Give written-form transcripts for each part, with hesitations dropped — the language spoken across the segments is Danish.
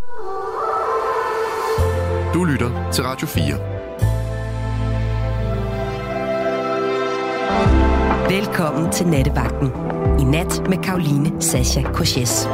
Du lytter til Radio 4. Velkommen til Nattevagten. I nat med Karoline Sascha Koshes.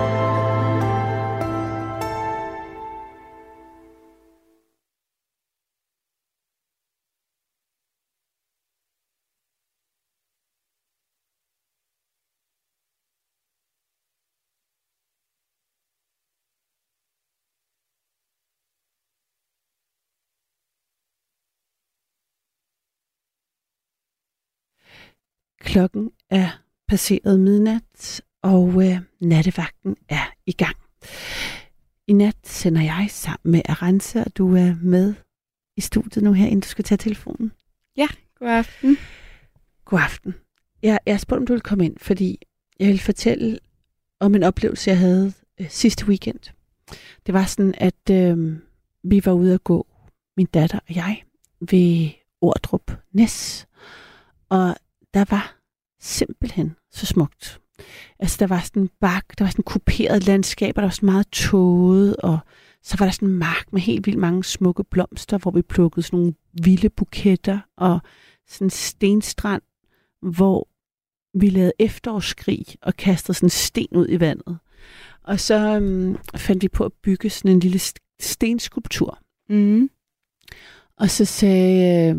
Klokken er passeret midnat, og nattevagten er i gang. I nat sender jeg sammen med Arantxa, og du er med i studiet nu her, inden du skal tage telefonen. Ja, god aften. God aften. Jeg spurgte, om du ville komme ind, fordi jeg vil fortælle om en oplevelse, jeg havde sidste weekend. Det var sådan, at vi var ude at gå, min datter og jeg, ved Ordrup Næs, og der var simpelthen så smukt. Altså, der var sådan en bak, der var sådan kuperet landskab, og der var sådan meget tåget, og så var der sådan en mark med helt vildt mange smukke blomster, hvor vi plukkede sådan nogle vilde buketter, og sådan en stenstrand, hvor vi lavede efterårsskrig og kastede sådan en sten ud i vandet. Og så fandt vi på at bygge sådan en lille stenskulptur. Mm. Og så sagde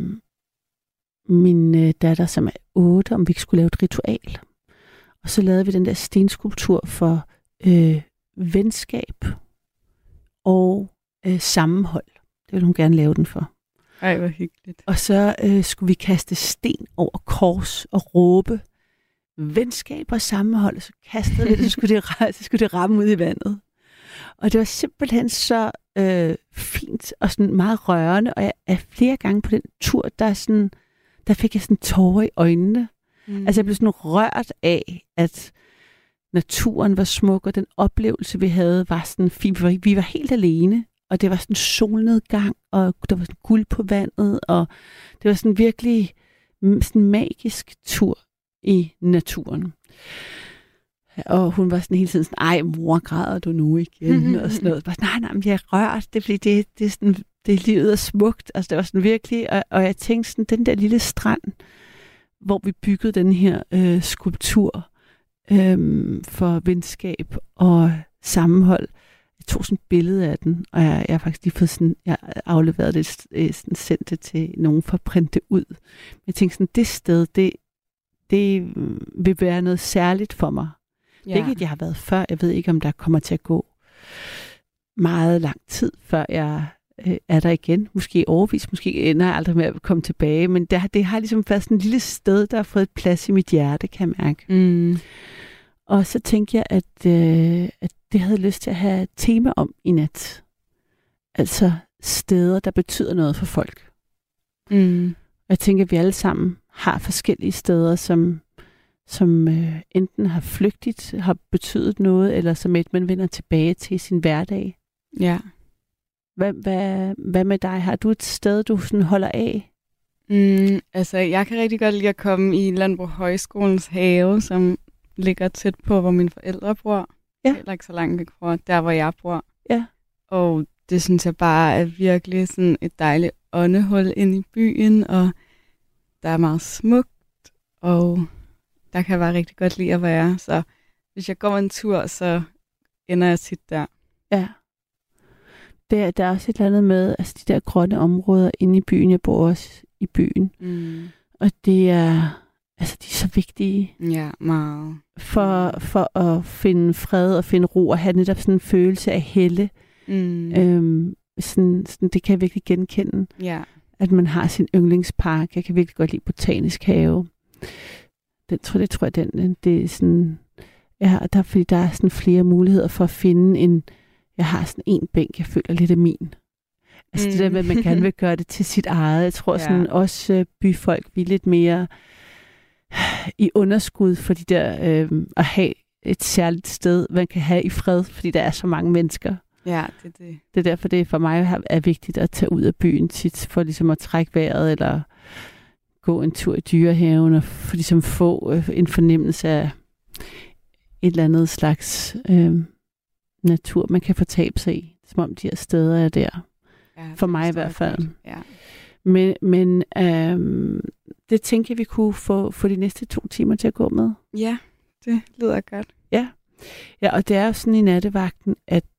min datter, som er 8, om vi ikke skulle lave et ritual. Og så lavede vi den der stenskulptur for venskab og sammenhold. Det ville hun gerne lave den for. Ej, hvor hyggeligt. Og så skulle vi kaste sten over kors og råbe venskab og sammenhold. Og så kastede vi det, så skulle det ramme ud i vandet. Og det var simpelthen så fint og sådan meget rørende. Og jeg er flere gange på den tur, der fik jeg sådan tårer i øjnene. Mm. Altså jeg blev sådan rørt af, at naturen var smuk, og den oplevelse, vi havde, var sådan fin. Vi var helt alene, og det var sådan solnedgang, og der var sådan guld på vandet, og det var sådan virkelig sådan en magisk tur i naturen. Og hun var sådan hele tiden sådan, ej mor, græder du nu igen? Og sådan noget. Bare, nej, men jeg er rørt, det er fordi, det er sådan, det livet er smukt. Altså det var sådan virkelig, og jeg tænkte sådan, den der lille strand, hvor vi byggede den her skulptur for venskab og sammenhold. Jeg tog sådan et billede af den, og jeg har faktisk lige fået sådan, jeg afleveret det, sådan sendt det til nogen for at printe ud. Men jeg tænkte sådan, det sted, det vil være noget særligt for mig. Ja. Det er ikke, at jeg har været før. Jeg ved ikke, om der kommer til at gå meget lang tid, før jeg er der igen. Måske overvis, måske ender jeg aldrig med at komme tilbage. Men det har ligesom været sådan et lille sted, der har fået et plads i mit hjerte, kan jeg mærke. Mm. Og så tænkte jeg, at det havde lyst til at have et tema om i nat. Altså steder, der betyder noget for folk. Mm. Og jeg tænker, at vi alle sammen har forskellige steder, som enten har flygtigt, har betydet noget, eller som man vender tilbage til i sin hverdag. Ja. Hvad med dig? Har du et sted, du sådan holder af? Altså, jeg kan rigtig godt lide at komme i Landbrug Højskolens have, som ligger tæt på, hvor mine forældre bor. Ja. Heller ikke så langt væk fra der, hvor jeg bor. Ja. Og det synes jeg bare er virkelig sådan et dejligt åndehul inde i byen, og der er meget smukt, og der kan jeg bare rigtig godt lide at være. Så hvis jeg går en tur, så ender jeg tit der. Ja. Der er også et eller andet med altså de der grønne områder inde i byen. Jeg bor også i byen. Mm. Og det er, altså de er så vigtige. Ja, meget. For at finde fred og finde ro og have netop sådan en følelse af helle. Mm. Sådan, det kan jeg virkelig genkende. Ja. At man har sin yndlingspark. Jeg kan virkelig godt lide Botanisk Have. Det tror jeg, det er sådan, ja, fordi der er sådan flere muligheder for at finde en, jeg har sådan en bænk, jeg føler lidt af min. Altså det der med, at man gerne vil gøre det til sit eget. Jeg tror sådan også byfolk, vi er lidt mere i underskud for de der, at have et særligt sted, man kan have i fred, fordi der er så mange mennesker. Ja, det er det. Det er derfor, det for mig er vigtigt at tage ud af byen tit, for ligesom at trække vejret, eller gå en tur i Dyrehaven, og for ligesom få en fornemmelse af et eller andet slags natur, man kan fortabe sig i. Som om de her steder er der. Ja, For mig i hvert fald. Godt. Ja. Men det tænker jeg, vi kunne få de næste 2 timer til at gå med. Ja, det lyder godt. Ja, og det er jo sådan i nattevagten, at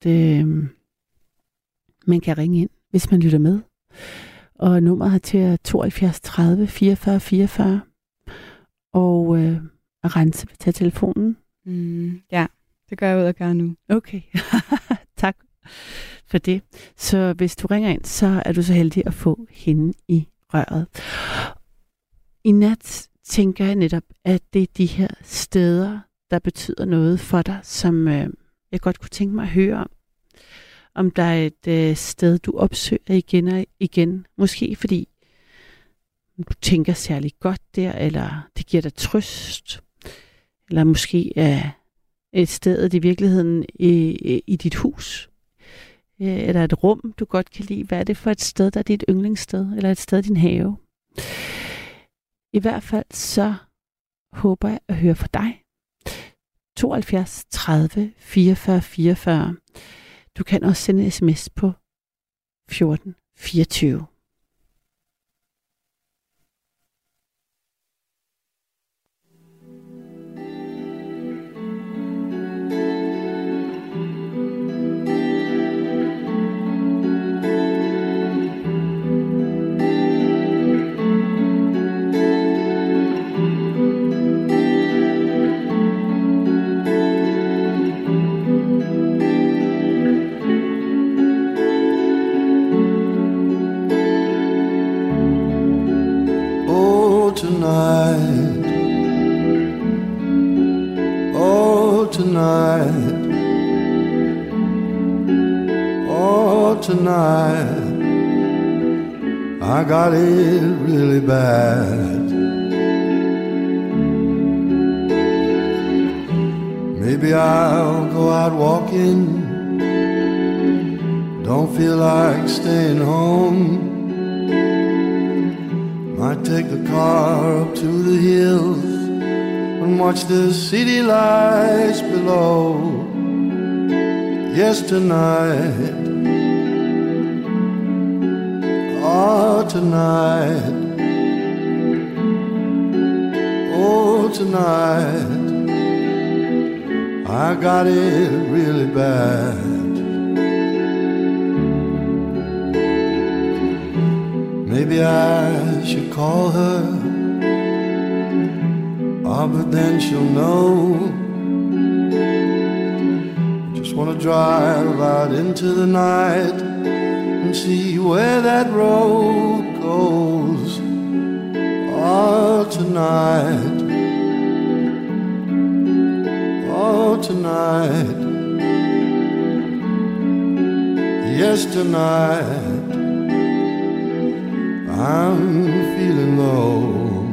man kan ringe ind, hvis man lytter med. Og nummeret her til er 72 30 44 44. Og Rense vil tage telefonen. Ja, det gør jeg ud og gøre nu. Okay, tak for det. Så hvis du ringer ind, så er du så heldig at få hende i røret. I nat tænker jeg netop, at det er de her steder, der betyder noget for dig, som jeg godt kunne tænke mig at høre om. Om der er et sted, du opsøger igen og igen. Måske fordi du tænker særlig godt der, eller det giver dig trøst. Eller måske er et sted i virkeligheden i dit hus. Eller et rum, du godt kan lide. Hvad er det for et sted, der er dit yndlingssted? Eller et sted i din have? I hvert fald så håber jeg at høre fra dig. 72 30 44 44. Du kan også sende en sms på 14 24. Tonight, oh tonight, oh tonight, I got it really bad. Maybe I'll go out walking, don't feel like staying home. Might take the car up to the hills and watch the city lights below. Yes, tonight, oh tonight, oh tonight, I got it really bad. Maybe I should call her, oh, but then she'll know. Just wanna drive out into the night and see where that road goes. Oh, tonight, oh, tonight, yes, tonight, I'm feeling low.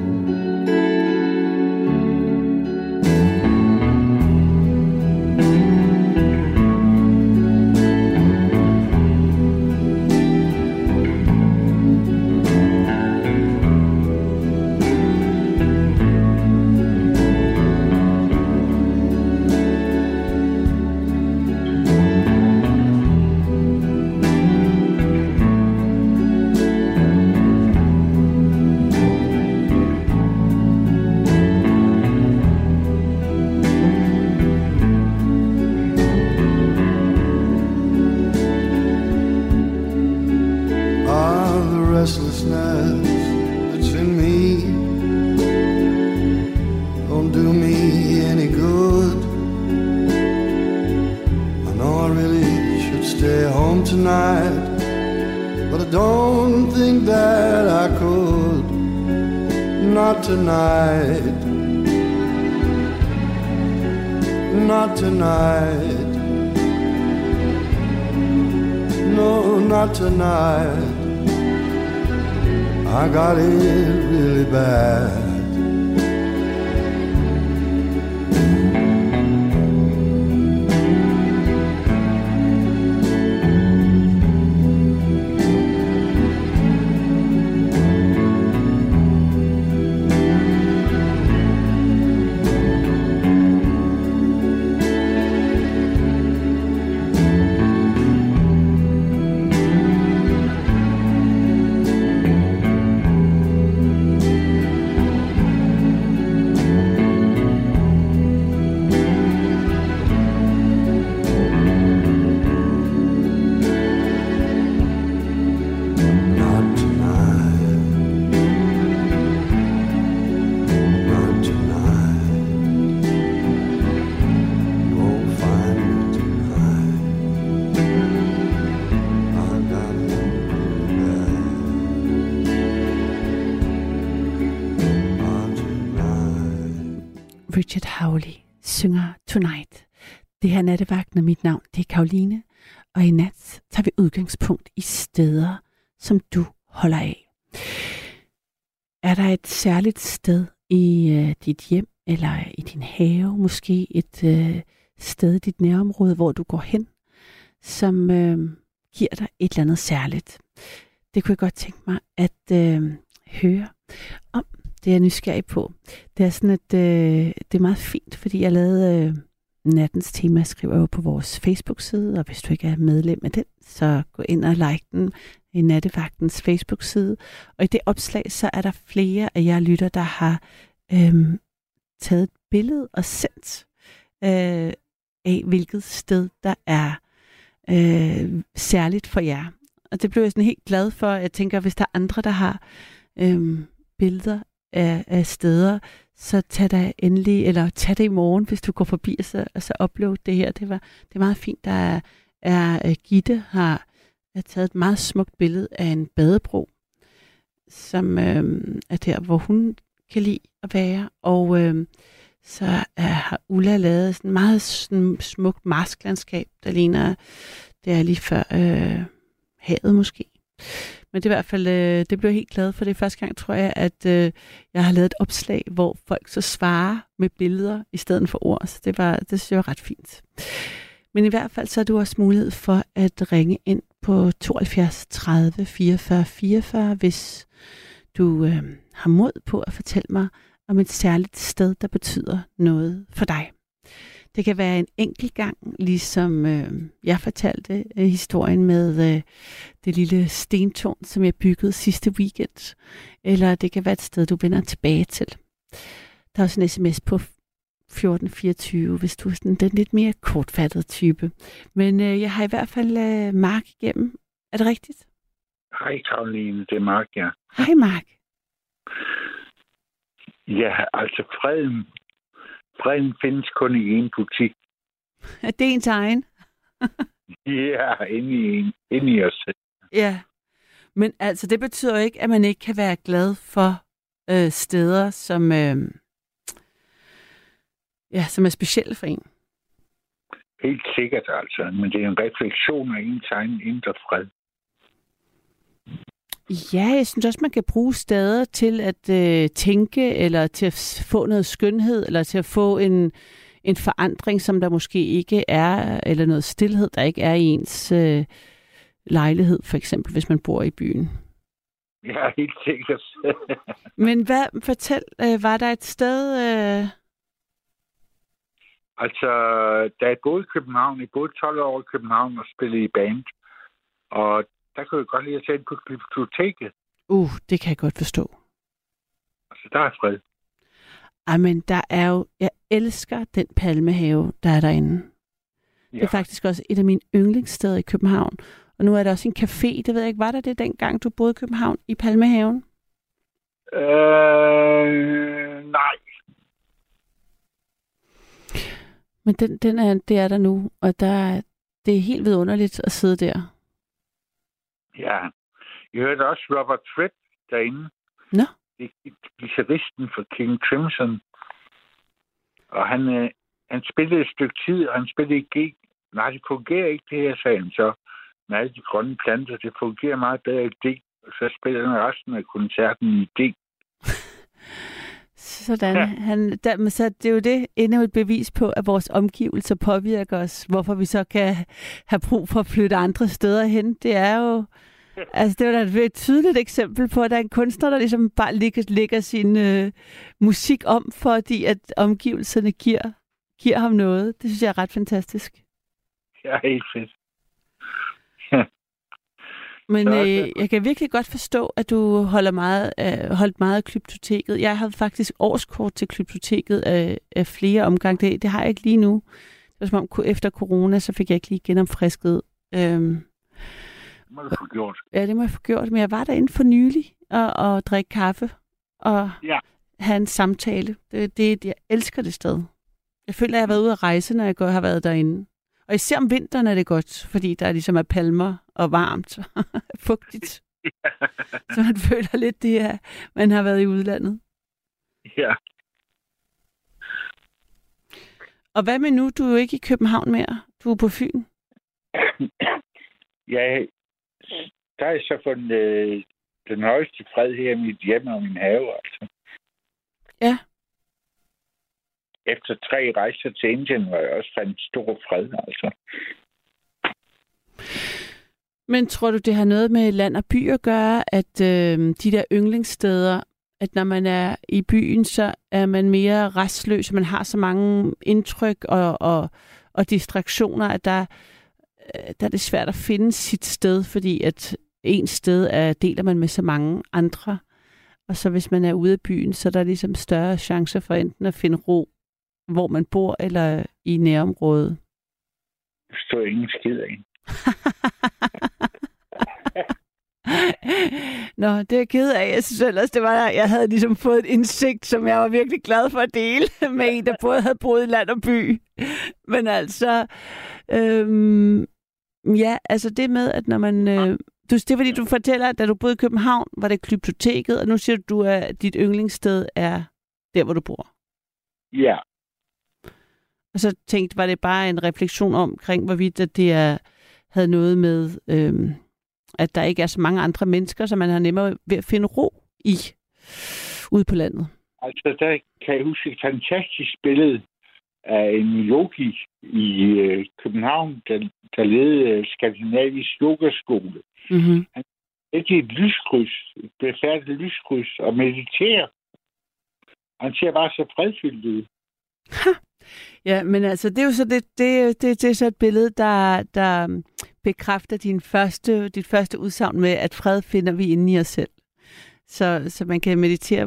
Tonight, not tonight, no, not tonight, I got it really bad. Richard Hawley synger Tonight. Det her nattevagten, og mit navn, det er Karoline. Og i nat tager vi udgangspunkt i steder, som du holder af. Er der et særligt sted i dit hjem, eller i din have, måske et sted i dit nærområde, hvor du går hen, som giver dig et eller andet særligt? Det kunne jeg godt tænke mig at høre om. Det er jeg nysgerrig på. Det er sådan, at det er meget fint, fordi jeg lavede nattens tema, skriver jo på vores Facebook-side, og hvis du ikke er medlem af den, så gå ind og like den i Nattevagtens Facebook-side. Og i det opslag, så er der flere af jer lytter, der har taget et billede og sendt af, hvilket sted, der er særligt for jer. Og det blev jeg sådan helt glad for. Jeg tænker, hvis der er andre, der har billeder af steder, så tag det i morgen, hvis du går forbi, og så upload det her. Det er meget fint. Der er Gitte har taget et meget smukt billede af en badebro, som er der, hvor hun kan lide at være. Og så har Ulla lavet sådan meget smukt marsklandskab, der ligner, det er lige før havet måske. Men det er i hvert fald, det blev jeg helt glad for. Det er første gang, tror jeg, at jeg har lavet et opslag, hvor folk så svarer med billeder i stedet for ord. Så det synes jeg var ret fint. Men i hvert fald, så har du også mulighed for at ringe ind på 72 30 44 44, hvis du har mod på at fortælle mig om et særligt sted, der betyder noget for dig. Det kan være en enkelt gang, ligesom jeg fortalte historien med det lille stentårn, som jeg byggede sidste weekend. Eller det kan være et sted, du vender tilbage til. Der er også en sms på 1424, hvis du er sådan den lidt mere kortfattede type. Men jeg har i hvert fald Mark igennem. Er det rigtigt? Hej Karoline, det er Mark, ja. Hej Mark. Ja, altså freden findes kun i en butik. Er det ens egen? Ja, inde i os selv. Ja, men altså det betyder jo ikke, at man ikke kan være glad for steder, som som er specielle for en. Helt sikkert altså, men det er en refleksion af ens egen indre fred. Ja, jeg synes også, man kan bruge steder til at tænke, eller til at få noget skønhed, eller til at få en forandring, som der måske ikke er, eller noget stilhed, der ikke er i ens lejlighed, for eksempel, hvis man bor i byen. Ja, helt sikkert. Men fortæl, var der et sted... Altså, da jeg boede i København, jeg boede 12 år i København og spillede i band, og der kunne jeg godt lide at tage ind på biblioteket. Det kan jeg godt forstå. Altså, der er fred. Men der er jo... Jeg elsker den palmehave, der er derinde. Ja. Det er faktisk også et af mine yndlingssteder i København. Og nu er der også en café, det ved jeg ikke. Var der det dengang, du boede i København, i Palmehaven? Nej. Men det er der nu, og det er helt vidunderligt at sidde der. Ja. Jeg hørte også Robert Fripp derinde. Nå? Det er guitaristen for King Crimson. Og han spillede et stykke tid, og han spillede i G. Nej, det fungerer ikke, det her, sagde han så. Med alle de grønne planter, det fungerer meget bedre i D. Og så spiller han resten af koncerten i D. Sådan. Ja. Så det er jo det endnu et bevis på, at vores omgivelser påvirker os. Hvorfor vi så kan have brug for at flytte andre steder hen. Det er jo... Altså, det var da et tydeligt eksempel på, at der er en kunstner, der ligesom bare lægger sin musik om, fordi at omgivelserne giver ham noget. Det synes jeg er ret fantastisk. Ja, helt fedt. Men jeg kan virkelig godt forstå, at du holdt meget af Glyptoteket. Jeg har faktisk årskort til Glyptoteket af flere omgange. Det har jeg ikke lige nu. Det var som om efter corona, så fik jeg ikke lige genomfrisket. Det må du få gjort. Ja, det må jeg få gjort. Men jeg var derinde for nylig og drikke kaffe og have en samtale. Jeg elsker det sted. Jeg føler, at jeg har været ude at rejse, når jeg har været derinde. Og især om vinteren er det godt, fordi der ligesom er palmer og varmt og fugtigt. Så man føler lidt det her, man har været i udlandet. Ja. Og hvad med nu? Du er jo ikke i København mere. Du er på Fyn. Ja, der er så fundet den højeste fred her i mit hjem og min have, altså. Ja. Efter 3 rejser til Indien var jeg også fandt stor fred, altså. Men tror du, det har noget med land og by at gøre, at de der yndlingssteder, at når man er i byen, så er man mere restløs, og man har så mange indtryk og distraktioner, at der er det svært at finde sit sted, fordi at ens sted deler man med så mange andre. Og så hvis man er ude af byen, så er der ligesom større chancer for enten at finde ro, hvor man bor, eller i nærområdet. Det står ingen skid af. Nå, det er jeg ked af. Jeg synes ellers, jeg havde ligesom fået et indsigt, som jeg var virkelig glad for at dele med en, der både havde boet i land og by. Men altså, ja, altså det med, at når man... det er fordi, du fortæller, at da du boede i København, var det Glyptoteket, og nu siger du, at dit yndlingssted er der, hvor du bor. Ja. Og så var det bare en refleksion omkring, hvorvidt at det havde noget med, at der ikke er så mange andre mennesker, så man har nemmere ved at finde ro ude på landet. Altså, der kan jeg huske et fantastisk billede af en yogi i København, der ledede Skandinavisk Yogaskole. Mm-hmm. Han er i et lyskryds, et befærdet lyskryds, og mediterer. Han ser bare så fredfyldt ud. Ja, men altså, det er jo så det er så et billede, der bekræfter dit første udsagn med, at fred finder vi inde i os selv. Så man kan meditere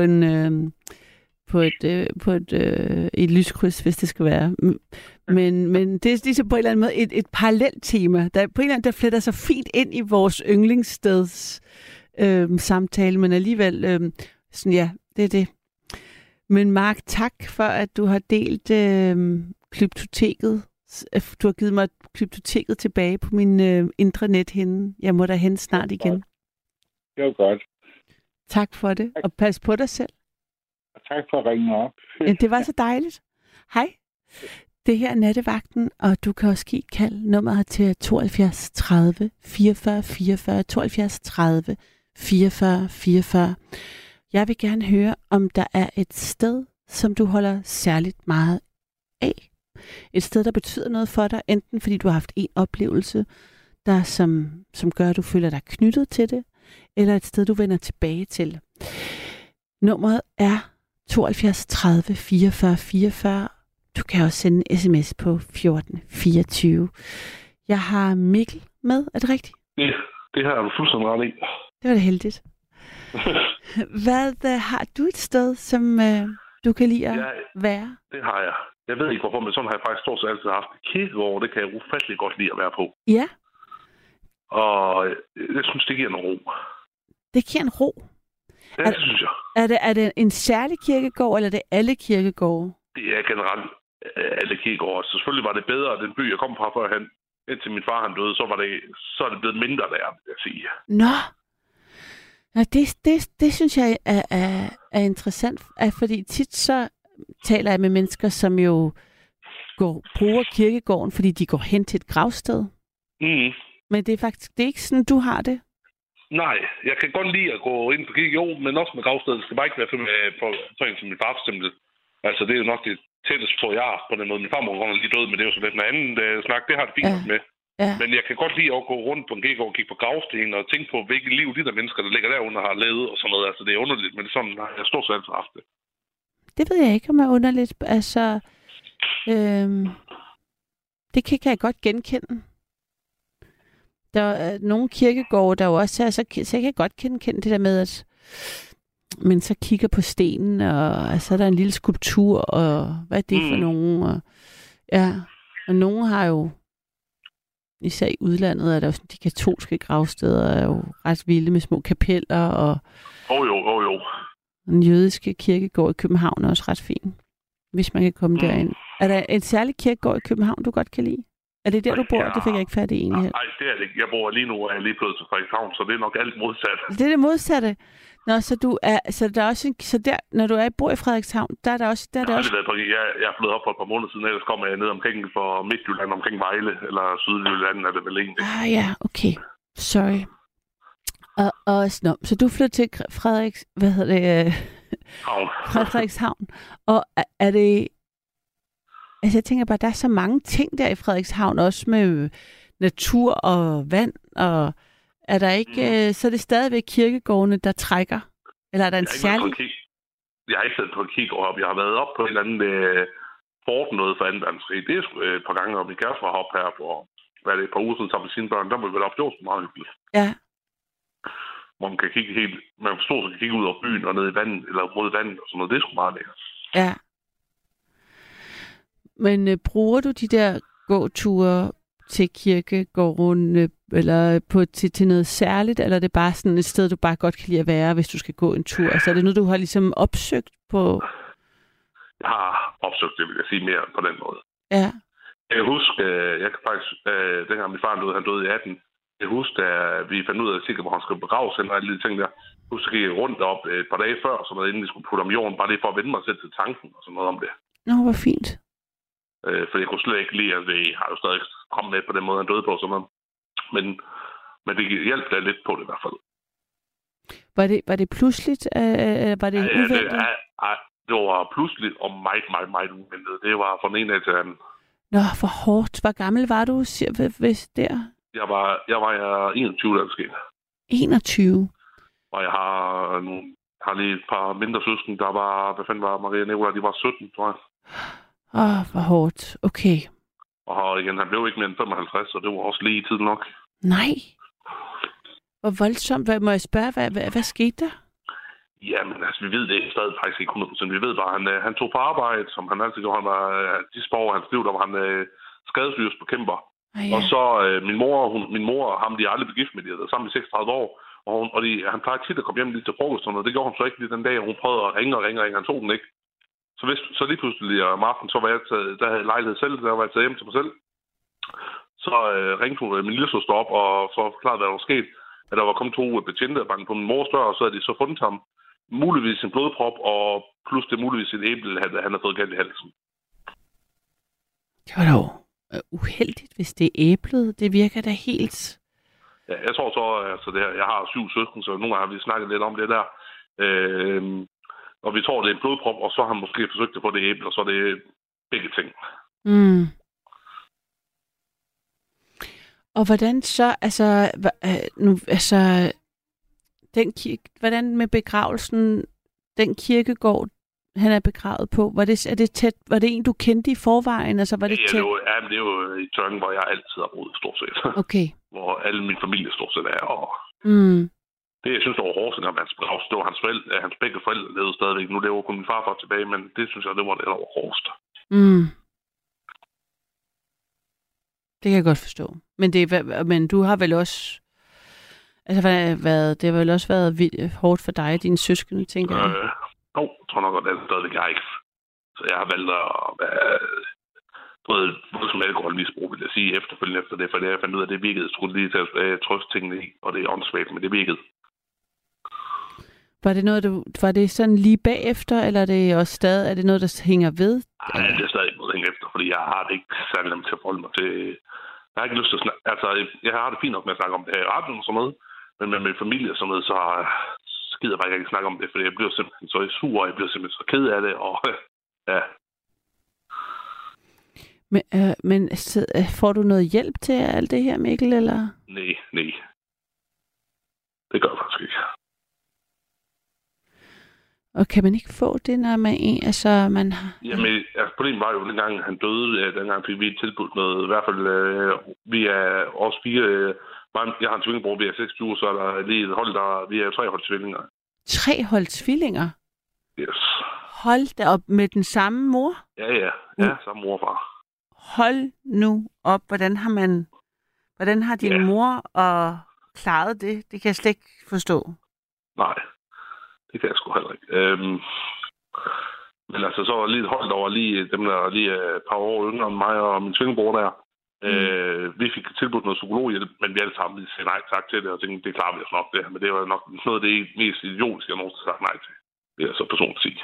på et lyskryds, hvis det skal være. Men det er ligesom på en eller anden måde et parallelt tema, der på en eller anden der fletter sig fint ind i vores yndlingssteds samtale, men alligevel sådan ja, det er det. Men Mark, tak for, at du har delt Glyptoteket. Du har givet mig Glyptoteket tilbage på min indre nethinde. Jeg må derhen snart igen. Det var godt. Tak for det, og pas på dig selv. Og tak for at ringe op. Ja, det var så dejligt. Hej. Det her er Nattevagten, og du kan også give et kald. Nummeret til 72 30 44 44, 72 30 44 44. Jeg vil gerne høre, om der er et sted, som du holder særligt meget af. Et sted, der betyder noget for dig, enten fordi du har haft en oplevelse, der som gør, at du føler dig knyttet til det, eller et sted, du vender tilbage til. Nummeret er 72 30 44 44. Du kan også sende en sms på 1424. Jeg har Mikkel med. Er det rigtigt? Ja, det har du fuldstændig ret i. Det var det heldigt. Har du et sted, som du kan lide at være? Det har jeg. Jeg ved ikke, hvorfor, men sådan har jeg faktisk stort set altid haft en kirkegård. Det kan jeg ufattelig godt lide at være på. Ja. Og jeg synes, det giver en ro. Det giver en ro? Ja, det synes jeg. Er det en særlig kirkegård, eller er det alle kirkegårde? Det er generelt alle kirkegårde. Så selvfølgelig var det bedre, den by, jeg kom fra førhen. Indtil min far han døde, så er det blevet mindre der, vil jeg sige. Nå. Ja, det synes jeg er interessant, fordi tit så taler jeg med mennesker, som jo bruger kirkegården, fordi de går hen til et gravsted. Mm. Men det er ikke sådan, du har det? Nej, jeg kan godt lide at gå ind på kirkegården, men også med gravstedet. Det skal bare ikke være for en som min far bestemte. Altså, det er jo nok det tætteste på, jeg har på den måde. Min far må lige død, men det er jo så lidt en anden snak. Det har det fint med. Ja. Men jeg kan godt lide at gå rundt på en kirkegård og kigge på gravstenen og tænke på, hvilket liv de der mennesker, der ligger derunder, har levet og sådan noget. Altså, det er underligt, men det er sådan, jeg stort set altid haft det. Det ved jeg ikke, om er underligt. Altså, det kan jeg godt genkende. Der er nogle kirkegårde, der jo også er, så jeg kan godt genkende det der med, at man så kigger på stenen, og så er der en lille skulptur, og hvad er det for nogen? Og, ja, og nogle har jo, især i udlandet, er der jo sådan, de katolske gravsteder er jo ret vilde med små kapeller, og jo. Den jødiske kirkegård i København er også red fin, hvis man kan komme derind. Er der en særlig kirkegård i København, du godt kan lide? Er det der, du bor? Det fik jeg ikke fat i egentlig. Nej, det er det ikke. Jeg bor lige nu, og jeg er lige blevet til Frederikshavn, så det er nok alt modsat. Det er det modsatte. Nå, så du er, så der er også, så der, når du bor i Frederikshavn, der er der også, der er Jeg der har også. aldrig været på, jeg er flyttet op for et par måneder siden, ellers kommer jeg ned omkring for Midtjylland, omkring Vejle, eller Sydjylland er det vel egentlig. Ah ja, okay. Sorry. Så du flytter til Frederikshavn. Og er det... Altså, jeg tænker bare, der er så mange ting der i Frederikshavn, også med natur og vand, og er der ikke... Så er det stadigvæk kirkegårdene, der trækker? Eller er der en særlig... Jeg har ikke siddet på kirkegård op. Jeg har været op på et eller andet fort noget for 2. verdenskrig. Det er sgu et par gange, og min kæreste var op her for et par uger siden sammen med sine børn. Der må vi vel op. Det var sgu meget hyggeligt. Ja. Hvor man kan kigge man forstår sig kan kigge ud over byen og ned i vandet, eller mod vandet og sådan noget. Det er sgu meget lækkert. Ja. Men bruger du de der gåture til kirkegården, eller til noget særligt, eller er det bare sådan et sted, du bare godt kan lide at være, hvis du skal gå en tur? Altså er det noget, du har ligesom opsøgt på? Jeg har opsøgt det, vil jeg sige, mere på den måde. Ja. Jeg kan huske, jeg kan faktisk, dengang min far døde, han døde i 18. Jeg kan huske, da vi fandt ud af sikkert, hvor han skulle begraves hen, og alle de ting der. Jeg husker, jeg gik rundt op et par dage før, så noget, inden vi skulle putte om jorden, bare lige for at vende mig selv til tanken og sådan noget om det. Nå, hvor fint. For jeg kunne slet ikke lide, at det har jo stadig kommet med på den måde, han døde på. Sådan noget. Men det hjalp da lidt på det i hvert fald. Var det pludseligt? Var det uventet? Det var pludseligt og meget, meget, meget uventet. Det var fra den ene af til den anden. Nå, for hårdt. Hvor gammel var du der? Jeg var 21, da det skete. 21? Og jeg har lige et par mindre søsken, der var, hvad fanden var Maria Nicolai, de var 17, tror jeg. Hvor hårdt. Okay. Og igen, han blev ikke mere end 55, så det var også lige i tiden nok. Nej. Hvor voldsomt. Må jeg spørge, hvad skete der? Jamen, altså, vi ved det stadig faktisk ikke 100%. Vi ved bare, at han tog på arbejde, som han altid gjorde. Han var de spår af hans liv, der var han skadesvirksbekæmper. Ja. Og så min mor og ham, de er aldrig begift med, de havde været sammen i 36 år. Han plejede tit at komme hjem lige til frokost, og det gjorde hun så ikke lige den dag, og hun prøvede at ringe, han tog den ikke. Så lige pludselig om aftenen, så var jeg der havde jeg lejlighed selv, der var jeg taget hjem til mig selv. Så ringte hun min lille søster op, og så forklarede, hvad der var sket. At der var kommet 2 betjente og banket på min mors dør, og så havde de så fundet ham. Muligvis en blodprop, og plus det muligvis en æble, han havde fået galt i halsen. Det var dog uheldigt, hvis det er æblet. Det virker da helt... Ja, jeg tror så, altså jeg har 7 søsken, så nogle gange har vi snakket lidt om det der. Og vi tror, det er en blodprop, og så har han måske forsøgt at få det æble, og så er det begge ting. Mm. Og hvordan så, hvordan med begravelsen, den kirkegård, han er begravet på, var det en, du kendte i forvejen? Altså, var det tæt? Det er jo i Tørring, hvor jeg altid har boet, stort set. Okay. Hvor alle min familie stort set er, og det, jeg synes, det var hårdt, at hans begravelse, det var hans begge forældre levede stadigvæk. Nu lever kun min farfar tilbage, men det synes jeg, det var det, der var hårdest. Mm. Det kan jeg godt forstå. Men du har vel også... Altså, det har vel også været hårdt for dig og dine søskende, tænker jeg? Jeg tror nok, at det stadigvæk er ikke. Så jeg har valgt at være... Både som alkoholmisbrug, vil jeg sige, efterfølgende efter det, for det jeg fandt ud af, at det virkede. Jeg skulle lige tage trøst tingene i, og det er åndssvagt, men det virkede. Var det sådan lige bagefter, eller er det også stadig, er det noget, der hænger ved? Nej, det er stadig noget, der hænger efter, fordi jeg har det ikke særlig nemt til at forholde mig til... Jeg har ikke lyst til at snakke... Altså, jeg har det fint nok med at snakke om det her i radioen og sådan noget, men med min familie og sådan noget, så skider jeg bare ikke snakke om det, fordi jeg bliver simpelthen så sur, og jeg bliver simpelthen så ked af det, og ja... Men får du noget hjælp til alt det her, Mikkel, eller? Nej. Det gør jeg faktisk ikke. Og kan man ikke få det, når man har... Jamen, problemet var jo, dengang han døde, dengang fik vi tilbudt noget, i hvert fald, vi er også 4... Jeg har en tvillingebror, vi er 26, så er der lige et hold, vi er 3 hold tvillinger. 3 hold tvillinger? Yes. Hold da op med den samme mor? Ja, samme mor og far. Hold nu op, hvordan har din mor klaret det? Det kan jeg slet ikke forstå. Nej, det kan jeg sgu heller ikke. Men altså, så var lige et hold, der var lige dem, der lige et par år yngre end mig og min tvillingebror der. Vi fik tilbudt noget psykologhjælp, men vi alle sammen sagde nej tak til det, og tænkte, det klarer vi os nok det her. Men det var nok noget af det mest idiotiske, jeg nogensinde har sagt nej til. Det er så personligt sige.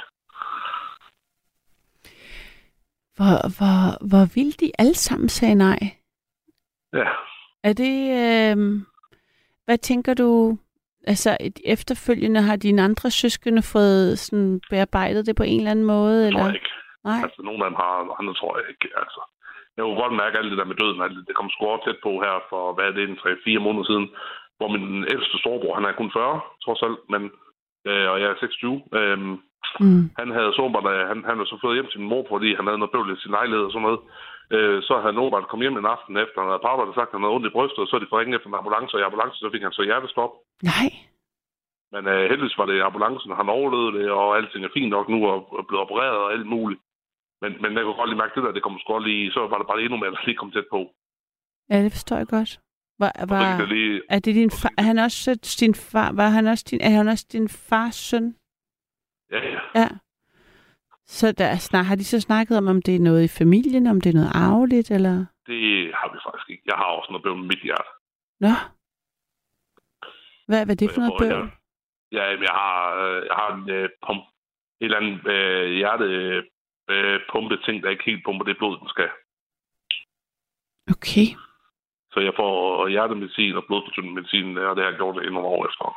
Hvor vildt de alle sammen sagde nej? Ja. Er det... hvad tænker du... Altså, efterfølgende har dine andre søskende fået sådan bearbejdet det på en eller anden måde? Det tror jeg ikke. Nej. Altså, nogle af dem har, andre tror jeg ikke. Altså, jeg kunne godt mærke alt det der med døden. Det kom sgu også tæt på her for, hvad er det, 3-4 måneder siden, hvor min ældste storebror, han er kun 40, trods alt, men, og jeg er 26. Han havde så han var så fået hjem til min mor, fordi han havde noget bøvl i sin lejlighed og sådan noget. Så havde han åbenbart kommet hjem en aften efter, han havde på arbejde og sagt, at han havde ondt i brystet, og så de fået ringet efter en ambulance, og i ambulancen så fik han så hjertestop. Nej. Men heldigvis var det ambulancen, og han overlevede det, og alting er fint nok nu, og blevet opereret og alt muligt. Men jeg kunne godt lige mærke det der, det kom sgu godt lige, så var det bare endnu mere, der lige kom tæt på. Ja, det forstår jeg godt. Er det din far? Er han også din far? Er han også din fars søn? Ja. Så har de så snakket om det er noget i familien, om det er noget arveligt, eller? Det har vi faktisk ikke. Jeg har også noget bøvl med mit hjerte. Nå. Hvad er det for noget bøvl? Ja, jeg har en en eller anden hjertepumpe ting, der ikke helt pumper det blod, den skal. Okay. Så jeg får hjertemedicin og blodfortyndende medicin, og det har jeg gjort det nogle år efter.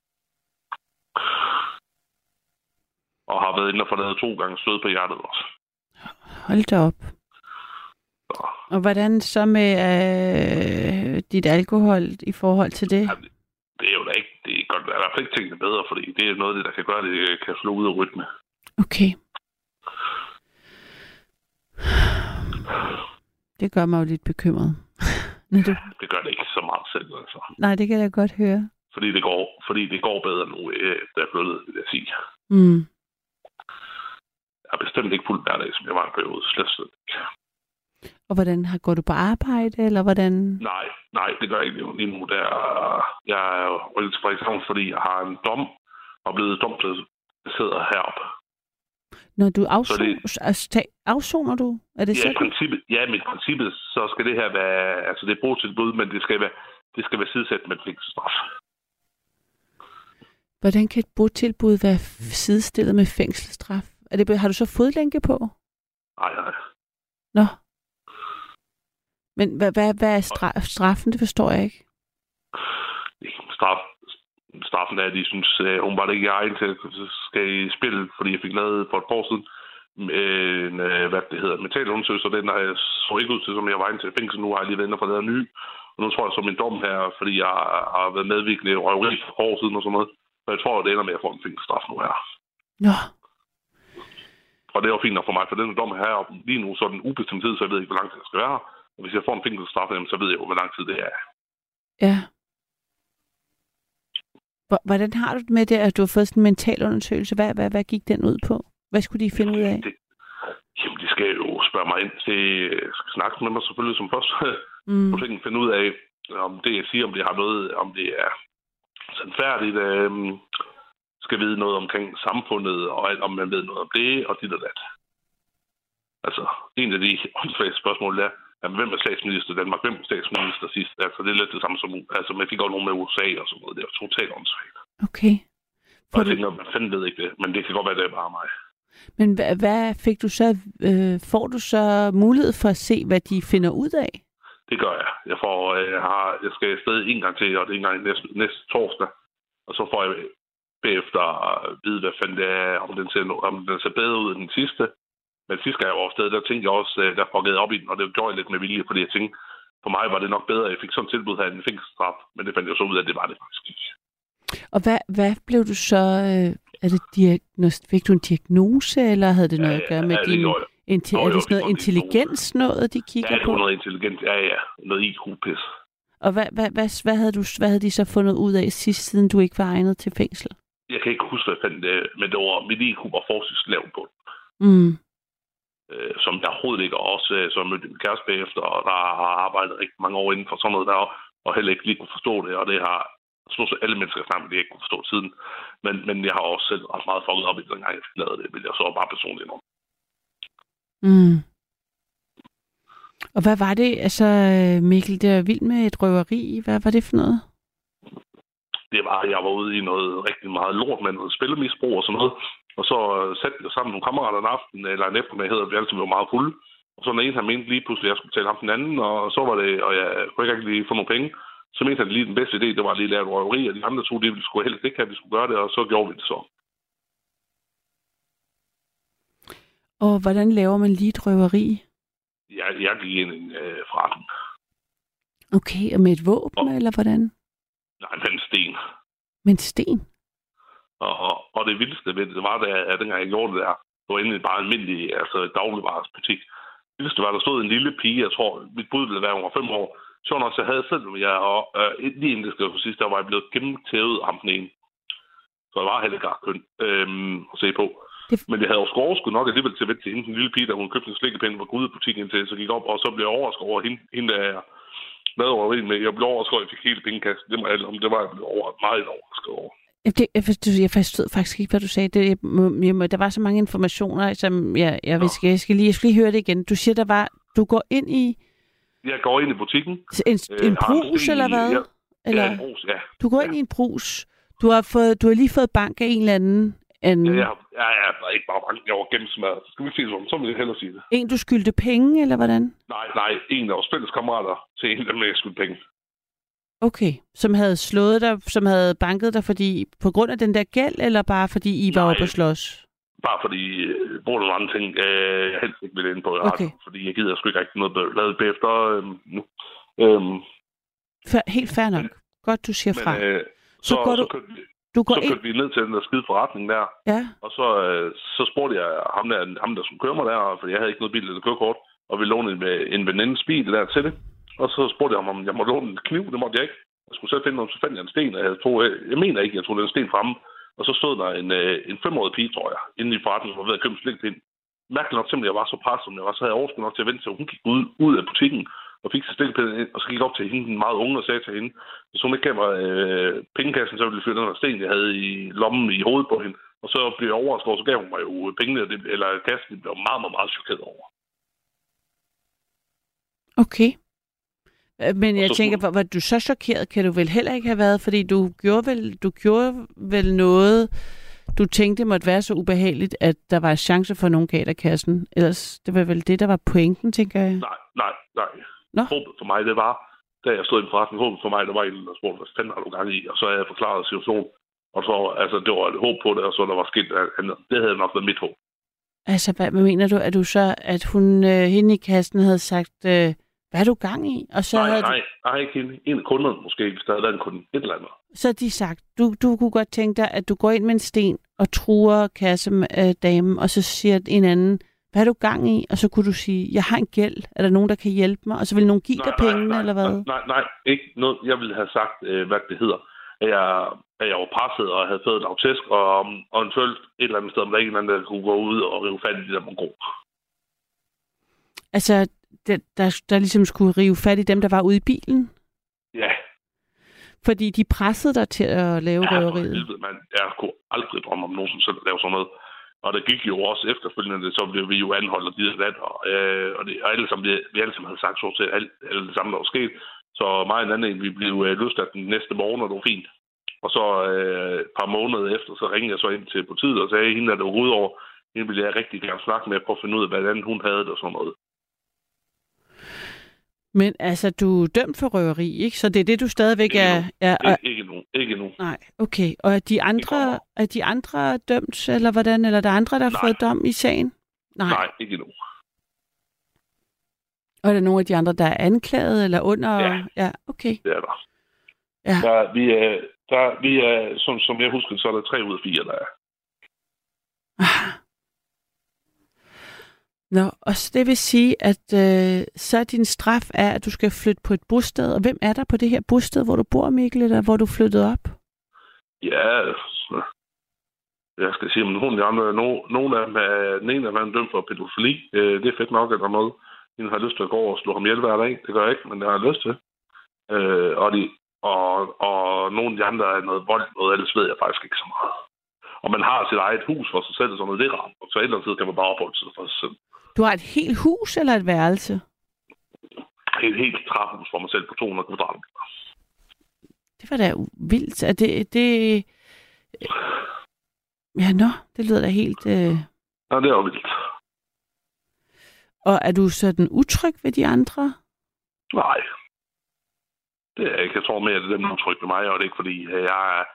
Og har været inde og få lavet 2 gange stød på hjertet også. Hold da op. Så. Og hvordan så med dit alkohol i forhold til det? Ja, det er jo da ikke. Det er godt, i hvert fald ikke tænkt det bedre, fordi det er noget af det, der kan gøre, det kan slå ud af rytme. Okay. Det gør mig jo lidt bekymret. Det gør det ikke så meget selv, altså. Nej, det kan jeg godt høre. Fordi det går bedre nu, der er flyttet, vil jeg sige. Jeg er bestemt ikke fuldt hverdag, som jeg var en periode. Slet ikke. Og hvordan går du på arbejde, eller hvordan? Nej, det gør jeg ikke lige nu. Jeg er rykket til Frederikshavn, fordi jeg har en dom, og blevet domplaceret heroppe. Når du afsoner du? Er det sådan? Men i princippet, så skal det her være, altså det er botilbud, men det skal være sidesat med et fængselsstraf. Hvordan kan et botilbud være sidestillet med fængselsstraf? Har du så fodlænke på? Nej. Nå. Men hvad er straffen? Det forstår jeg ikke. Straffen er, at de synes, hun var det ikke egen til at skal i spil, fordi jeg fik lavet for et par år siden en mentalundersøgelse, og den så ikke ud til, som jeg var inde til fængsel. Nu har jeg lige været inde og fået lavet en ny. Og nu tror jeg så min dom her, fordi jeg har været medvirkende i røveri for år siden og sådan noget. Så jeg tror, det ender med at få en fængselsstraf nu her. Nå. Og det er jo fint nok for mig, for den dom her lige nu, så er den ubestemt tid, så jeg ved ikke, hvor lang tid jeg skal være her. Og hvis jeg får en fængselsstraf, så ved jeg jo, hvor lang tid det er. Ja. Hvordan har du det med det, at du har fået sådan en mental undersøgelse? Hvad gik den ud på? Hvad skulle de finde ud af? Jamen, de skal jo spørge mig ind. De skal snakke med mig selvfølgelig som først. Du skal finde ud af, om det jeg siger, om det har noget, om det er sandfærdigt, skal vide noget omkring samfundet, og om man ved noget om det, og dit og dat. Altså, en af de åndsfagste spørgsmål er, hvem er statsminister i Danmark? Hvem er statsminister sidst? Altså, det er lidt det samme som... Altså, man fik også nogen med USA og sådan noget. Det er totalt åndsfagt. Okay. Og jeg tænker, man fanden ved ikke det, men det kan godt være, det er bare mig. Men hvad fik du så... får du så mulighed for at se, hvad de finder ud af? Det gør jeg. Jeg skal afsted en gang til, og det er en gang næste torsdag. Og så får jeg bagefter at vide, hvad fanden det er, om den ser bedre ud end den sidste. Men sidst gang jeg var afsted, der tænkte jeg også, der fuckede op i den, og det gjorde jeg lidt med vilje, fordi jeg tænkte, for mig var det nok bedre, at jeg fik sådan et tilbud her en fængselsstraf, men det fandt jeg så ud af, at det var det faktisk ikke. Og hvad blev du så, fik du en diagnose, eller havde det noget at gøre med din, er det sådan noget intelligens noget, de kigger på? Ja, det var noget intelligens, ja, noget IQ-pis. Og hvad havde de så fundet ud af sidst, siden du ikke var egnet til fængsel? Jeg kan ikke huske, hvad jeg fandt, men det var, mit IQ var forholdsvis lavt på. Som jeg overhovedet ikke, og også som mødte min kæreste bagefter, og der har arbejdet rigtig mange år inden for sådan noget der, og heller ikke lige kunne forstå det, og det har stort set alle mennesker sammen, det ikke kunne forstå siden. Men jeg har også selv ret meget fucket op i den gang, jeg fik lavet det, vil jeg så bare personligt om. Og hvad var det, altså Mikkel, det er vildt med et røveri. Hvad var det for noget? Det var, jeg var ude i noget rigtig meget lort med noget spillemisbrug og sådan noget. Og så satte vi sammen nogle kammerater en aften, eller en eftermiddag, hedder vi altid var meget fulde. Og så den ene, han mente lige pludselig, at jeg skulle betale ham den anden, og så var det, og jeg kunne ikke lige få nogle penge. Så mente han lige den bedste idé, det var lige at lave et røveri, og de andre to, de skulle helst ikke have, at vi skulle gøre det, og så gjorde vi det så. Og hvordan laver man lige et røveri? Jeg gik ind fra den. Okay, og med et våben, eller hvordan? Nej, med en sten. Med en sten? Og det vildeste ved det var, at dengang jeg gjorde det der, det var egentlig bare en almindelig dagligvaresbutik. Det vildeste var, at der stod en lille pige, jeg tror, mit bud ville være over 5 år. Så nok, så havde jeg selv, lige inden det skal jeg sidst, der var jeg blevet gennemtævet ham den ene. Så jeg var heller ikke køn at se på. Men jeg havde også overskud nok alligevel til at vente til hende, den lille pige, der hun købte en slikkepind, hvor gud i butikken indtil, så gik op, og så blev jeg overrasket over hende der lavede over med. Jeg blev overrasket over, at jeg fik hele pengekassen. Det må jeg om, det var jeg meget overrasket over. Jeg forstod faktisk ikke, hvad du sagde. Der var så mange informationer, som jeg skal lige høre det igen. Du siger, du går ind i... Jeg går ind i butikken. En brus, eller hvad? Eller... Ja, en brus, ja. Du går ind i en brus. Du har lige fået bank af en eller anden. Ja, ikke bare bank. Jeg var gennemsmadret. Skal vi se sådan? Så vil jeg hellere sige det. En, du skyldte penge, eller hvordan? Nej. En af vores fælles kammerater til en, der med skyldte penge. Okay. Som havde slået dig, som havde banket dig, fordi på grund af den der gæld, eller bare fordi I var oppe at slås? Bare fordi bruger nogle andre ting, jeg helst ikke vil ind på. Okay. Fordi jeg gider sgu ikke rigtig noget lavet bagefter nu. Helt fair nok. Godt, du siger fra. Så kørte vi ned til den der skide forretning der. Ja. Og så spurgte jeg ham der skulle køre mig der, for jeg havde ikke noget bil eller kørekort. Og vi lånede en venindes bil der til det. Og så spurgte jeg ham, om jeg måtte låne en kniv. Det måtte jeg ikke. Jeg skulle selv finde noget, så fandt jeg en sten. Jeg mener ikke, jeg tog den sten fremme. Og så stod der en 5-årig pige, tror jeg, inde i forretningen, og var ved at købe slik til hende. Mærkeligt nok, simpelthen, jeg var så presset, som jeg var, så havde jeg overskud nok til at vente, så hun gik ud af butikken og fik sig stikkepinden ind, og så gik op til hende, den meget unge, og sagde til hende, hvis hun ikke gav mig pengekassen, så ville jeg flytte den der sten, jeg havde i lommen i hovedet på hende. Og så blev jeg overrasket, og så gav hun mig jo pengene, eller kassen, det blev meget, meget, meget chokeret over. Okay. Men jeg tænker, var du så chokeret, kan du vel heller ikke have været, fordi du gjorde vel noget, du tænkte måtte være så ubehageligt, at der var chance for, nogen gav dig kassen. Ellers, det var vel det, der var pointen, tænker jeg. Nej. Nå? Håbet for mig, det var, da jeg stod i en forretning, håbet for mig, der var en, der spurgte, hvad fanden har du gang i? Og så havde jeg forklaret situationen. Og så, det var et håb på det, og så der var sket andet. Det havde nok været mit håb. Altså, hvad mener du? Er du så, at hun, hende i kassen havde sagt, hvad er du gang i? Og så nej, ikke hende. En af kunderne måske, hvis der havde været en kunde, et eller andet. Så har de sagt, du kunne godt tænke dig, at du går ind med en sten og truer kassedamen, og så siger en anden, hvad er du gang i? Og så kunne du sige, jeg har en gæld. Er der nogen, der kan hjælpe mig? Og så vil nogen give dig pengene, eller hvad? Nej, ikke noget. Jeg ville have sagt, hvad det hedder. At jeg var presset og havde fået et autæsk, og eventuelt et eller andet sted, om der ikke en anden, der kunne gå ud og rive fat i de der mongoler. Altså, der ligesom skulle rive fat i dem, der var ude i bilen? Ja. Fordi de pressede dig til at lave røveriet? Jeg kunne aldrig drømme om nogen, som selv lave sådan noget. Og der gik jo også efterfølgende, så blev vi jo anholdt og givet ret, og vi alle sammen havde sagt så til alt det samme, der var sket. Så mig og en anden, vi blev løsladt den næste morgen, og det var fint. Og så et par måneder efter, så ringede jeg så ind til politiet og sagde, hende der var ude over, hende ville jeg rigtig gerne snakke med, på at finde ud af, hvordan hun havde det og sådan noget. Men altså, du er dømt for røveri, ikke? Så det er det, du stadigvæk er... Ikke nu. Nej, okay. Og er de andre dømt, eller hvordan? Eller er der andre, der har fået dom i sagen? Nej, ikke nu. Og er der nogle af de andre, der er anklaget, eller under... Ja, okay. Det er der. Ja. Vi er, som jeg husker, så er der 3 ud af 4, der er. Nå, og det vil sige, at så din straf er, at du skal flytte på et bosted. Og hvem er der på det her bosted, hvor du bor, Mikkel, eller hvor du flyttede op? Ja, jeg skal sige, men nogle af dem er, den ene af dem er dømt for pædofili. Det er fedt nok, at der er noget. Den har lyst til at gå og slå ham ihjel hver dag. Det gør jeg ikke, men jeg har lyst til. Og nogle af de andre er noget vold, noget ellers ved jeg faktisk ikke så meget. Og man har sit eget hus for sig selv, så noget det er ramt. Og så et eller andet tid kan man bare opholde sig for sig selv. Du har et helt hus eller et værelse? et helt træhus for mig selv på 200 kvadratmeter. Det var da vildt. Er det... Ja, det lyder da helt... Ja, det er jo vildt. Og er du sådan utryg ved de andre? Nej. Det er jeg ikke. Jeg tror mere, at det er dem, utryg ved mig, og det er ikke fordi, jeg er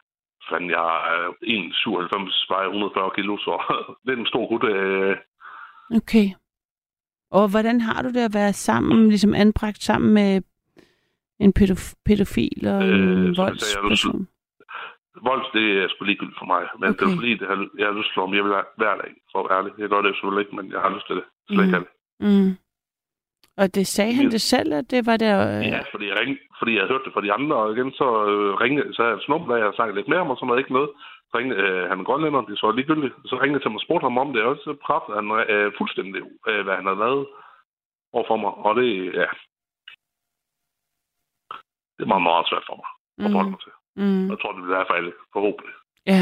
1,97, vejer 140 kilo, så det er en stor gut. Okay. Og hvordan har du det at være sammen, ligesom anbragt sammen med en pædofil og en voldsperson? Vold, det er sgu ligegyldigt for mig. Men pædofili, jeg har lyst til, om jeg vil hver dag, for at være ærlig. Jeg gør det selvfølgelig ikke, men jeg har lyst til det. Slet ikke det. Mm. Og det sagde han det selv, at det var der... Ja, fordi jeg havde hørt det fra de andre, og igen så ringede, så havde jeg snuppet, da jeg sagde lidt mere om, og så havde ikke noget. Så ringede han grønlænder, det så ligegyldigt. Så ringede til mig og spurgte ham om det, og så præftede han fuldstændig, hvad han havde lavet overfor mig. Og det, ja, det er meget, meget svært for mig at forholde mig til. Mm. Jeg tror, det vil være for alle, forhåbentlig. Ja.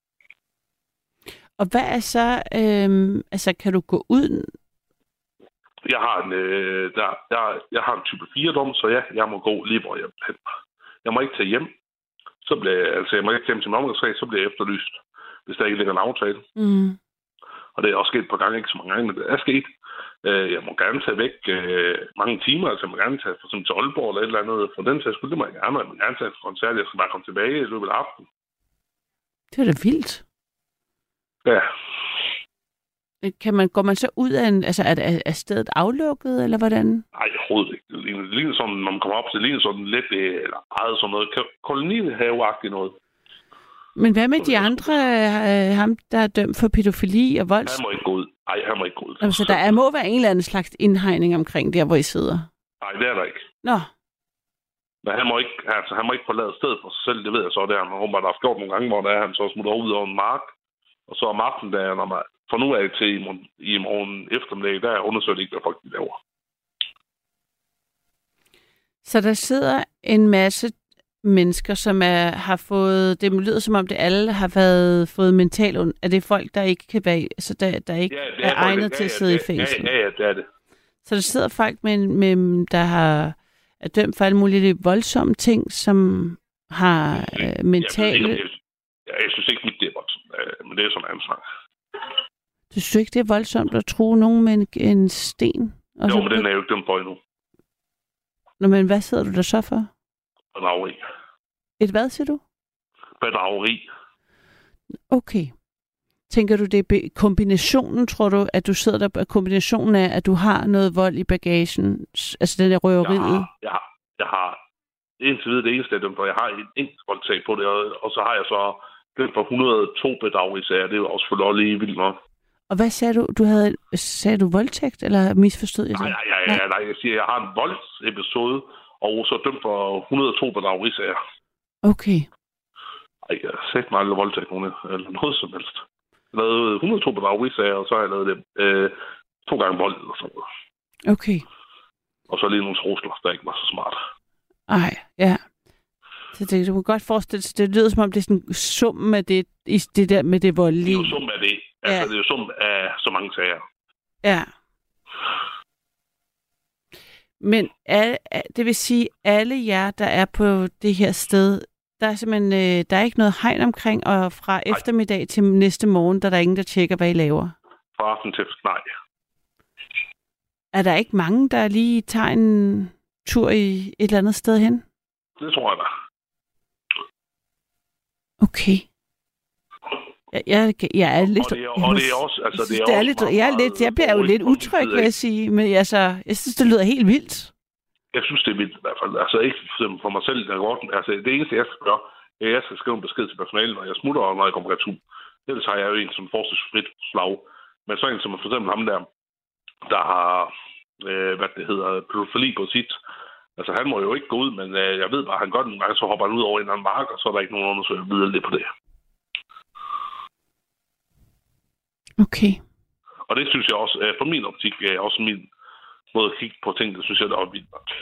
Og hvad er så, altså kan du gå ud? Jeg har en type 4-dom, så ja, jeg må gå lige, hvor jeg hen. Jeg må ikke tage hjem. Jeg må ikke hjem til min omgangskreds, så bliver jeg efterlyst, hvis der ikke ligger en aftale. Mm. Og det er også sket et par gange, ikke så mange gange, men det er sket. Jeg må gerne tage væk mange timer, altså jeg må gerne tage for eksempel til Aalborg eller et eller andet. For den sags skyld, det må jeg gerne. Jeg må gerne tage til koncert, jeg skal bare komme tilbage i løbet af aftenen. Det er da vildt. Ja. Går man så ud af er stedet aflukket, eller hvordan? Nej, overhovedet ikke. Det ligner sådan, når man kommer op, så det ligner sådan lidt, eller ejet sådan noget kolonihaveagtigt noget. Men hvad med de andre, ham der er dømt for pædofili og vold? Han må ikke gå ud. Nej, han må ikke gå ud. Altså, der må være en eller anden slags indhegning omkring der, hvor I sidder? Nej, det er der ikke. Nå. Men han må ikke forlade stedet for sig selv, det ved jeg så, det er. Han har gjort nogle gange, hvor han så smutter ud over en mark. Og så om aftenen, når man fra nu af til i morgen eftermiddag, der undersøger det ikke, hvad folk laver. Så der sidder en masse mennesker, som har fået... Det lyder som om, det alle har fået mental... Er det folk, der ikke kan være... Så der ikke er egnet til at sidde i fængsel? Ja, det er det. Så der sidder folk, der er dømt for alle mulige voldsomme ting, som har mentale... Jeg synes ikke, det er voldsomt, men det er sådan en snak. Du synes ikke, det er voldsomt at true nogen med en sten? Jo, men den er jo ikke dømt for endnu. Nå, men hvad sidder du der så for? Bedrageri. Et hvad, siger du? Bedrageri. Okay. Tænker du, det er kombinationen, tror du, at du sidder der, kombinationen af, at du har noget vold i bagagen, altså den der røveriet? Jeg har indtil videre det eneste, for jeg har en enkelt voldtag på det, og så har jeg så den for 102 bedragerisager. Det er jo også for lige vildt nok. Og hvad sagde du? Sagde du voldtægt, eller misforstod jeg det? Nej, jeg siger, jeg har en voldsepisode, og så dømt for 102 bedragerisager. Okay. Ej, jeg har sagt mig aldrig voldtægt nogen, eller noget som helst. Jeg lavede 102 bedragerisager, og så har jeg lavet det 2 gange vold, eller sådan noget. Okay. Og så lige nogle trusler, der ikke var så smart. Ej, ja. Så du kan godt forestille sig, det lyder som om, det er sådan summen af det der med det voldelige. Det er jo summen af det. Altså, det er jo summen af så mange sager. Ja. Men det vil sige, alle jer, der er på det her sted, der er simpelthen der er ikke noget hegn omkring, og fra eftermiddag til næste morgen, der er der ingen, der tjekker, hvad I laver? Fra aften til nej. Er der ikke mange, der lige tager en tur i et eller andet sted hen? Det tror jeg da. Okay. Jeg er lidt... Og det er også... Altså, det er også jeg bliver jo lidt utryg, vil jeg sige. Men altså, jeg synes, det lyder helt vildt. Jeg synes, det er vildt i hvert fald. Altså, ikke for mig selv, der går. Altså, det eneste, jeg skal gøre, er, at jeg skal skrive en besked til personalet, når jeg smutter, og når jeg kommer retur. Ellers har jeg jo en som forskningsfrit slag. Men så en som for eksempel ham der har, pædofili på sit. Altså, han må jo ikke gå ud, men jeg ved bare, at han gør det nogle gange, så hopper han ud over en eller anden mark, og så er der ikke nogen undersøger videre lidt på det. Okay. Og det synes jeg også, for min optik, er også min måde at kigge på ting, det synes jeg, der er vildt nok.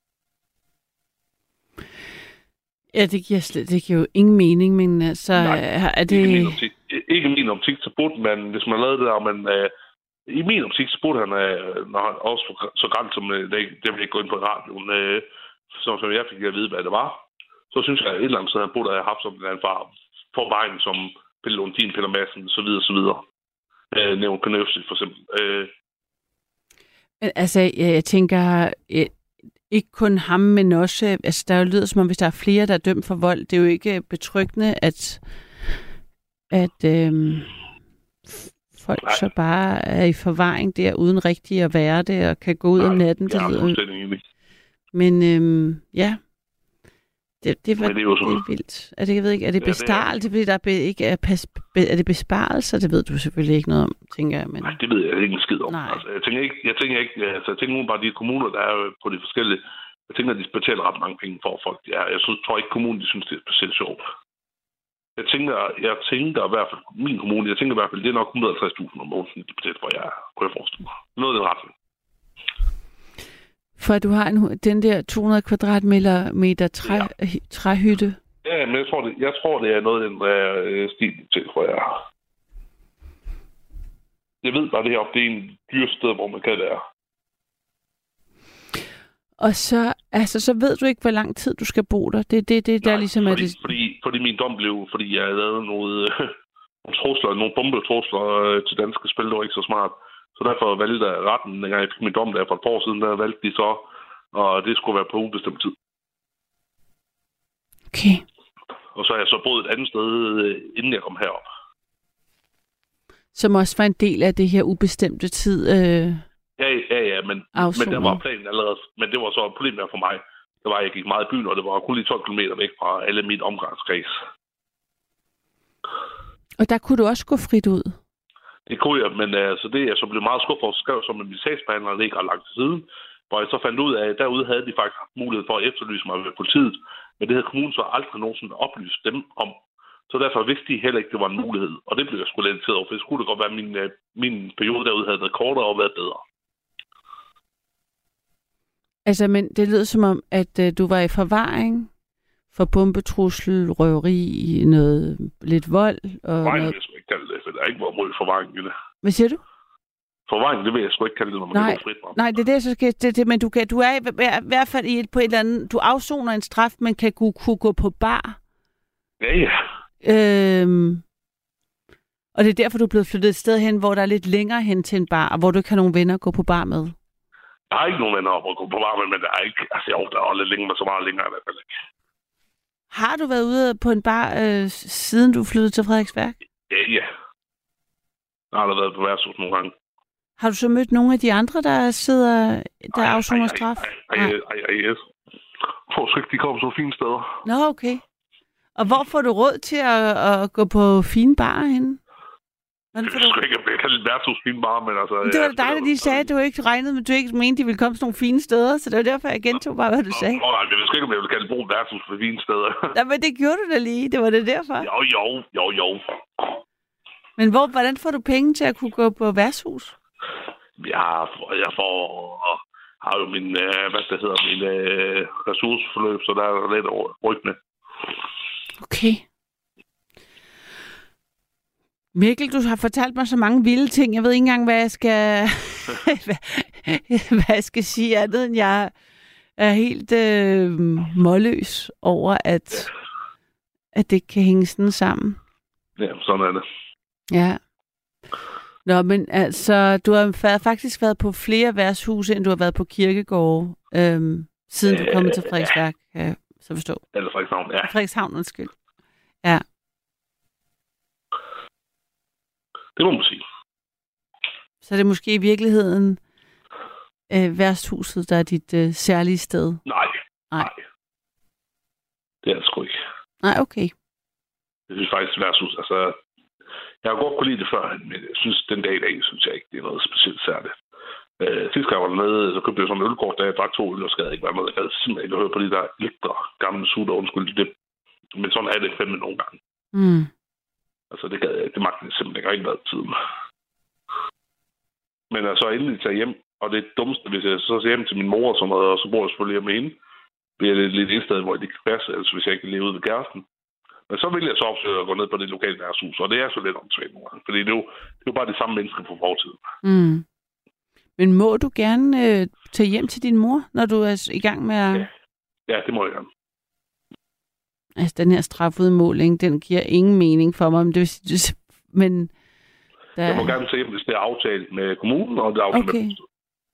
Ja, det giver jo ingen mening, men altså... Nej, er det... ikke min optik til burde man, hvis man lavede det der, I min optik, så burde han, når han også så grænt som det vil ikke gå ind på radioen, som jeg fik at vide, hvad det var, så synes jeg, at et eller andet sted, han burde have haft som en anden for vejen, som Pelle Lundin, Peter Madsen, så videre. Nævnt Knøfse, for eksempel. Altså, jeg tænker, ikke kun ham, men også, altså, der lyder som om, hvis der er flere, der er dømt for vold, det er jo ikke betryggende, at folk så bare er i forvaring der, uden rigtig at være det, og kan gå ud om natten. Det lyder. Men ja, det er vildt. Jeg ved ikke, er det besparelse? Er det besparelser? Det ved du selvfølgelig ikke noget om, tænker jeg. Men... Nej, det ved jeg ikke en skid om. Altså, jeg tænker nogen bare de kommuner, der er på de forskellige. Jeg tænker, at de betaler ret mange penge for folk. Jeg tror ikke, kommunen de synes, det er specielt sjovt. Jeg tænker i hvert fald, min kommune, det er nok 150.000 om måneden, de betaler for, jeg kunne forestille mig. Noget af den retning. For at du har den der 200 kvadratmeter træhytte? Ja, men jeg tror, det er noget af den der stil til, tror jeg. Jeg ved bare, det her det er en dyr sted, hvor man kan det her. Og så ved du ikke, hvor lang tid du skal bo der? Det der ligesom er det... Fordi min dom blev, fordi jeg havde lavet nogle bombetrusler til danske spil, det var ikke så smart. Så derfor valgte jeg retten, dengang jeg fik min dom der for et par år siden, der valgte de så, og det skulle være på ubestemt tid. Okay. Og så har jeg så boet et andet sted, inden jeg kom herop. Som også var en del af det her ubestemte tid? Ja, men der var planen allerede. Men det var så et problem for mig. Det var, jeg gik meget i byen, og det var kun lige 12 km væk fra alle mit omgangskreds. Og der kunne du også gå frit ud? Det kunne jeg, men så det jeg så blev meget skuffet, og skrev som en sagsbehandler, det ikke ret langt til siden, hvor jeg så fandt ud af, at derude havde de faktisk mulighed for at efterlyse mig ved politiet, men det havde kommunen så aldrig nogensinde oplyst dem om. Så derfor vidste de heller ikke, det var en mulighed, og det blev jeg sgu lidt irriteret over, for det skulle da godt være, at min periode derude havde været kortere og været bedre. Altså, men det lyder som om, at du var i forvaring for bombetrussel, røveri, noget lidt vold og forvaring vil jeg sgu ikke kalde det, for der er ikke været mod forvaring i det. Hvad siger du? Forvaring, det vil jeg sgu ikke kalde det, når man kan gå frit. Nej, det er det, så skal men du er i hvert fald på et eller andet, du afsoner en straf, men kan kunne gå på bar. Ja. Og det er derfor, du er blevet flyttet et sted hen, hvor der er lidt længere hen til en bar, og hvor du ikke har nogen venner at gå på bar med. Jeg har ikke nogen venner at gå på bar med, men der er ikke, altså jo, der er lidt længere, men så meget længere i hvert fald ikke. Har du været ude på en bar, siden du flyttede til Frederiksværk? Ja. Jeg har da været på værtshus nogle gange. Har du så mødt nogle af de andre, der afsoner straf? Nej. Jeg tror sgu ikke, de kommer så fine steder. Nå, okay. Og hvor får du råd til at gå på fine barer henne? Jeg skal ikke kalde det værtshus fine barer, men altså... Det var dig, der lige sagde, at du ikke regnede, men du ikke mente, de ville komme sådan nogle fine steder, så det var derfor, jeg gentog bare, hvad du sagde. Nej, jeg skal ikke, om jeg vil kalde det værtshus for fine steder. Ja, men det gjorde du da lige. Det var det derfor. Jo. Men hvordan får du penge til at kunne gå på værtshus? Jeg har jo min ressourceforløb, så der er lidt ryg med. Okay. Mikkel, du har fortalt mig så mange vilde ting. Jeg ved ikke engang, hvad jeg skal hvad jeg skal sige andet, end jeg er helt målløs over, at det kan hænge sådan sammen. Ja, sådan er det. Ja. Nå, men altså, du har faktisk været på flere værtshuse, end du har været på kirkegårde, siden du kom til Frederiksværk, kan jeg så forstå. Eller Frederikshavn, ja. Frederikshavn, undskyld. Ja. Det må man sige. Så er det måske i virkeligheden værtshuset, der er dit særlige sted? Nej. Det er det sgu ikke. Nej, okay. Jeg synes faktisk, værtshus, altså... Jeg har godt kunne lide det før, men jeg synes, den dag i dag, synes jeg ikke, det er noget specielt særligt. Sidst jeg var dernede, så købte jeg sådan en ølkort, da jeg drak 2 øl, og skal ikke være med. Jeg havde simpelthen ikke hørt på de der ældre gamle sutter, undskyld det. Men sådan er det fandme nogle gange. Mm. Altså, det magte simpelthen ikke rigtig været tiden. Men altså, endelig tager hjem, og det dummeste, hvis jeg så ser hjem til min mor og sådan noget, og så bor jeg selvfølgelig hjemme med hende, bliver det lidt et sted, hvor det kan passe, altså hvis jeg ikke lever ude ved kæresten. Men så vil jeg så opsøge at gå ned på det lokale værtshus, og det er så lidt omsvægt nogle gange, fordi det er jo bare de samme mennesker på fortiden. Mm. Men må du gerne tage hjem til din mor, når du er i gang med at... Ja, det må jeg gerne. Altså, den her strafudmåling, den giver ingen mening for mig, men det vil sige, men... Jeg må gerne se, hvis det er aftalt med kommunen, og det er aftalt med bosted.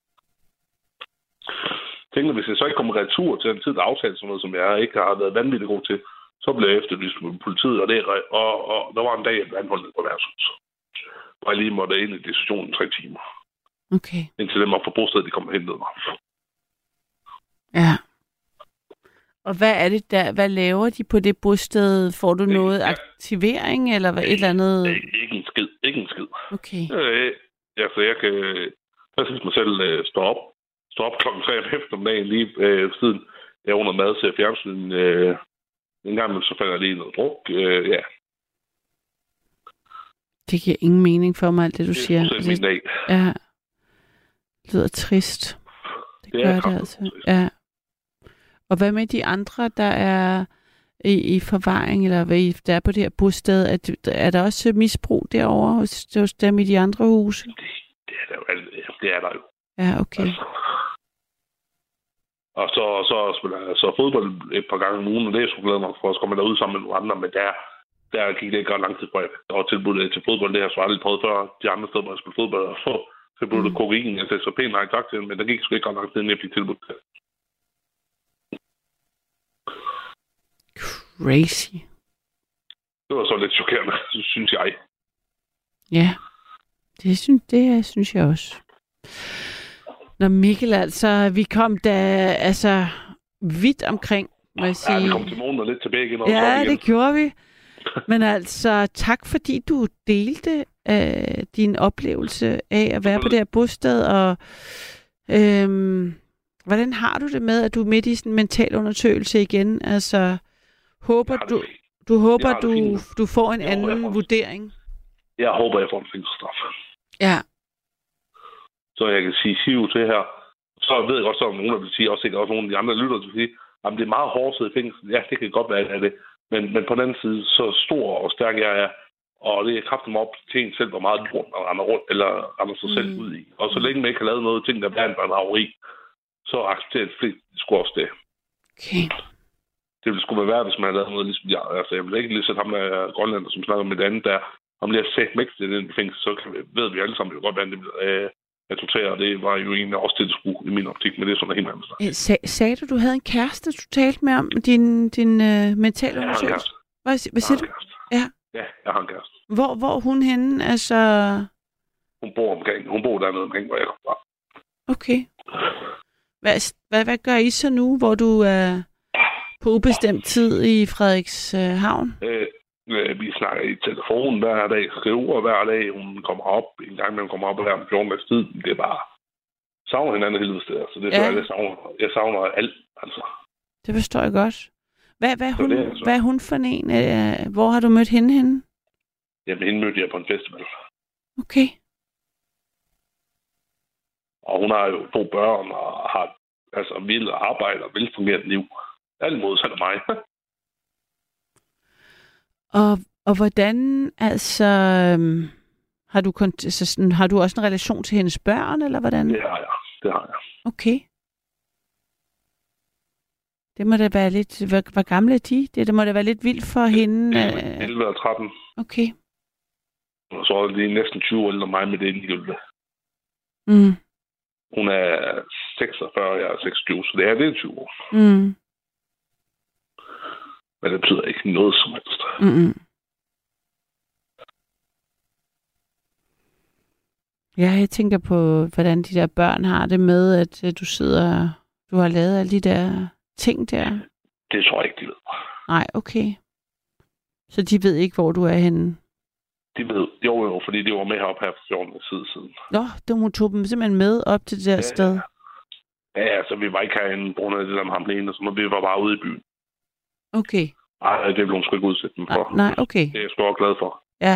Tænker, hvis jeg så ikke kommer retur til den tid, der er aftalt sådan noget, som jeg ikke har været vanvittigt god til, så blev jeg efterlyst med politiet, og der var en dag, jeg blev anholdt på værtshus. Og jeg lige måtte ind i diskussionen 3 timer. Okay. Indtil dem var på bosted, de kom og hentede mig. Ja. Og hvad er det der? Hvad laver de på det bosted? Får du noget aktivering, eller hvad, et eller andet? Ikke en skid. Okay. Altså, jeg kan præcis mig selv stå op klokken 3 om eftermiddagen lige siden jeg under mad til fjernsyn. En gang så falder jeg lige noget druk. Ja. Det giver ingen mening for mig, alt det du siger. Det er min dag. Ja. Det lyder trist. Det gør det altså. Ja. Og hvad med de andre, der er i forvaring, eller der er på det her bosted? Er der også misbrug derovre hos dem i de andre huse? Det er der jo. Ja, okay. Altså. Og så spiller jeg så fodbold et par gange om ugen, og det er jeg sgu glad nok for, at så kommer der ud sammen med nogle andre, men der gik det ikke ret lang tid før. Og tilbuddet til fodbold, det har jeg så aldrig prøvet før. De andre steder, hvor jeg spiller fodbold, og så blev det kokain. Jeg sagde så pænt nej tak til, men der gik sgu ikke ret lang tid, inden jeg fik tilbudt til. Crazy. Det var så lidt chokerende, synes jeg. Ja, det synes jeg også. Nå Mikkel, altså, vi kom da vidt omkring, må jeg sige. Ja, vi kom til morgen og lidt tilbage igen. Ja, det gjorde vi. Men altså, tak fordi du delte din oplevelse af at være på det her bosted, og hvordan har du det med, at du er midt i sådan en mental undersøgelse igen? Altså, håber du får en anden vurdering? Jeg håber, jeg får en fængselsstraf. Ja. Så jeg kan sige til her. Så ved jeg også, at nogen der vil sige, også sikkert også nogle af de andre lytter til at sige, at det er meget hårdt i fængsel. Ja, det kan godt være, at det. Men på den anden side, så stor og stærk jeg er, og det er kraftigt mig op til en selv, hvor meget rundt og rammer sig selv ud i. Og så længe man ikke har lavet noget ting, der er blandt en haveri, så accepterer det flest sgu også det. Okay. Det ville sgu være værd, hvis man havde lavet noget ligesom jeg. Altså, jeg vil ikke lige sætte ham af Grønlander, som snakker om et andet der. Om det er sæt mægtigt i den fængsel, så ved vi alle sammen, det godt være, at det bliver og det var jo egentlig også det, det skulle i min optik, men det er sådan helt andet. Sagde du havde en kæreste, du talte med om din mentale undersøgelse? Hvad siger du? Ja, jeg har en kæreste. Hvor er hun henne? Altså... Hun bor dernede omkring, hvor jeg kommer fra. Okay. Hvad gør I så nu, hvor du er på ubestemt tid i Frederikshavn? Vi snakker i telefonen hver dag, skriver hver dag, hun kommer op, en gang imellem kommer op og her om 14 dages tid. Det er bare savner hinanden helvede steder, så det er jeg savner alt, altså. Det forstår jeg godt. Hvad er hun for en? Hvor har du mødt hende? Jamen, hende mødte jeg på en festival. Okay. Og hun har jo 2 børn og har vil arbejde og velfungerende liv. Alt modsat af mig. Og hvordan, altså, har du også en relation til hendes børn, eller hvordan? Det har jeg. Okay. Det må da være lidt, hvor gamle er de? Det må da være lidt vildt for hende. 11 og 13. Okay. Og så er det næsten 20 år ældre mig med det ligegyldigt. Mm. Hun er 46, jeg er 26, så det er 20 år. Mm. Men det betyder ikke noget som helst. Mm-mm. Ja, jeg tænker på, hvordan de der børn har det med, at du har lavet alle de der ting der. Det tror jeg ikke, de ved. Nej, okay. Så de ved ikke, hvor du er henne? De ved, jo, fordi de var med heroppe her for 14 år siden. Nå, du tog dem simpelthen med op til det der sted? Ja, altså vi var ikke herinde på grund af det der med ham alene, så vi var bare ude i byen. Okay. Nej, det blev hun sgu ikke udsat dem for. Nej, okay. Det er jeg sgu også glad for. Ja.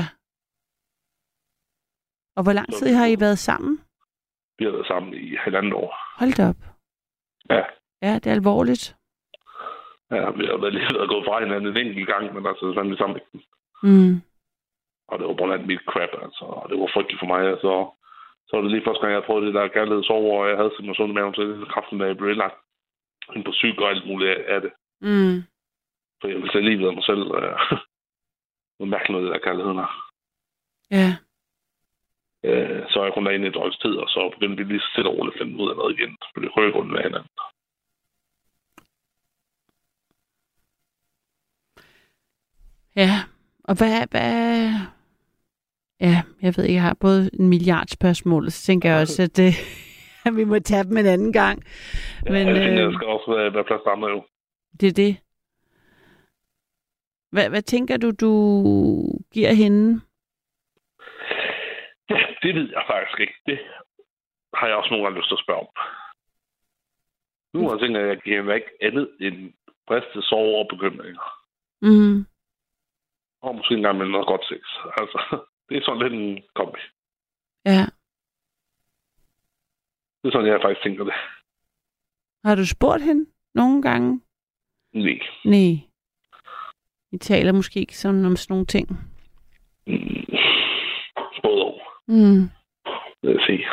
Og hvor lang tid har I været sammen? Vi har været sammen i 1,5 år. Hold da op. Ja. Ja, det er alvorligt. Ja, vi har lige været gået fra hinanden en enkelt gang, men altså, det er fandme sammen. Og det var blandt mit crap, altså. Og det var frygteligt for mig, altså. Så var det lige første gang, jeg prøvede det der kærlighedssove, og jeg havde simpelthen sådan maven til kraften, da jeg blev indlagt ind på syg og alt muligt af det. For jeg ville tage livet af mig selv. Noget mærkeligt noget, det der kærligheden her. Ja. Så er jeg kun derinde et års tid, og så begyndte vi lige så stille og roligt at finde ud af noget igen. For det røg rundt af hinanden. Ja, og hvad... Ja, jeg ved ikke, jeg har både en milliard spørgsmål, og så tænker jeg også, at vi må tage dem en anden gang. Men, jeg tænker, der skal også være plads til andre jo. Det er det. Hvad tænker du giver hende? Ja, det ved jeg faktisk ikke. Det har jeg også nogle gange lyst til at spørge om. Nu har jeg tænkt, at jeg giver hende ikke andet end briste, sove og bekymringer. Og måske engang med noget godt sex. Altså, det er sådan lidt en kombi. Ja. Det er sådan, jeg faktisk tænker det. Har du spurgt hende nogle gange? Nej. I taler måske ikke sådan om sådan nogle ting? Både over. Det vil sige.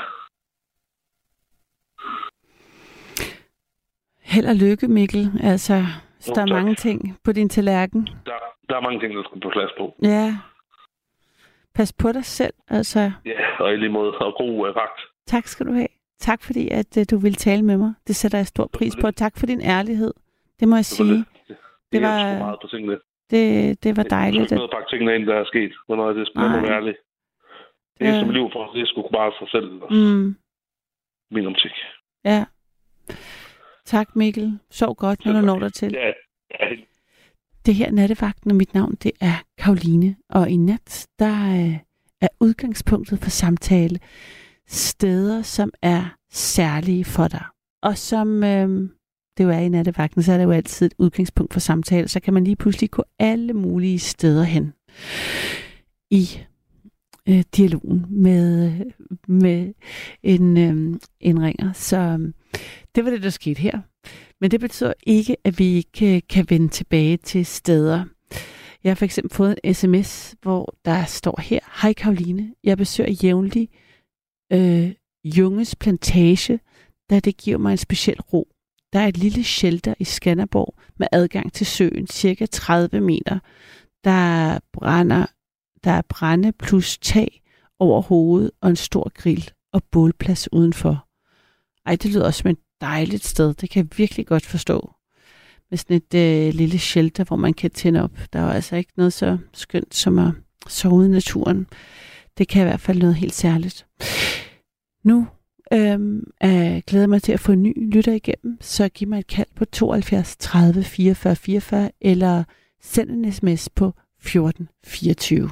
Held og lykke, Mikkel. Altså, der er mange ting på din tallerken. Der er mange ting, der skal på plads på. Ja. Pas på dig selv, altså. Ja, og i lige måde. Og god vagt. Tak skal du have. Tak fordi, at du ville tale med mig. Det sætter jeg stor pris på. Tak for din ærlighed. Det må jeg sige. Det var meget på tingene. Det var dejligt. Det er noget pakke tingene ind, der er sket. Hvornår det skal være ærligt. Det er som liv for, det er sgu bare sig selv. Min optik. Ja. Tak, Mikkel. Sov godt, når du når dig til. Ja. Det her nattevagten, og mit navn, det er Karoline. Og i nat, der er udgangspunktet for samtale steder, som er særlige for dig. Og som det jo er i nattevagten, så er det jo altid et udgangspunkt for samtale. Så kan man lige pludselig gå alle mulige steder hen i dialogen med en indringer. Så det var det, der skete her. Men det betyder ikke, at vi ikke kan vende tilbage til steder. Jeg har for eksempel fået en sms, hvor der står her: Hej Karoline, jeg besøger jævnligt Junges Plantage, da det giver mig en speciel ro. Der er et lille shelter i Skanderborg med adgang til søen, cirka 30 meter. Der er brænde plus tag over hovedet og en stor grill og bålplads udenfor. Ej, det lyder også som et dejligt sted. Det kan jeg virkelig godt forstå. Med sådan et lille shelter, hvor man kan tænde op. Der er jo altså ikke noget så skønt som at sove i naturen. Det kan i hvert fald noget helt særligt. Nu glæder jeg mig til at få en ny lytter igennem, så giv mig et kald på 72 30 44 44 eller send en sms på 1424.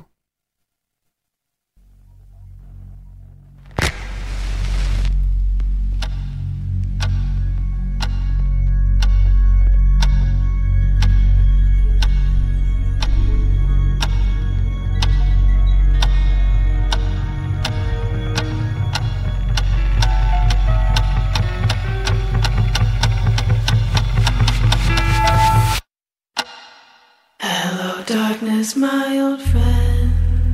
Darkness, my old friend,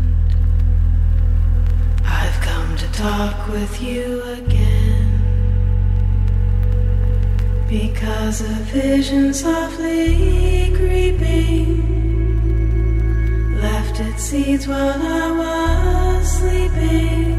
I've come to talk with you again, because a vision softly creeping left its seeds while I was sleeping,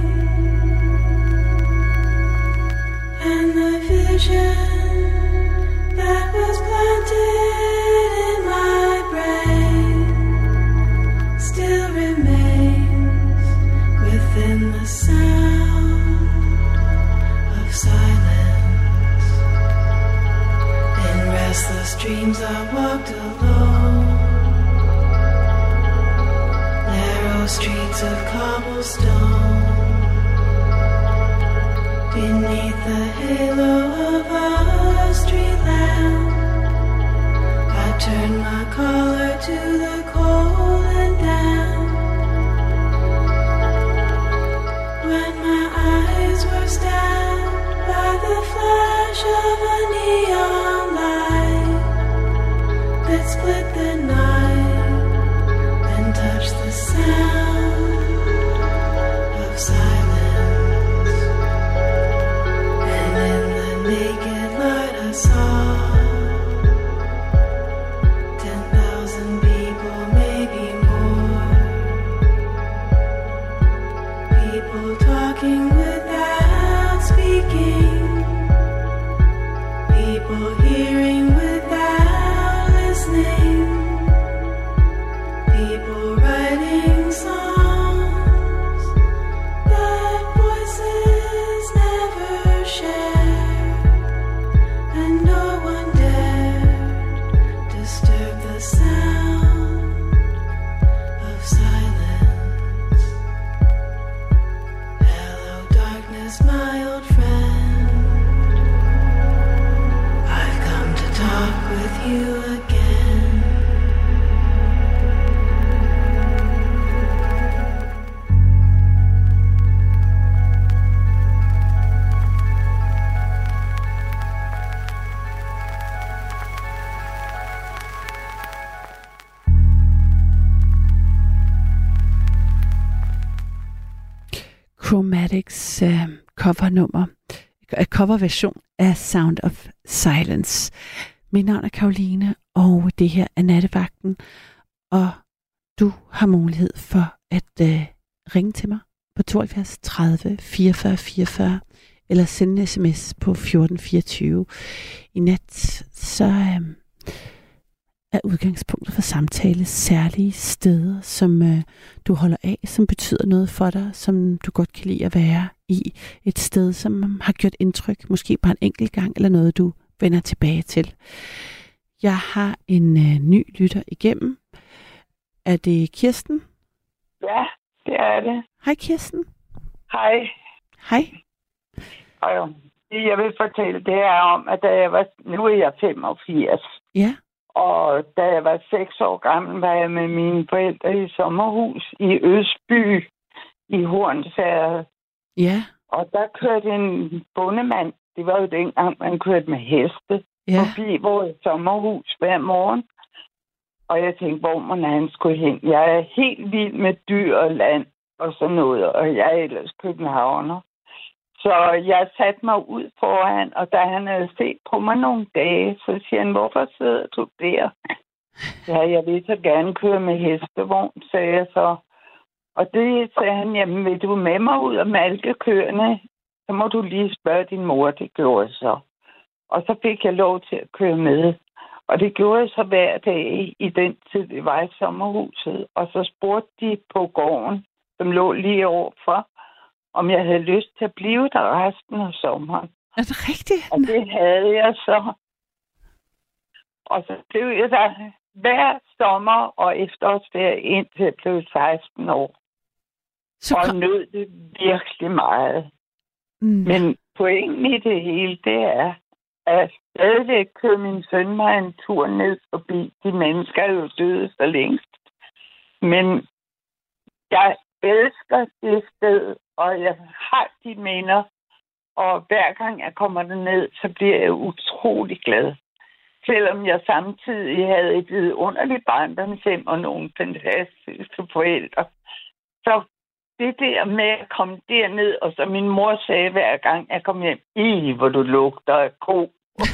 and the vision that was planted in my brain still remains within the sound of silence. In restless dreams I walked alone, narrow streets of cobblestone, beneath the halo of a street lamp. I turned my collar to the cold and damp. When my eyes were stabbed by the flash of a neon light, with the night, then touch the sound of silence. And in the naked light I saw 10,000 people, maybe more. People talking without speaking. People hearing without listening. People writing songs that voices never share, and no one dared disturb the sound of silence. Hello, darkness, my old friend. I've come to talk with you again. Chromatics coverversion af Sound of Silence. Mit navn er Karoline, og det her er Nattevagten, og du har mulighed for at ringe til mig på 72 30 44 44, eller sende en sms på 1424. I nat så er udgangspunktet for samtale særlige steder, som du holder af, som betyder noget for dig, som du godt kan lide at være i. Et sted, som har gjort indtryk, måske bare en enkelt gang, eller noget, du vender tilbage til. Jeg har en ny lytter igennem. Er det Kirsten? Ja, det er det. Hej Kirsten. Hej. Hej. Og det jeg vil fortælle, det er om, at da jeg var, nu er jeg 85. Ja. Og da jeg var 6 år gammel, var jeg med mine forældre i sommerhus i Østby i Hornsherred. Ja. Og der kørte en bondemand, det var jo dengang, man kørte med heste, forbi vores sommerhus hver morgen. Og jeg tænkte, hvor må han skulle hen? Jeg er helt vild med dyr og land og sådan noget, og jeg er ellers københavner. Så jeg satte mig ud foran, og da han havde set på mig nogle dage, så siger han, hvorfor sidder du der? Ja, jeg vil så gerne køre med hestevogn, sagde jeg så. Og det sagde han, jamen vil du med mig ud og malke køerne? Så må du lige spørge din mor, det gjorde jeg så. Og så fik jeg lov til at køre med. Og det gjorde jeg så hver dag i den tid, det var i sommerhuset. Og så spurgte de på gården, som lå lige overfor, om jeg havde lyst til at blive der resten af sommeren. Er det rigtigt? Og det havde jeg så. Og så blev jeg der hver sommer og efterårsferie indtil jeg blev 16 år. Og nød det virkelig meget. Men pointen i det hele, det er, at stadigvæk kører min søn mig en tur ned forbi. De mennesker er jo døde så længst. Men jeg elsker det sted, og jeg har de minder. Og hver gang jeg kommer derned, så bliver jeg utrolig glad. Selvom jeg samtidig havde et vidunderligt barndomshjem og nogle fantastiske forældre. Så det der med at komme derned, og så min mor sagde hver gang, jeg kom hjem, hvor du lugter af ko.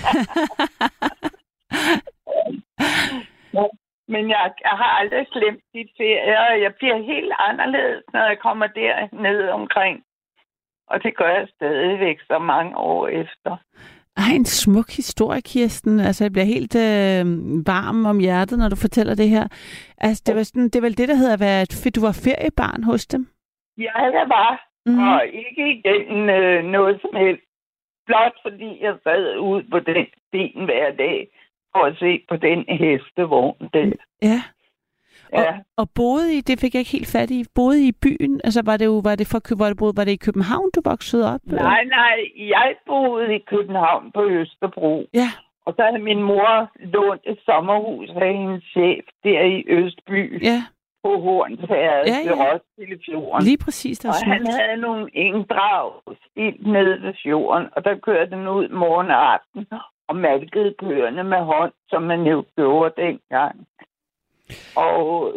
Men jeg har aldrig glemt de ferier, og jeg bliver helt anderledes, når jeg kommer derned omkring. Og det gør jeg stadigvæk så mange år efter. Ej, en smuk historie, Kirsten. Altså, jeg bliver helt varm om hjertet, når du fortæller det her. Altså, det er vel det, der hedder at være, du var feriebarn hos dem? Ja, jeg var. Og ikke igen noget som helst. Blot fordi jeg sad ud på den sten hver dag for at se på den hestevogn der. Ja. Og boede i, det fik jeg ikke helt fat i, boede i byen? Altså var det i København, du voksede op? Nej, jeg boede i København på Østerbro. Ja. Og så havde min mor lånt et sommerhus af hendes chef der i Østby. Ja. På Hornsherred ved Roskilde Fjorden. Lige præcis, der. Og han havde nogle engdrag helt nede ved fjorden, og der kørte den ud morgen og aften og malkede køerne med hånd, som man jo gjorde dengang. Og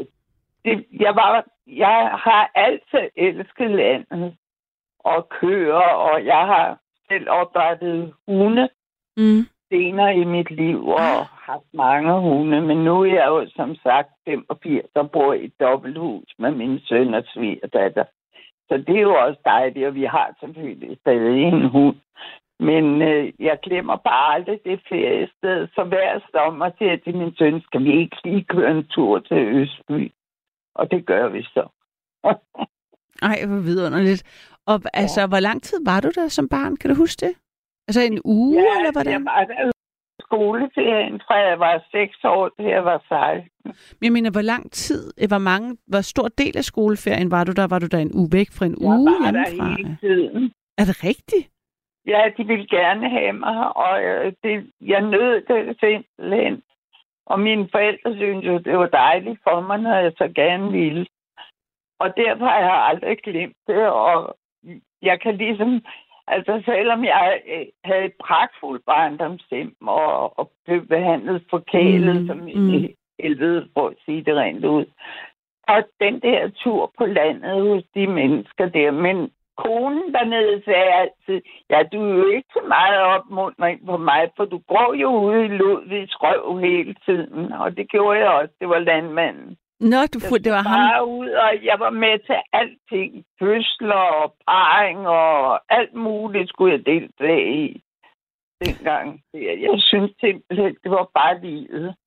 jeg har altid elsket landet og køer, og jeg har selv oprettet hunde senere i mit liv og haft mange hunde. Men nu er jeg jo som sagt 85 og bor i et dobbelthus med min søn og svigerdatter. Så det er jo også dejligt, og vi har selvfølgelig stadig en hund. Men jeg glemmer bare aldrig det feriested. Så hver sommer siger jeg til min søn, skal vi ikke lige køre en tur til Østby? Og det gør vi så. Ej, hvor vidunderligt. Og altså, hvor lang tid var du der som barn? Kan du huske det? Altså en uge, eller hvordan? Jeg var der skoleferien, fra jeg var 6 år til jeg var 16. Men jeg mener, hvor lang tid, hvor stor del af skoleferien var du der? Var du der en uge væk fra en uge hjemmefra? Jeg var der hele tiden. Er det rigtigt? Ja, de ville gerne have mig, og jeg nød det simpelthen. Og mine forældre synes jo, det var dejligt for mig, når jeg så gerne ville. Og derfor har jeg aldrig glemt det, og jeg kan ligesom, altså selvom jeg havde et pragtfuldt barndomshjem og blev behandlet forkælet som helvede, for at sige det rent ud. Og den der tur på landet hos de mennesker der, men konen dernede sagde altid, ja, du er jo ikke så meget opmuntring på mig, for du går jo ude i Ludvigs røv hele tiden, og det gjorde jeg også, det var landmanden. Nå, det var ham. Ud, og jeg var med til alting. Fødsler og parring og alt muligt skulle jeg deltage i dengang. Jeg synes simpelthen, det var bare livet.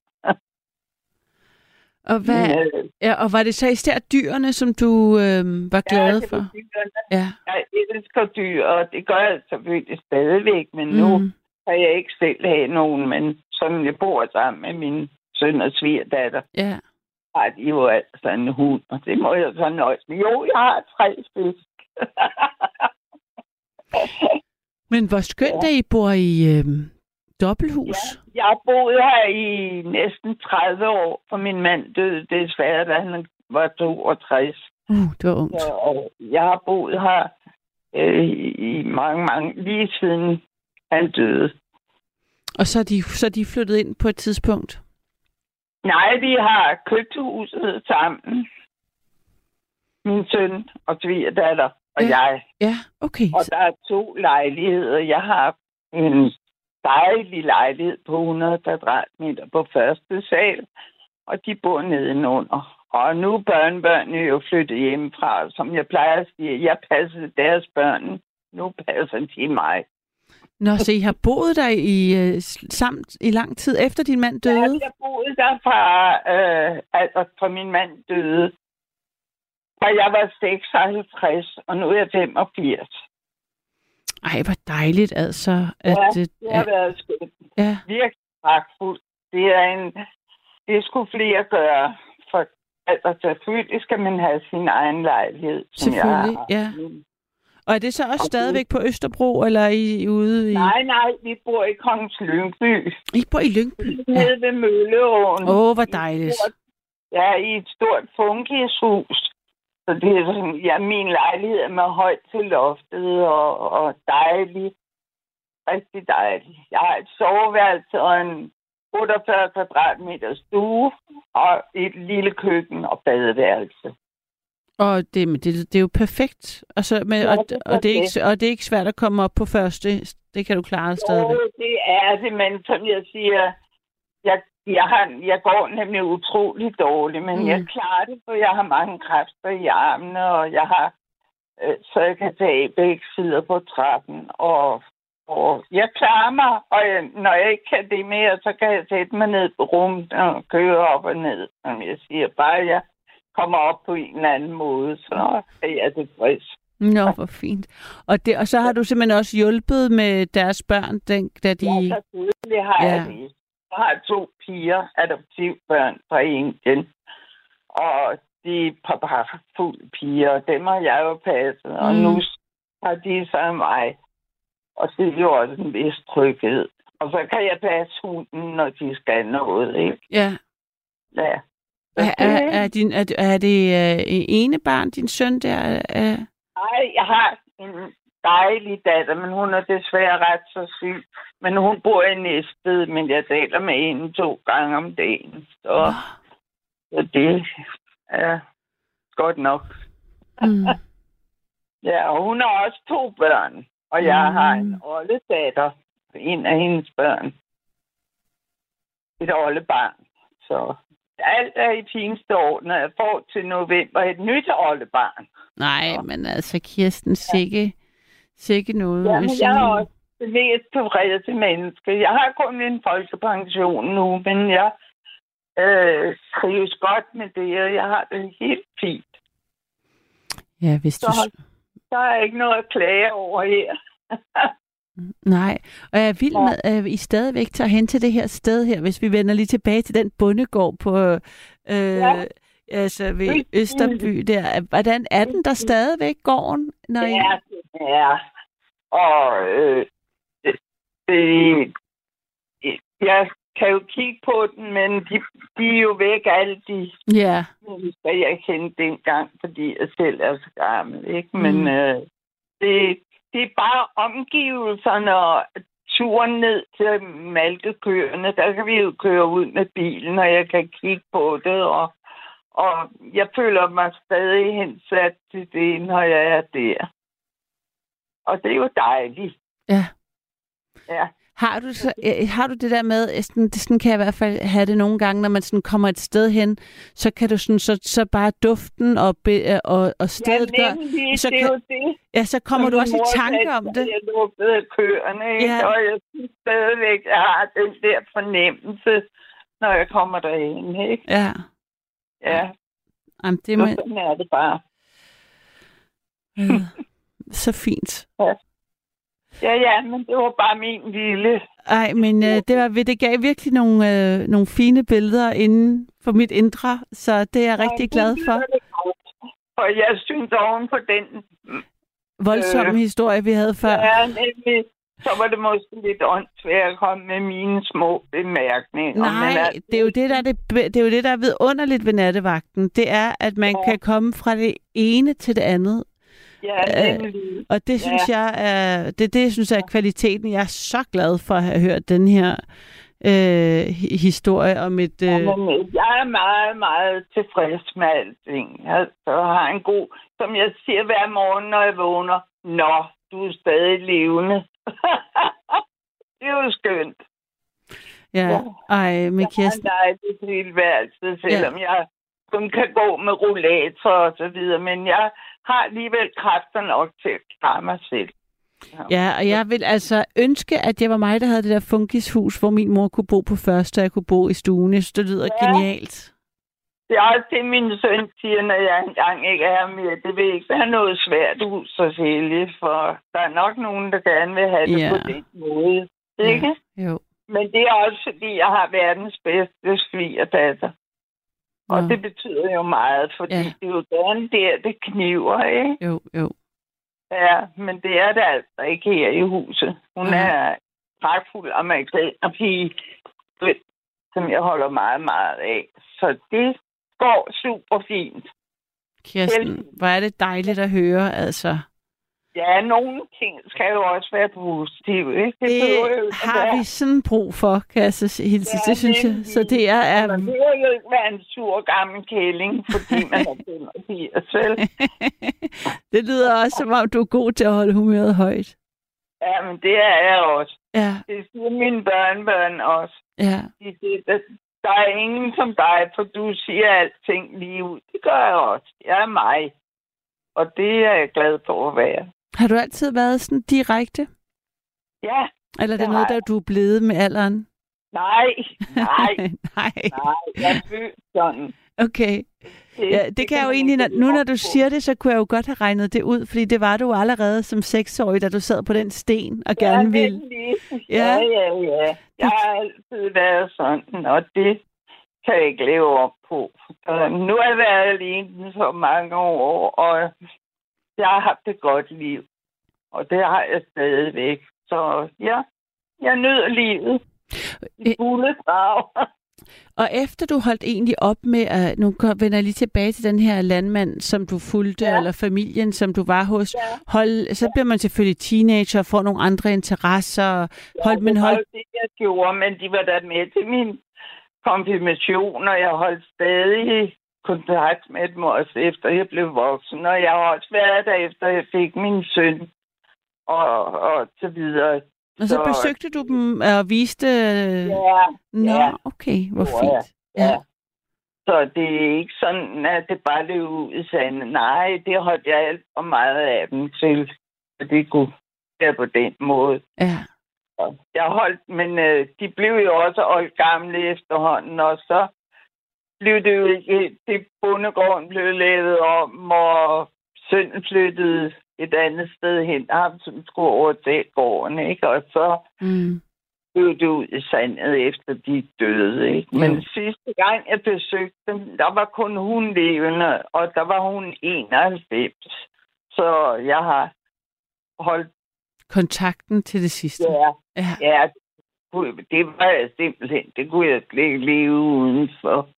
Og var det så især dyrene, som du var glad for? Ja, jeg elsker dyr, og det gør jeg selvfølgelig stadigvæk, men nu kan jeg ikke selv have nogen, men som jeg bor sammen med min søn og svigerdatter. Ja. Har de jo altså en hund, og det må jeg så nøjes med. Jo, jeg har 3 fisk. Men hvor skønt, at I bor i dobbelthus. Ja, jeg har boet her i næsten 30 år, for min mand døde desværre, da han var 62. Det var ungt. Og jeg har boet her i mange, lige siden han døde. Og så er de flyttet ind på et tidspunkt? Nej, vi har købt huset sammen. Min søn og svigerdatter og jeg. Ja, okay. Og der er 2 lejligheder. Jeg har en dejlig lejlighed på 100 kvadratmeter på første sal, og de bor nedenunder. Og nu er børnebørnene jo flyttet hjemmefra, som jeg plejer at sige. Jeg passede deres børn. Nu passer de mig. Nå, så I har boet der sammen i lang tid efter din mand døde? Ja, jeg boede der fra min mand døde. Og jeg var 56, og nu er jeg 85. Ej, hvor dejligt altså. At, det har været skønt. Ja. Virkelig pragtfuldt. Det skulle flere gøre. For selvfølgelig skal man have sin egen lejlighed. Selvfølgelig, ja. Og er det så også stadigvæk på Østerbro, eller er I ude i... Nej, vi bor i Kongens Lyngby. I bor i Lyngby? Nede ved Mølleåen. Hvor dejligt. I et stort funkishus. Så det er sådan, min lejlighed er med højt til loftet og dejlig. Rigtig dejlig. Jeg har et soveværelse og en 48 kvadratmeter stue og et lille køkken og badeværelse. Og det er jo perfekt. Altså, og det er ikke svært at komme op på første. Det kan du klare stadigvæk. Jo, det er det, men som jeg siger, jeg går nemlig utrolig dårligt, men jeg klarer det, for jeg har mange kræfter i armene, og jeg har så jeg kan tage begge sider på trappen, og jeg klarer mig, og når jeg ikke kan det mere, så kan jeg sætte mig ned på rummet og køre op og ned, som jeg siger. Bare jeg kommer op på en eller anden måde, så er jeg tilfreds. Nå, hvor fint. Og så har du simpelthen også hjulpet med deres børn, da de... Ja, selvfølgelig har jeg det. Jeg har 2 piger, adoptivbørn fra Indien, og de er papafulde piger, og dem har jeg jo passet, og nu har de så mig. Og det er jo også en vis tryghed. Og så kan jeg passe hunden, når de skal noget, ikke? Ja. Ja. Er det ene barn, din søn der? Nej, jeg har dejlig datter, men hun er desværre ret så syg. Men hun bor i Næstved, men jeg taler med hende 2 gange om dagen. Så det er godt nok. Ja, og hun har også 2 børn. Og jeg har en oldedatter. En af hendes børn. Et oldebarn. Så alt er i fineste orden, jeg får til november et nyt oldebarn. Nej, men altså Kirsten, sikke noget. Jamen, jeg er også det mest tilfredse menneske. Jeg har kun en folkepension nu, men jeg trives godt med det, og jeg har det helt fint. Ja, hvis du... Der er ikke noget at klage over her. Nej, og jeg er vild med, at I stadigvæk tager hen til det her sted her, hvis vi vender lige tilbage til den bondegård på altså ved Østerby der. Hvordan er den der stadigvæk, gården? Når ja, det er. Og jeg kan jo kigge på den, men de er jo væk alle de mennesker, jeg kendte dengang, fordi jeg selv er så gammel, ikke? Men det er bare omgivelserne og turen ned til malkekøerne. Der kan vi jo køre ud med bilen, og jeg kan kigge på det, og jeg føler mig stadig hensat til det, når jeg er der. Og det er jo dejligt. Ja. Ja. Har du det der med, sådan kan jeg i hvert fald have det nogle gange, når man sådan kommer et sted hen, så kan du sådan, så bare duften og stedet gør... Så det er jo det. Ja, så kommer du også i tanke om det. Jeg lukkede køerne, ikke? Ja. Og jeg synes stadigvæk, jeg har den der fornemmelse, når jeg kommer derhen, ikke? Ja. Ja. Jamen, det må... Sådan er det bare. Så fint. Ja. Ja, men det var bare min lille... Ej, men det gav virkelig nogle fine billeder inden for mit indre, så det er jeg rigtig glad for. Og jeg synes oven på den... voldsomme historie, vi havde før. Ja, nemlig. Så var det måske lidt åndssvært at komme med mine små bemærkninger. Nej, det er jo det, der er vidunderligt ved nattevagten. Det er, at man kan komme fra det ene til det andet. Ja, og det synes jeg er det synes jeg er kvaliteten. Jeg er så glad for at have hørt den her historie om et... Jeg er meget, meget tilfreds med alting. Jeg har en god... Som jeg siger hver morgen, når jeg vågner, nå, du er stadig levende. Det er jo skønt. Ja, ej, med Kirsten. Jeg har en dejlig tilværelse, selvom jeg kun kan gå med rollator og så videre, men jeg har alligevel kræfter nok til at klare mig selv. Ja, og jeg vil altså ønske, at det var mig, der havde det der funkishus, hvor min mor kunne bo på første, og jeg kunne bo i stuen. Jeg synes, det lyder genialt. Det er også det, min søn siger, når jeg engang ikke er mere. Det vil ikke være noget svært hus at sælge, for der er nok nogen, der gerne vil have det på den måde. Ikke? Jo. Men det er også, fordi jeg har verdens bedste svigerdatter. Og det betyder jo meget, fordi det er jo gerne der, det kniver, ikke? Jo. Ja, men det er det altså ikke her i huset. Hun er pragtfuld amerikanerpige, som jeg holder meget, meget af. Så det går super fint. Kirsten, hvor er det dejligt at høre, altså. Ja, nogle ting skal jo også være positive, ikke? Det har vi sådan brug for, kan jeg så hilse. Ja, det synes jeg. Så det er... Man behøver jo ikke være en sur gammel kælling, fordi man har tændt selv. Det lyder også, som om du er god til at holde humøret højt. Ja, men det er jeg også. Ja. Det siger mine børnebørn også. Ja. De siger, der er ingen som dig, for du siger alting lige ud. Det gør jeg også. Jeg er mig. Og det er jeg glad for at være. Har du altid været sådan direkte? Ja. Eller er det noget, der du er blevet med alderen? Nej. Nej. Jeg er født sådan. Okay. Det kan jeg jo egentlig... Nu når du siger det, så kunne jeg jo godt have regnet det ud, fordi det var du allerede som 6-årig, da du sad på den sten og gerne ville. Ja. Jeg har altid været sådan, og det kan jeg ikke leve op på. Nu har jeg været alene så mange år, og jeg har haft et godt liv. Og det har jeg stadigvæk. Så ja, jeg nyder livet. I fulde drag. Og efter du holdt egentlig op med at... Nu vender jeg lige tilbage til den her landmand, som du fulgte, eller familien, som du var hos. Så bliver man selvfølgelig teenager og får nogle andre interesser. Det var det, jeg gjorde, men de var der med til min konfirmation, og jeg holdt stadig kontakt med dem også, efter jeg blev voksen. Og jeg har også været der, efter jeg fik min søn, og så videre. Og så besøgte du dem og viste... Okay, hvor fint. Ja. Så det er ikke sådan, at det bare løb ud i sandet. Nej, det holdt jeg alt for meget af dem til, at det kunne være på den måde. Ja. Jeg holdt, men de blev jo også oldgamle efterhånden, og så blev det jo ikke... Det bondegården blev lavet om, og sønnen flyttede et andet sted hen, ham som skulle overtage gården, ikke? Og så blev det ud i sandet, efter de døde, ikke? Men sidste gang, jeg besøgte dem, der var kun hun levende, og der var hun 91. Så jeg har holdt kontakten til det sidste. Ja, det var jeg simpelthen. Det kunne jeg slet ikke leve udenfor.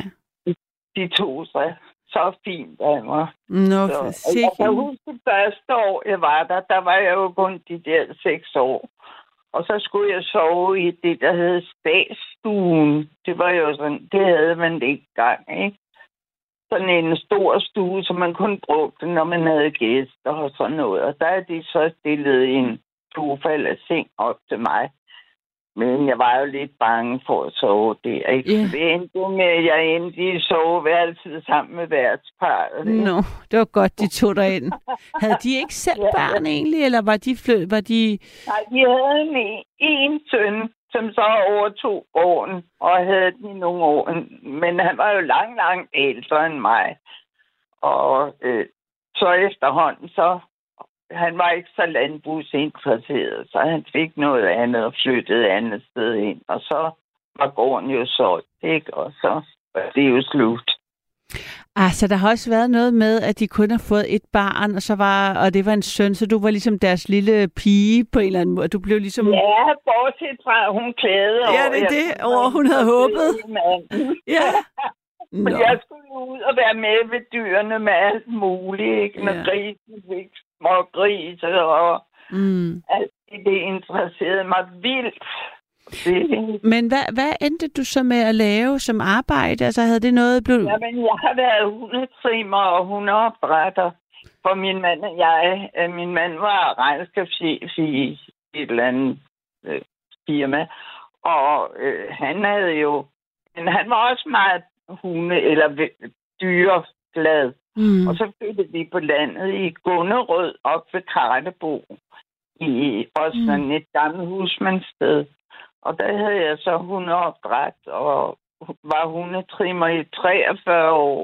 De tog sig så fint af mig. Jeg kan huske det første år, jeg var der var jeg jo kun de der 6 år. Og så skulle jeg sove i det, der hed statsstuen. Det var jo sådan, det havde man ikke engang, ikke? Sådan en stor stue, som man kun brugte, når man havde gæster og sådan noget. Og der er de så stillet en sofa eller seng op til mig. Men jeg var jo lidt bange for at sove der, ikke? Det endte med, at jeg endte i soveværelset sammen med værtsparret. Det var godt, de tog dig ind. Havde de ikke selv børn egentlig, eller var de... Nej, de havde en søn, som så overtog gården, og havde den i nogle år. Men han var jo langt ældre end mig. Og så efterhånden, så... Han var ikke så landbrugsinteresseret, så han fik noget andet og flyttede andet sted ind. Og så var gården jo solgt, ikke? Og så var det jo slut. Så der har også været noget med, at de kun har fået et barn, og det var en søn, så du var ligesom deres lille pige på en eller anden måde. Du blev ligesom... Ja, bortset fra, at hun klagede over... Ja, det er det, over hun havde håbet. Ja. Men jeg skulle ud og være med ved dyrene med alt muligt, ikke? Når grisen fik små grise, og alt det interesserede mig vildt. Men hvad endte du så med at lave som arbejde? Altså havde det noget... Jamen, jeg har været hundetrimmer og hundeopdrætter for min mand og jeg. Min mand var regnskabschef i et eller andet firma, og han havde jo... Men han var også meget eller dyreglad. Og så flyttede vi på landet i Gunnerød op ved Karlebo. I også sådan et gammelt husmandssted. Og der havde jeg så hundeopdræt og var hundetrimmer i 43 år.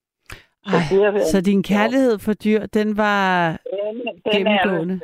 Så din kærlighed for dyr, den var gennemgående?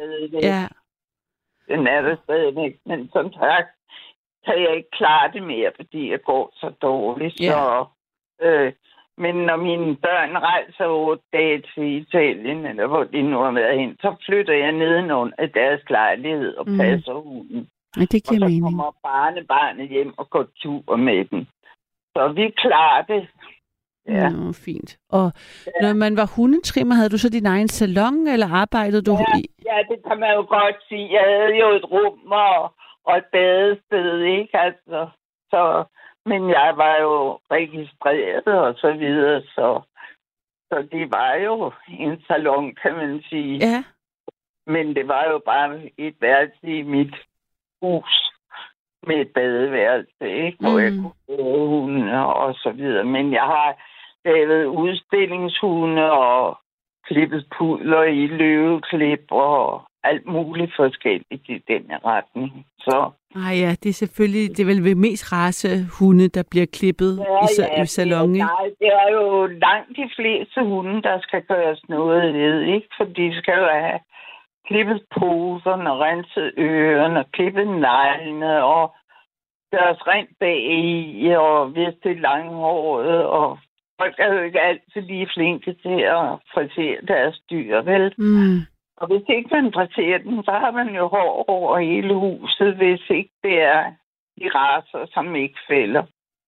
Den er der stadigvæk. Men som sagt, kan jeg ikke klare det mere, fordi jeg går så dårligt. Så, men når mine børn rejser 8 dage til Italien, eller hvor de nu har været hen, så flytter jeg nedenunder af deres lejlighed og passer hunden. Det giver mening. Og så kommer barnebarnet hjem og går tur med den. Så vi klarer det. Ja. Fint. Og når man var hundetrimmer, havde du så din egen salon, eller arbejdede du i? Ja, det kan man jo godt sige. Jeg havde jo et rum og et badested, ikke? Altså, men jeg var jo registreret og så videre, så det var jo en salon, kan man sige. Ja. Men det var jo bare et værelse i mit hus med et badeværelse, ikke? Hvor jeg kunne få hunde og så videre. Men jeg har lavet udstillingshunde og klippet pudler i løveklip og alt muligt forskelligt i den retning. Så. Det er selvfølgelig, det er vel mest racehunde, der bliver klippet i salon, ikke? Nej, det er jo langt de fleste hunde, der skal gøres noget ved, ikke? For de skal jo have klippet poserne, renset ørerne, klippet neglene og gøres rent bagi, og hvis det er langhåret, og folk er jo ikke altid lige flinke til at frisere deres dyr, vel? Og hvis ikke man frisserer den, så har man jo hår over hele huset, hvis ikke det er de racer, som ikke fælder.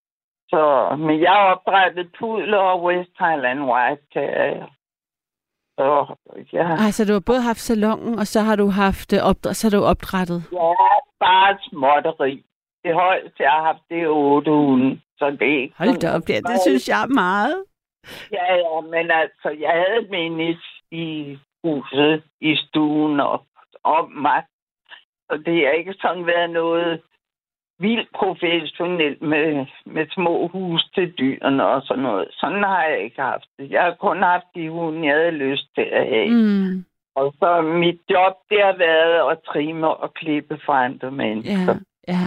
Men jeg har opdrettet pudler og West Highland White Terrier. Så, ja. Altså, du har både haft salongen, og så har du haft opdrettet? Ja, bare småtteri. Det højeste, jeg har haft, det er 8 hunde. Så det er ikke... Hold da op, ja, det synes jeg er meget. Ja, men altså, jeg havde menis i huset, i stuen og om mig. Og det har ikke sådan været noget vildt professionelt med små hus til dyrene og sådan noget. Sådan har jeg ikke haft det. Jeg har kun haft de hunde, jeg havde lyst til at have. Mm. Og så mit job, det har været at trimme og klippe for andre mennesker. Ja.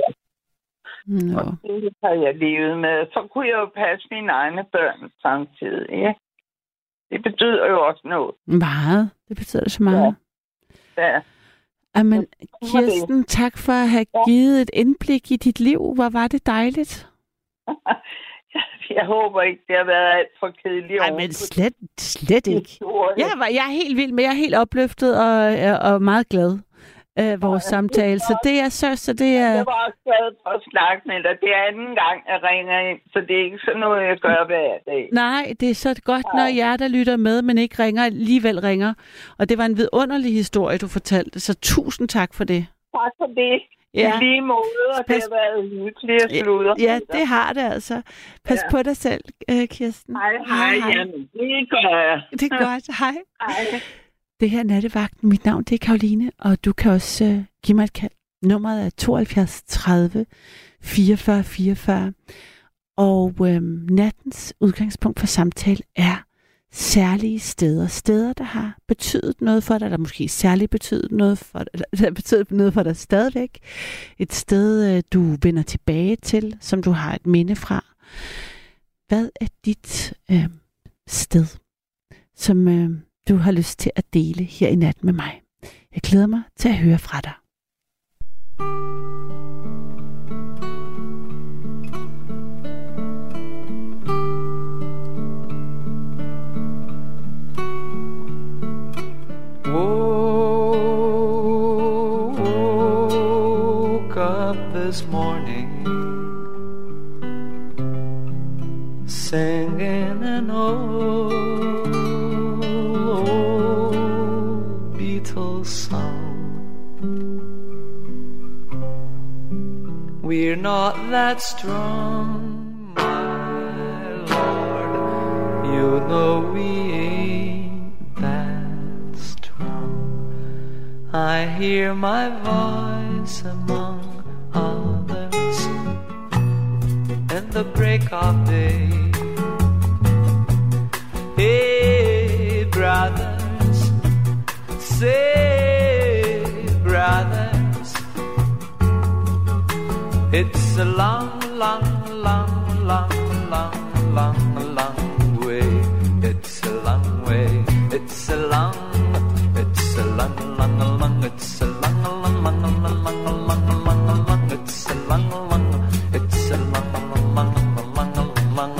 No. Og det har jeg levet med. Så kunne jeg jo passe mine egne børn samtidig. Ja. Det betyder jo også noget. Meget. Det betyder det så meget. Ja. Amen, Kirsten, tak for at have givet et indblik i dit liv. Hvor var det dejligt. Jeg håber ikke, det har været alt for kedeligt. Nej, men slet ikke. Jeg er helt vild, men jeg er helt opløftet og meget glad af vores samtale. Så det er så det er... Jeg var også glad for at snakke med dig. Det er anden gang, jeg ringer ind, så det er ikke sådan noget, jeg gør hver dag. Nej, det er så godt, når jer, der lytter med, men ikke ringer, alligevel ringer. Og det var en vidunderlig historie, du fortalte. Så tusind tak for det. Tak for det. Ja. I lige måde, og det har været hyggeligt at slutte. Ja, det har det altså. Pas på dig selv, Kirsten. Hej. Jamen, det gør jeg. Det er godt. Hej. Det her er Nattevagten. Mit navn det er Karoline, og du kan også give mig et kald. Nummeret er 72 30 44 44. Og nattens udgangspunkt for samtale er særlige steder. Steder, der har betydet noget for dig, der måske særligt betydet noget for dig, der har betydet noget for dig stadigvæk. Et sted, du vender tilbage til, som du har et minde fra. Hvad er dit sted, som du har lyst til at dele her i nat med mig? Jeg glæder mig til at høre fra dig. Woke up this morning singing an old Beatles song. We're not that strong, my Lord. You know we ain't that strong. I hear my voice among others in the break of day. Hey, brothers, say, brothers, it's a long, long, long, long, long, long, long way. It's a long way. It's a long, it's a long, long, long, it's a long, long, long, long, long, long, long, long, it's a long, long, it's a long, long, long, long, long, long,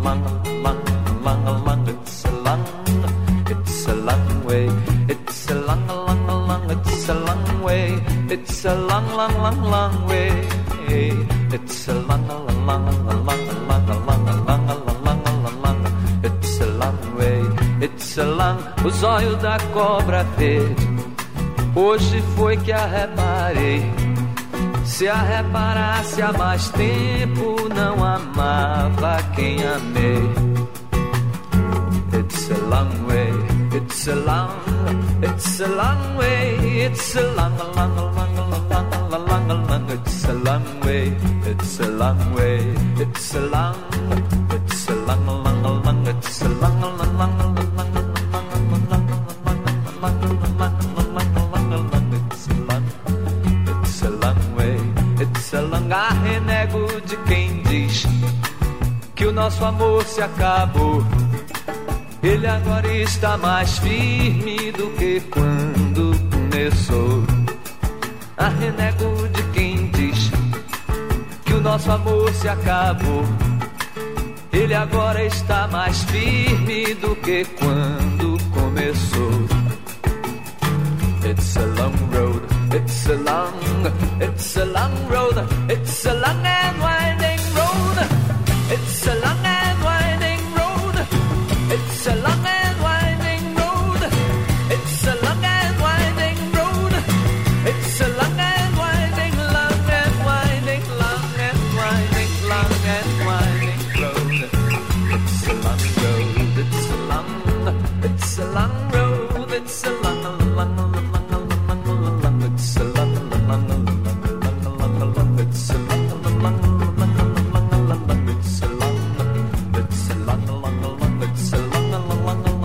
long, it's a long, it's a long way. It's a long, long, long, it's a long way. It's a long, long, long, long way. It's a long, long, long, long, long, long, long, long, it's a long way. It's a long. Os olhos da cobra verde. Hoje foi que a reparei. Se a reparasse há mais tempo, não amava quem amei. It's a long way. It's a long. It's a long way. It's a long, long, long, long, long, long, long, long. It's a long way. It's a long way. It's a long. It's a long, long, long. It's a long, long, long, long, long. Renego de quem diz que o nosso amor se acabou. Ele agora está mais firme do que quando começou. Renego de quem diz que o nosso amor se acabou. Ele agora está mais firme do que quando começou. It's a long road. It's a long road. It's a long and winding road. It's a long and winding road. It's a long and winding road. It's a long and winding road. It's a long and winding, long and winding, long and winding, long and winding road. It's a long road. It's a long, it's a long road. It's a long, long, long, long, long, long. It's a long, long, long, long, long, long. It's a long, long, long, long, long, long. It's a long, it's a long, long, long, it's a long, long, long, long,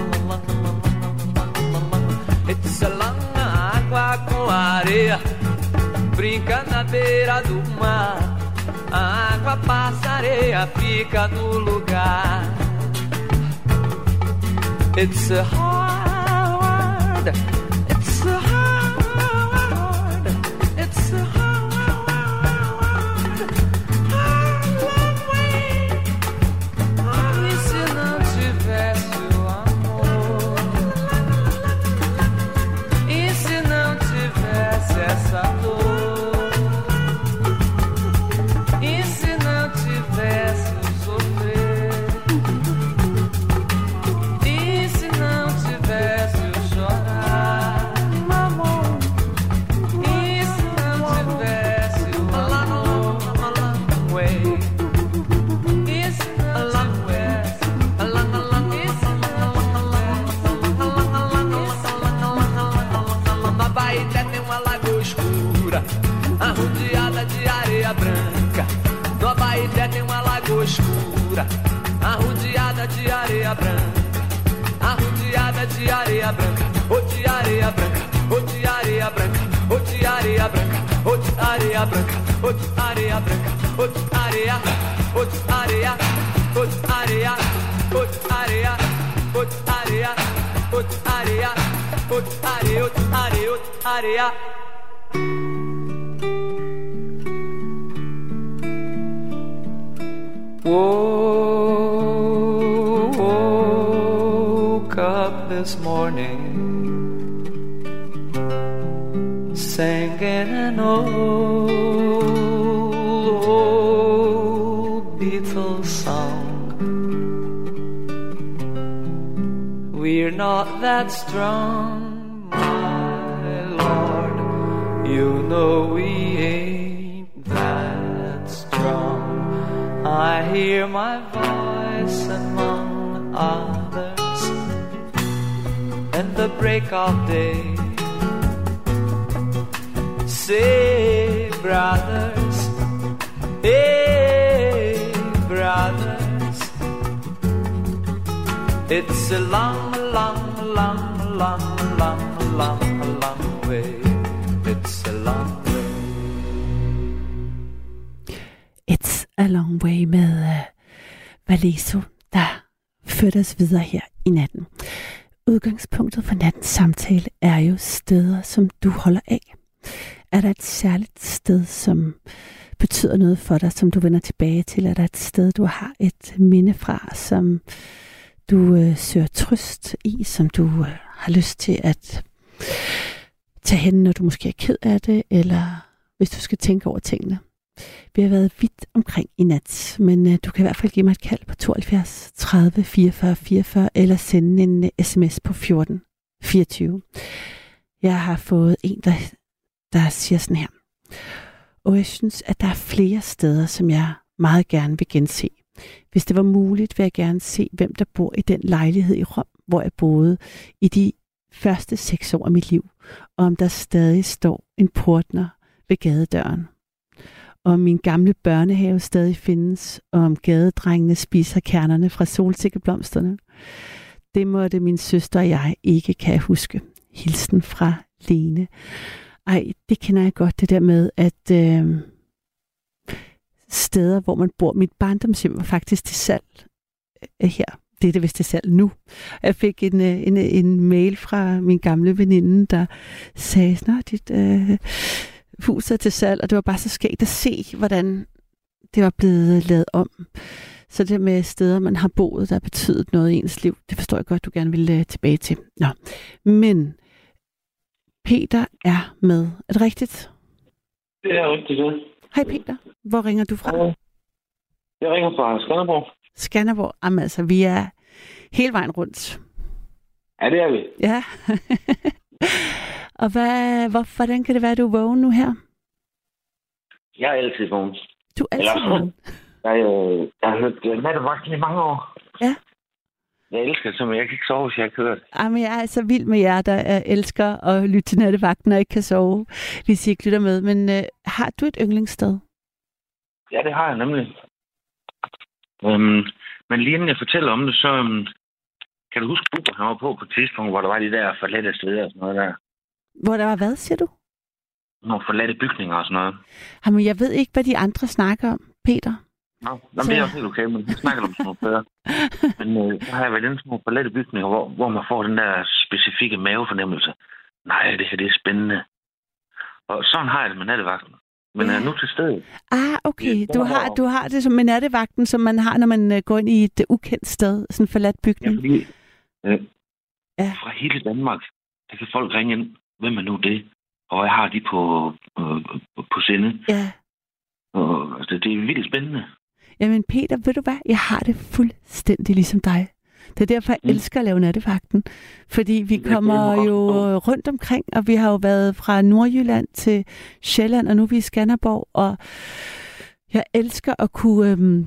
long. It's a long água com areia, brinca na beira do mar. A água passa, areia fica no lugar. It's a hard, it's a hard, it's a hard, long way. E se não tivesse o amor? E se não tivesse essa dor? E se não tivesse o sofrer? E se não tivesse o chorar, amor? E se não tivesse o amor? A long way. E se não tivesse a long, e se não tivesse na Baeté tem uma lagoa escura, arrodeada de areia branca. No Baeté tem uma lagoa escura, arrodeada de areia branca. Arrodeada de areia branca, ou de areia branca, ou de areia branca, ou de areia branca, ou de areia branca, ou de areia branca, ou de areia, ou de areia, ou de areia, ou de areia, ou de areia, ou de areia, ou de areia, ou de areia, ou de areia. Woke up this morning singing an old Beatles song. We're not that strong, my Lord. You know we ain't that strong. I hear my voice among others in the break of day. Say, brothers, hey, brothers, it's a long, long, long, long, long, long, long way. It's a long way. It's a long way med Valeso, der førte os videre her i natten. Udgangspunktet for nattens samtale er jo steder, som du holder af. Er der et særligt sted, som betyder noget for dig, som du vender tilbage til? Er der et sted, du har et minde fra, som du søger trøst i, som du har lyst til at tage hen, når du måske er ked af det, eller hvis du skal tænke over tingene? Vi har været vidt omkring i nat, men du kan i hvert fald give mig et kald på 72 30 44 44, eller sende en sms på 14 24. Jeg har fået en, der siger sådan her. Og jeg synes, at der er flere steder, som jeg meget gerne vil gense. Hvis det var muligt, vil jeg gerne se, hvem der bor i den lejlighed i Rom, hvor jeg boede i de første 6 år af mit liv, og om der stadig står en portner ved gadedøren. Og om min gamle børnehave stadig findes, og om gadedrengene spiser kernerne fra solsikkeblomsterne. Det måtte min søster og jeg ikke kan huske. Hilsen fra Lene. Ej, det kender jeg godt, det der med, at steder, hvor man bor. Mit barndomshjem var faktisk til salg her. Det er det vist til salg nu. Jeg fik en mail fra min gamle veninde, der sagde, at dit hus er til salg, og det var bare så skægt at se, hvordan det var blevet lavet om. Så det med steder, man har boet, der har betydet noget i ens liv, det forstår jeg godt, du gerne vil tilbage til. Nå. Men Peter er med. Er det rigtigt? Det er rigtigt, ja. Hej Peter. Hvor ringer du fra? Jeg ringer fra Skanderborg. Skanderborg. Jamen altså, vi er hele vejen rundt. Ja, det er vi. Ja. Og hvordan kan det være, at du er vågen nu her? Jeg er altid vågen. Du er altid vågen? Jeg har hørt nattevagten i mange år. Ja. Jeg elsker det, som jeg kan ikke sove, hvis jeg ikke hører det. Jamen, jeg er så vild med jer, der elsker at lytte til nattevagten og ikke kan sove, hvis I ikke lytter med. Men har du et yndlingssted? Ja, det har jeg nemlig. Men lige inden jeg fortæller om det, så kan du huske, Bubber, han var på et tidspunkt, hvor der var de der forladte steder og sådan noget der. Hvor der var hvad, siger du? Nogle forladte bygninger og sådan noget. Jamen, jeg ved ikke, hvad de andre snakker om, Peter. Nå, det er også helt okay, men vi snakker om sådan nogle steder. Men så har jeg været inde i nogle forladte bygninger, hvor man får den der specifikke mavefornemmelse. Nej, det her det er spændende. Og sådan har jeg det med nattevagten. Men er nu til stedet. Okay. Du har det som med nattevagten, som man har, når man går ind i et ukendt sted, sådan en forladt bygning. Ja, fordi fra hele Danmark, der kan folk ringe ind. Hvem er nu det? Og jeg har de på sinde. Ja. Og altså, det er vildt spændende. Jamen Peter, ved du hvad? Jeg har det fuldstændig ligesom dig. Det er derfor, jeg elsker at lave nattevagten. Fordi vi kommer jo rundt omkring, og vi har jo været fra Nordjylland til Sjælland, og nu er vi i Skanderborg, og jeg elsker at kunne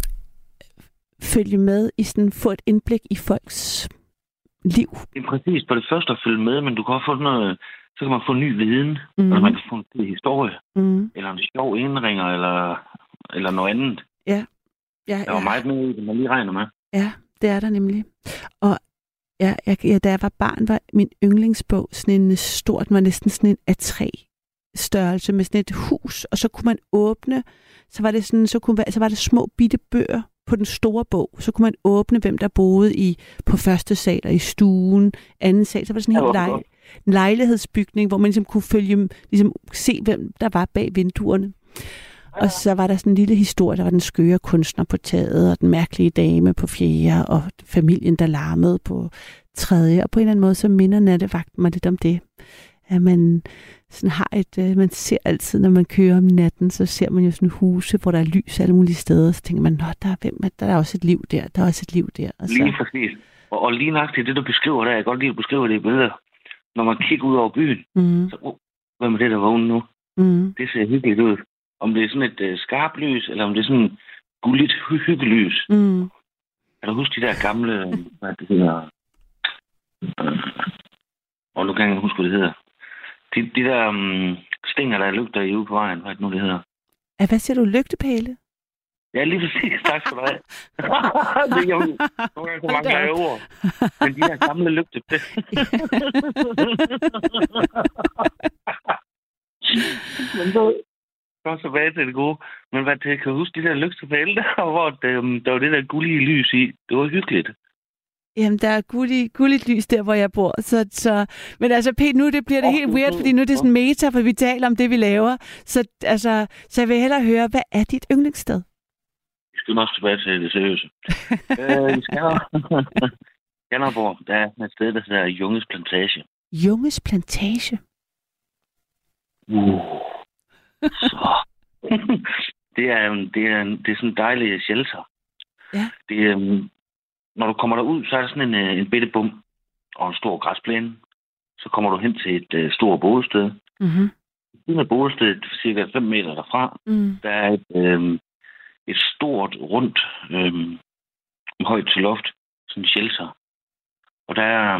følge med i sådan, få et indblik i folks liv. Det er præcis på det første at følge med, men du kan også få noget, så kan man få ny viden, eller man kan få en historie, eller en sjov indringer, eller noget andet. Ja. Der var meget med i det, man lige regner med. Ja, det er der nemlig. Og da jeg var barn, var min yndlingsbog sådan en stort, var næsten sådan en A3-størrelse med sådan et hus, og så kunne man åbne, så var det sådan, så var det små bitte bøger på den store bog, så kunne man åbne, hvem der boede på første sal og i stuen, anden sal, så var det sådan en lejlighedsbygning, hvor man ligesom kunne se, hvem der var bag vinduerne. Og så var der sådan en lille historie, der var den skøre kunstner på taget, og den mærkelige dame på fjerde, og familien, der larmede på tredje. Og på en eller anden måde, så minder nattevagten mig lidt om det. At man sådan har man ser altid, når man kører om natten, så ser man jo sådan huse, hvor der er lys alle mulige steder. Så tænker man, der er også et liv der, der er også et liv der. Og så... Lige præcis. Og lige nøjagtigt det, du beskriver der, jeg kan godt lide at beskrive det i billeder. Når man kigger ud over byen, så hvem er det, der vågner nu? Det ser hyggeligt ud. Om det er sådan et skarpt lys, eller om det er sådan gulligt hyggelys. Kan du huske de der gamle, hvad det hedder? Og nu kan jeg ikke huske, hvad det hedder. De der stænger, der er lygter i ude på vejen, hvad det nu det hedder? Hvad siger du? Lygtepæle? Ja, lige præcis. Tak for dig. Det er jo nogle gange så mange af ord. Men de her gamle lygtepæle. Men så tilbage til det gode. Men hvad det kan huske, de der lygtepæle der, hvor der var det der gullige lys i. Det var hyggeligt. Jamen, der er gulligt lys der, hvor jeg bor. Men altså, Pete, nu bliver det helt weird, fordi nu er det sådan meta, for vi taler om det, vi laver. Så jeg vil hellere høre, hvad er dit yndlingssted? Vi skal nok tilbage til det seriøse. I Skanderborg, der er et sted, der hedder Junges Plantage. Junges Plantage? Så. Det er sådan en dejlig shelter. Ja. Når du kommer derud, så er der sådan en bitte bum og en stor græsplæne. Så kommer du hen til et stort bådested. I bådestedet, cirka 5 meter derfra, der er et stort, rundt, højt til loft, sådan en shelter. Og der er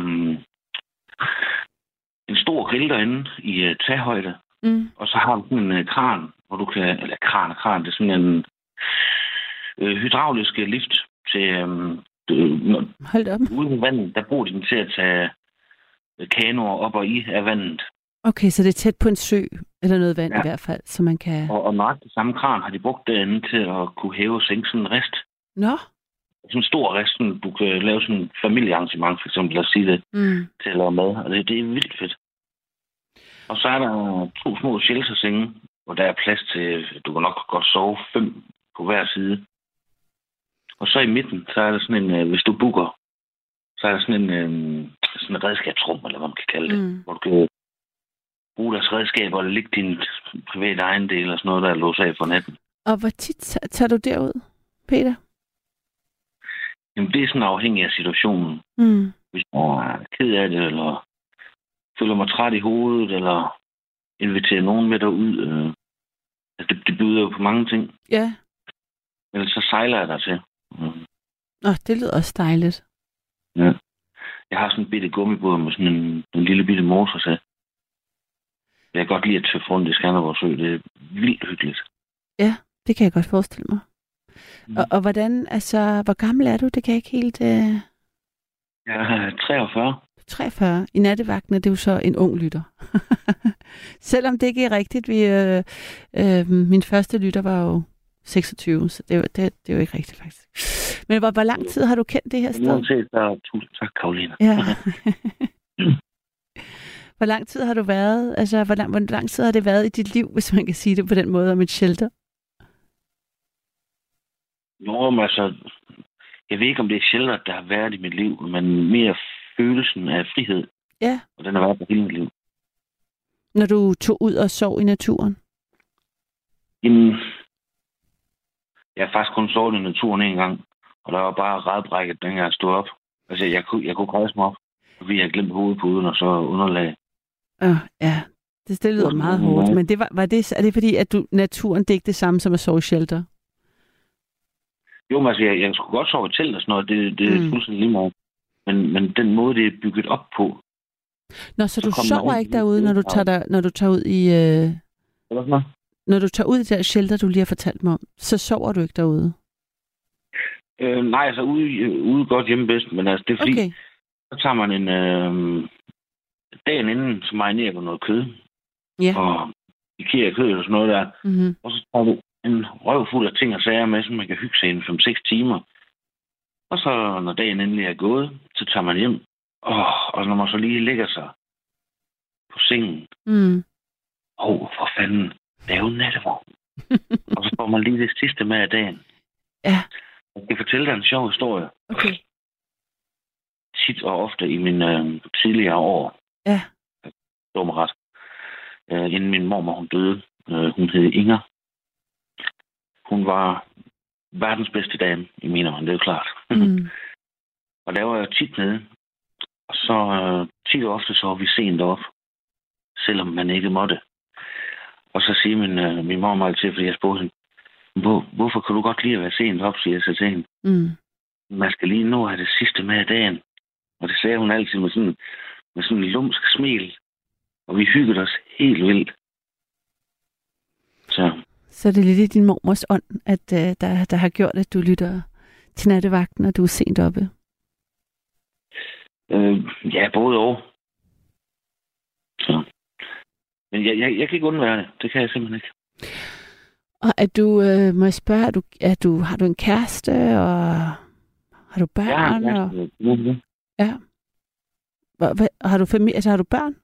en stor grill derinde i taghøjde. Og så har du sådan en kran, hvor du kan, eller kran, det er sådan en hydraulisk lift til, hold op. Ude i vandet, der bruger de den til at tage kanoer op og i af vandet. Okay, så det er tæt på en sø, eller noget vand i hvert fald, så man kan... Og nøjagtigt det samme kran har de brugt derinde til at kunne hæve og sænke sådan en rest. Nå? Sådan en stor rest, sådan, du kan lave sådan en familiearrangement, for eksempel, lad os sige det, til at lave mad. Og det er vildt fedt. Og så er der 2 små sheltersenge, hvor der er plads til, du kan nok godt sove 5 på hver side. Og så i midten, så er der sådan en, hvis du booker, så er der sådan en redskabsrum, eller hvad man kan kalde det, hvor du kan bruge deres redskaber og lægge din private ejendel og sådan noget, der er låst af for natten. Og hvor tit tager du derud? Peter? Jamen, det er sådan afhængig af situationen. Hvis jeg er ked af det, eller føler mig træt i hovedet, eller inviterer nogen med derud. Altså, det byder jo på mange ting. Ja. Ellers så sejler jeg der til. Det lyder også dejligt. Ja. Jeg har sådan en bitte gummibåd med sådan en lille bitte motor til. Jeg kan godt lide at tøffe rundt i Skanderborg Sø. Det er vildt hyggeligt. Ja, det kan jeg godt forestille mig. Og hvordan, altså, hvor gammel er du? Det kan jeg ikke helt... Jeg er 43. 43. I nattevagten er det jo så en ung lytter. Selvom det ikke er rigtigt. Min første lytter var jo 26, så det er jo ikke rigtigt faktisk. Men hvor lang tid har du kendt det her sted? Tusind tak, Karoline. Ja. Hvor lang tid har du været? Altså, hvor lang tid har det været i dit liv, hvis man kan sige det på den måde, om et shelter? Men altså, jeg ved ikke, om det er shelter, der har været i mit liv, men mere følelsen af frihed. Ja. Og den har været på hele mit liv. Når du tog ud og sov i naturen? Jeg har faktisk kun sovet i naturen en gang, og der var bare rædbrækket, dengang jeg stod op. Altså, jeg kunne rejse mig op, fordi jeg glemte hovedpuden og så underlag. Ja, det lyder meget hårdt. Men er det fordi, at naturen det er ikke det samme som at sove i shelter? Jo, men altså, jeg skulle godt sove i telt og sådan noget. Det er fuldstændig lige meget. Men den måde, det er bygget op på. Nå, så du sover ikke derude, når du tager ud i... Når du tager ud i det der shelter, du lige har fortalt mig om, så sover du ikke derude? Nej, altså ude godt hjemme bedst, men altså det er fordi, så tager man en dagen inden, så marinerer du noget kød. Ja. Og ikea kød eller sådan noget der. Mm-hmm. Og så tager du en røv fuld af ting og sager med, så man kan hygge sig i 5-6 timer. Og så når dagen endelig er gået, så tager man hjem. Og når man så lige ligger sig på sengen. For fanden. Det er jo nattevogn. Og så får man lige det sidste med af dagen. Ja. Jeg skal fortælle dig en sjov historie. Okay. Tit og ofte i mine tidligere år. Ja. Det var mig ret. Inden min mormor hun døde. Hun hed Inger. Hun var verdens bedste dame i mine øjne, det er jo klart. Og der var jeg tit nede. Og så tit og ofte så var vi sent op. Selvom man ikke måtte. Og så siger min mor altid, fordi jeg spurgte hende, hvorfor kan du godt lide at være sent op, siger jeg så til hende. Man skal lige nå at have det sidste med af dagen. Og det sagde hun altid med sådan en lumsk smil. Og vi hyggede os helt vildt. Så det er lidt i din mormors ånd, at der har gjort, at du lytter til nattevagten, og du er sent oppe? Ja, både og. Så. Men jeg kan ikke undvære det. Det kan jeg simpelthen ikke. Og må jeg spørge, har du en kæreste, og har du børn? Ja. Har du familie? Altså, har du børn?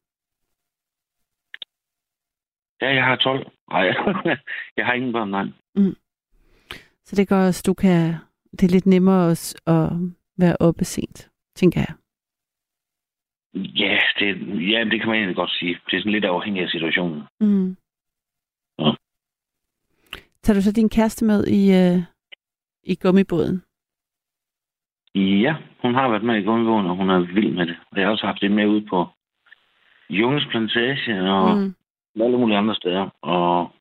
Ja, jeg har 12. Nej, jeg har ingen børn, nej. Så det gør også, det er lidt nemmere at være oppe sent, tænker jeg. Ja, det kan man egentlig godt sige. Det er sådan lidt afhængig af situationen. Ja. Tager du så din kæreste med i gummibåden? Ja, hun har været med i gummibåden, og hun er vild med det. Og jeg har også haft det med ude på Junges Plantage og alle mulige andre steder. Og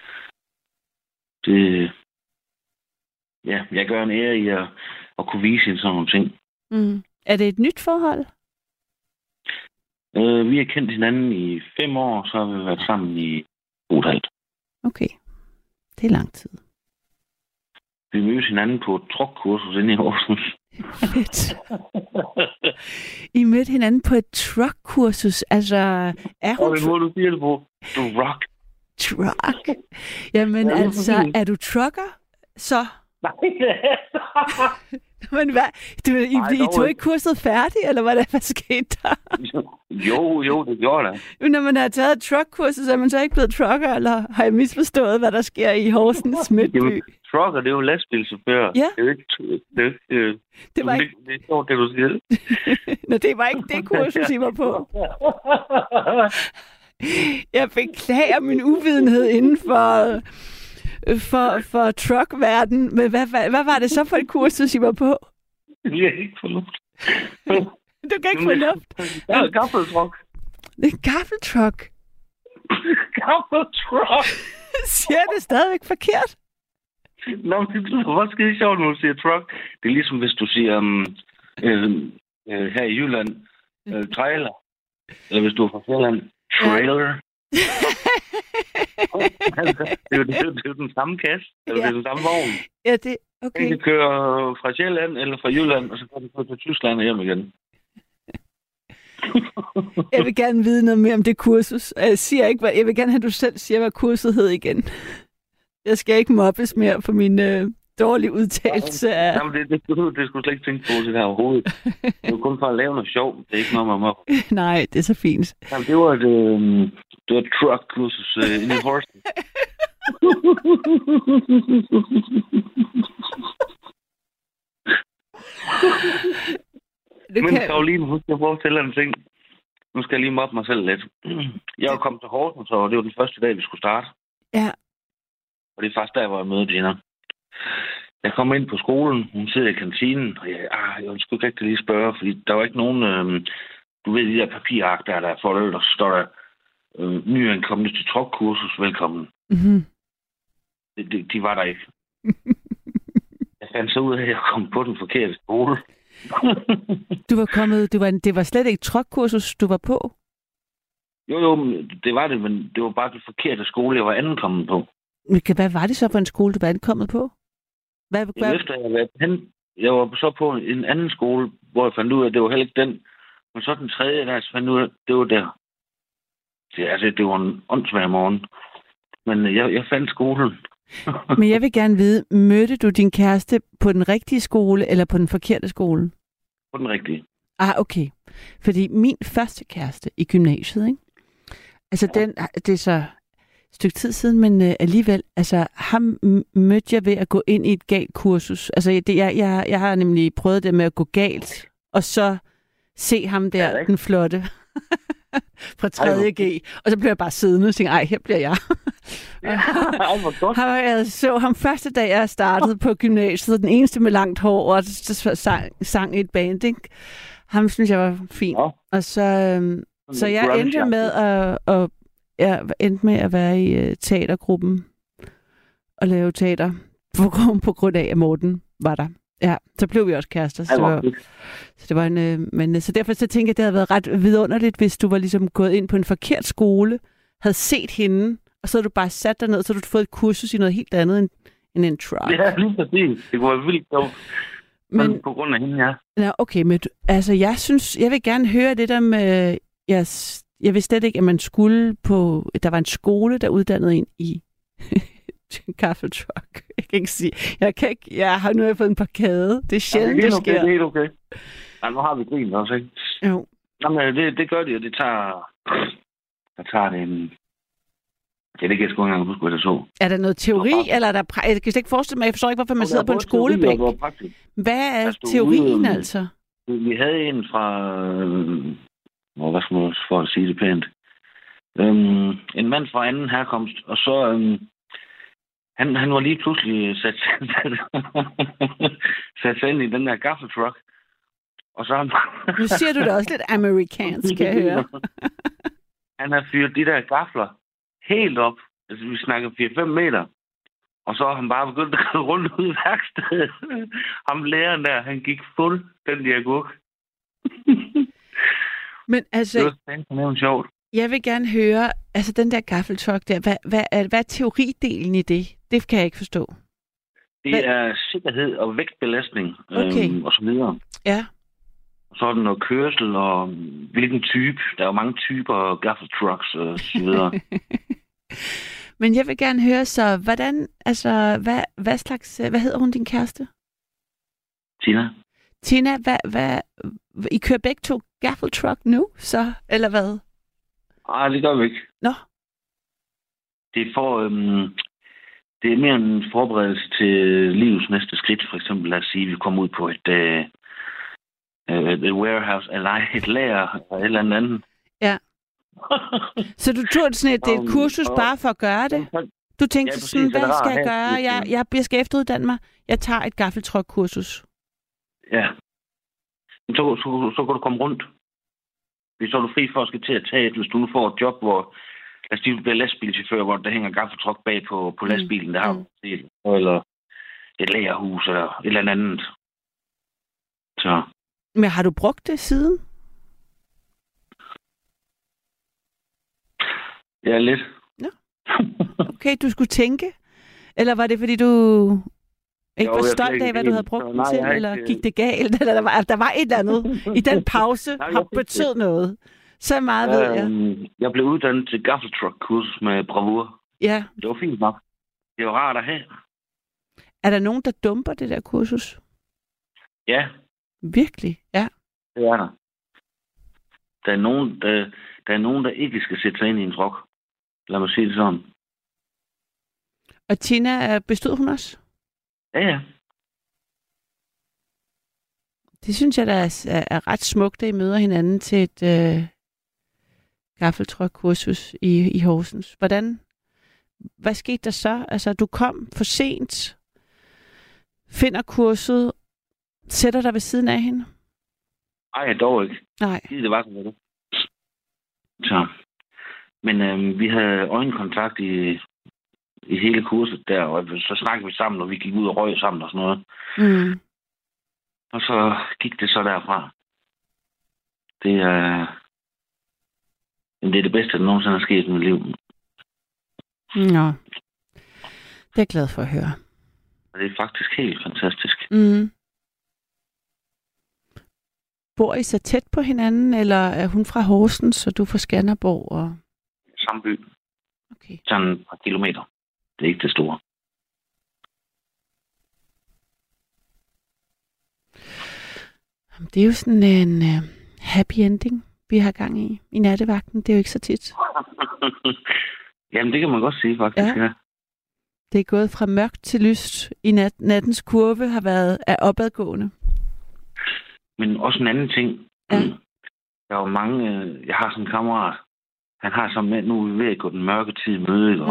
det... Ja, jeg gør en ære i at kunne vise hende sådan nogle ting. Er det et nyt forhold? Vi har kendt hinanden i 5 år, så har vi været sammen i 2,5. Okay. Det er lang tid. Vi mødte hinanden på et truckkursus inde i Horsens. Fedt. I mødte hinanden på et truckkursus. Altså, er hun... Hvor du siger det på? Truck. Jamen altså, er du trucker? Så... Nej, men hvad? I tog ikke kurset færdigt, eller hvad skete der? Jo, det gjorde det. Når man har taget et truckkursus, så er man så ikke blevet trucker, eller har jeg misforstået, hvad der sker i Horsens Midtby? Trucker, det er jo lastbilchauffør. Ja. Det er jo ikke... Det var ikke... Det er sjovt, det du siger. Nå, det var ikke det kursus, I var på. Jeg beklager min uvidenhed inden for for truckverden. Men hvad var det så for et kursus, I var på? Jeg kan ikke få luft. Du kan ikke få luft? Det er en gaffeltruck. Det er en gaffeltruck? Gaffeltruck! Siger det stadigvæk forkert? Nå, det lyder faktisk skide sjovt, når du siger truck. Det er ligesom, hvis du siger her i Jylland, trailer. Eller hvis du er fra Sjælland, trailer. Det er jo den samme kasse. Eller det er den samme vogn. Ja, det okay. Du kan køre fra Sjælland eller fra Jylland, og så kan du køre til Tyskland og hjem igen. Jeg vil gerne vide noget mere om det kursus. Jeg siger ikke, jeg vil gerne have, at du selv siger, hvad kurset hed igen. Jeg skal ikke mobbes mere for min dårlige udtalelse af... Jamen, det skulle du slet ikke tænke på det her overhovedet. Det er jo kun for at lave noget sjovt. Det er ikke noget med mig. Nej, det er så fint. Jamen, det var et truck-kursus inde i Horsens. Men Karoline, husk at fortælle en ting. Nu skal jeg lige mobbe mig selv lidt. Jeg var kommet til Horsens, og det var den første dag, vi skulle starte. Ja. Og det er faktisk der, hvor jeg mødte hende. Jeg kom ind på skolen, hun sidder i kantinen, og jeg skulle ikke rigtig lige spørge, fordi der var ikke nogen, du ved, de der papirark, der er foldet, og så står der, nyankomne til truckkursus, velkommen. Mm-hmm. De var der ikke. Jeg fandt så ud af, at jeg kom på den forkerte skole. Det var slet ikke truckkursus, du var på? Jo, det var det, men det var bare den forkerte skole, jeg var ankommet på. Hvad var det så for en skole, du var ankommet på? Jeg var så på en anden skole, hvor jeg fandt ud af, at det var heller ikke den. Men så den tredje, der jeg fandt ud af, det var der. Det var en åndssvær morgen. Men jeg fandt skolen. Men jeg vil gerne vide, mødte du din kæreste på den rigtige skole, eller på den forkerte skole? På den rigtige. Okay. Fordi min første kæreste i gymnasiet, ikke? Altså, det er så et stykke tid siden, men alligevel, altså, ham mødte jeg ved at gå ind i et galt kursus. Altså, jeg har nemlig prøvet det med at gå galt, og så se ham der, den flotte, fra 3.G. Og så blev jeg bare siddende og tænkte, her bliver jeg. Jeg så ham første dag, jeg startede på gymnasiet, den eneste med langt hår, og sang i et band, ikke? Ham synes jeg var fin. Ja. Og så jeg endte med at være i teatergruppen og lave teater på grund af, at Morten var der. Ja, så blev vi også kærester. Så derfor så tænker jeg, at det havde været ret vidunderligt, hvis du var ligesom gået ind på en forkert skole, havde set hende, og så havde du bare sat dig ned, og så havde du fået et kursus i noget helt andet end en truck. Ja, lige præcis. Det kunne være vildt sjovt. Men på grund af hende, ja. Ja, okay, men altså jeg vil gerne høre det der med, jeg vidste slet ikke, at man skulle på, der var en skole, der uddannede en i gaffeltruck. Jeg kan ikke sige, jeg har nu fået en parkade. Det er sjældent, det sker. Det er helt okay. Ja, nu har vi grin også, ikke? Jo. Jamen, det gør det, og det tager det en... Ja, det kan jeg sgu ikke engang huske, hvad det så. Er der noget teori, eller er der... Jeg kan slet ikke forestille mig, jeg forstår ikke, hvorfor man sidder på en skolebænk. Hvad er teorien, altså? Vi havde en fra... hvad skal man for at sige det pænt? En mand fra anden herkomst, og så... Han var lige pludselig sat sig ind i den der gaffeltruck. Og så... Nu siger du det også lidt amerikansk, kan jeg høre. Han har fyret de der gafler helt op. Altså, vi snakker 4-5 meter. Og så har han bare begyndt at gå rundt ud i værkstedet. Ham læreren der, han gik fuldstændig agurk. Men altså... Det var simpelthen sjovt. Jeg vil gerne høre, altså den der gaffeltruck der, hvad er teoridelen i det? Det kan jeg ikke forstå. Det er sikkerhed og vægtbelastning, og så videre. Ja. Så er der noget kørsel og hvilken type. Der er jo mange typer gaffeltrucks og så videre. Men jeg vil gerne høre så, hvordan, altså, hvad slags, hvad hedder hun, din kæreste? Tina. Tina, I kører begge to gaffeltruck nu, så, eller hvad? Nej, det gør vi ikke. Nå. Det er mere en forberedelse til livets næste skridt. For eksempel, lad os sige, at vi kommer ud på et warehouse, eller et lager, eller et eller andet. Ja. Så du tog det sådan et kursus bare for at gøre det? Du tænkte præcis, sådan, hvad det er skal jeg rart at gøre? Jeg skal efteruddanne mig. Jeg tager et gaffeltruck-kursus. Ja. Så kan du komme rundt. Så er du fri for at skal til at tage, hvis du nu får et job, hvor du bliver lastbilchauffør, hvor der hænger gaffeltruck bag på lastbilen, der har du set. Eller et lagerhus, eller et eller andet. Så. Men har du brugt det siden? Ja, lidt. Ja. Okay, du skulle tænke? Eller var det, fordi du ikke var stolt af, hvad du havde brugt den til? Eller gik det galt? Eller der var et eller andet i den pause, har betydet noget? Så meget ved jeg. Jeg blev uddannet til gaffeltruck-kursus med bravur. Ja. Det var fint nok. Det var rart at have. Er der nogen, der dumper det der kursus? Ja. Virkelig? Ja. Det er der. Der er nogen, der ikke skal sætte sig ind i en truck. Lad mig sige det sådan. Og Tina, bestod hun også? Ja. Det synes jeg, der er ret smukt, at I møder hinanden til et gaffeltruck-kursus i Horsens. Hvad skete der så? Altså, du kom for sent, finder kurset, sætter dig ved siden af hende? Nej, dog ikke. Nej. Det var sådan, det. Så. Men vi havde øjenkontakt i hele kurset der, og så snakkede vi sammen, og vi gik ud og røg sammen og sådan noget. Mm. Og så gik det så derfra. Det er det bedste, der nogensinde er sket i mit liv. Nå. Det er jeg glad for at høre. Og det er faktisk helt fantastisk. Mm. Bor I så tæt på hinanden, eller er hun fra Horsens, så du fra Skanderborg? Og... Samme by. Okay. Sådan et par kilometer. Det er ikke det store. Det er jo sådan en happy ending, vi har gang i nattevagten. Det er jo ikke så tit. Jamen, det kan man godt sige, faktisk, ja. Det er gået fra mørkt til lyst. I nattens kurve har været af opadgående. Men også en anden ting. Ja. Der er jo mange... Jeg har sådan en kammerat. Han har sådan med, nu er vi ved at gå den mørke tid i møde.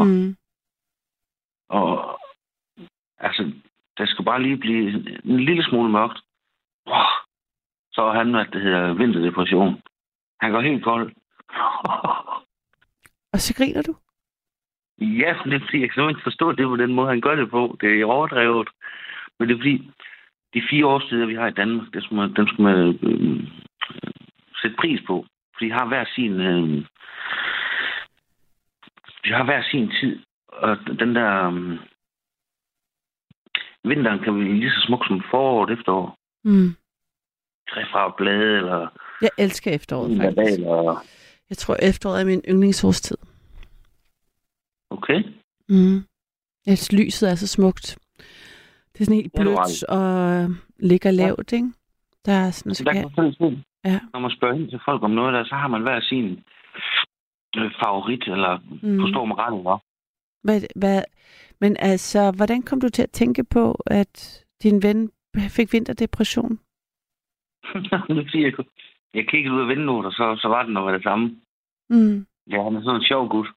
Og altså, der skal bare lige blive en lille smule mørkt. Så er han, at det hedder vinterdepression. Han går helt kold. Og så griner du? Ja, det er fordi, jeg kan ikke forstå det på den måde, han gør det på. Det er overdrevet. Men det er fordi, de 4 årstider, vi har i Danmark, dem skal man sætte pris på. For de har hver sin tid. Og den der... vinteren kan blive lige så smuk som foråret efterår. Mm. Træfarvede blade, eller... Jeg elsker efteråret, faktisk. Jeg tror, efteråret er min yndlingsårstid. Okay. Mm. Lyset er så smukt. Det er sådan helt blødt og ligger lavt, ikke? Der er sådan noget Når man spørger ind til folk om noget der, så har man hver sin favorit, eller forstår man ret, eller? Men altså, hvordan kom du til at tænke på, at din ven fik vinterdepression? Jeg kiggede ud af vinduet, og så var det noget af det samme. Mm. Ja, han er sådan en sjov gut.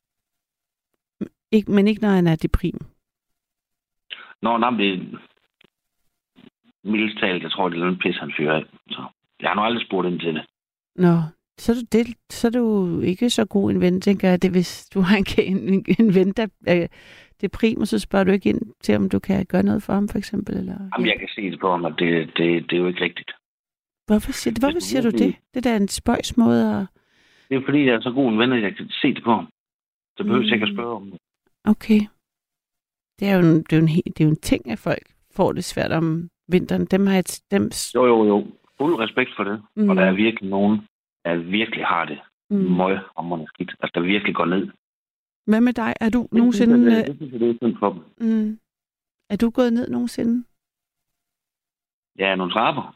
Men ikke når han er deprim? Nå, det er mildest talt, jeg tror, det er en pis, han fyrer af. Så jeg har nu aldrig spurgt ind til det. Nå, så er du ikke så god en ven, tænker jeg. Det, hvis du har en ven, der er deprim, og så spørger du ikke ind til, om du kan gøre noget for ham, for eksempel? Eller, Jamen, jeg kan se det på ham, at det er jo ikke rigtigt. Hvorfor siger du det? Det er da en spøjs måde at... Det er fordi, jeg er så god en ven, at jeg kan se det på ham. Så behøver jeg ikke at spørge om det. Okay. Det er jo en ting, at folk får det svært om vinteren. Jo. Fuld respekt for det. Og der er virkelig nogen, der virkelig har det møghamrende skidt. Altså, der virkelig går ned. Hvad med dig? Er du nogensinde... Det er synd for dem. Er du gået ned nogensinde? Ja, nogle trapper.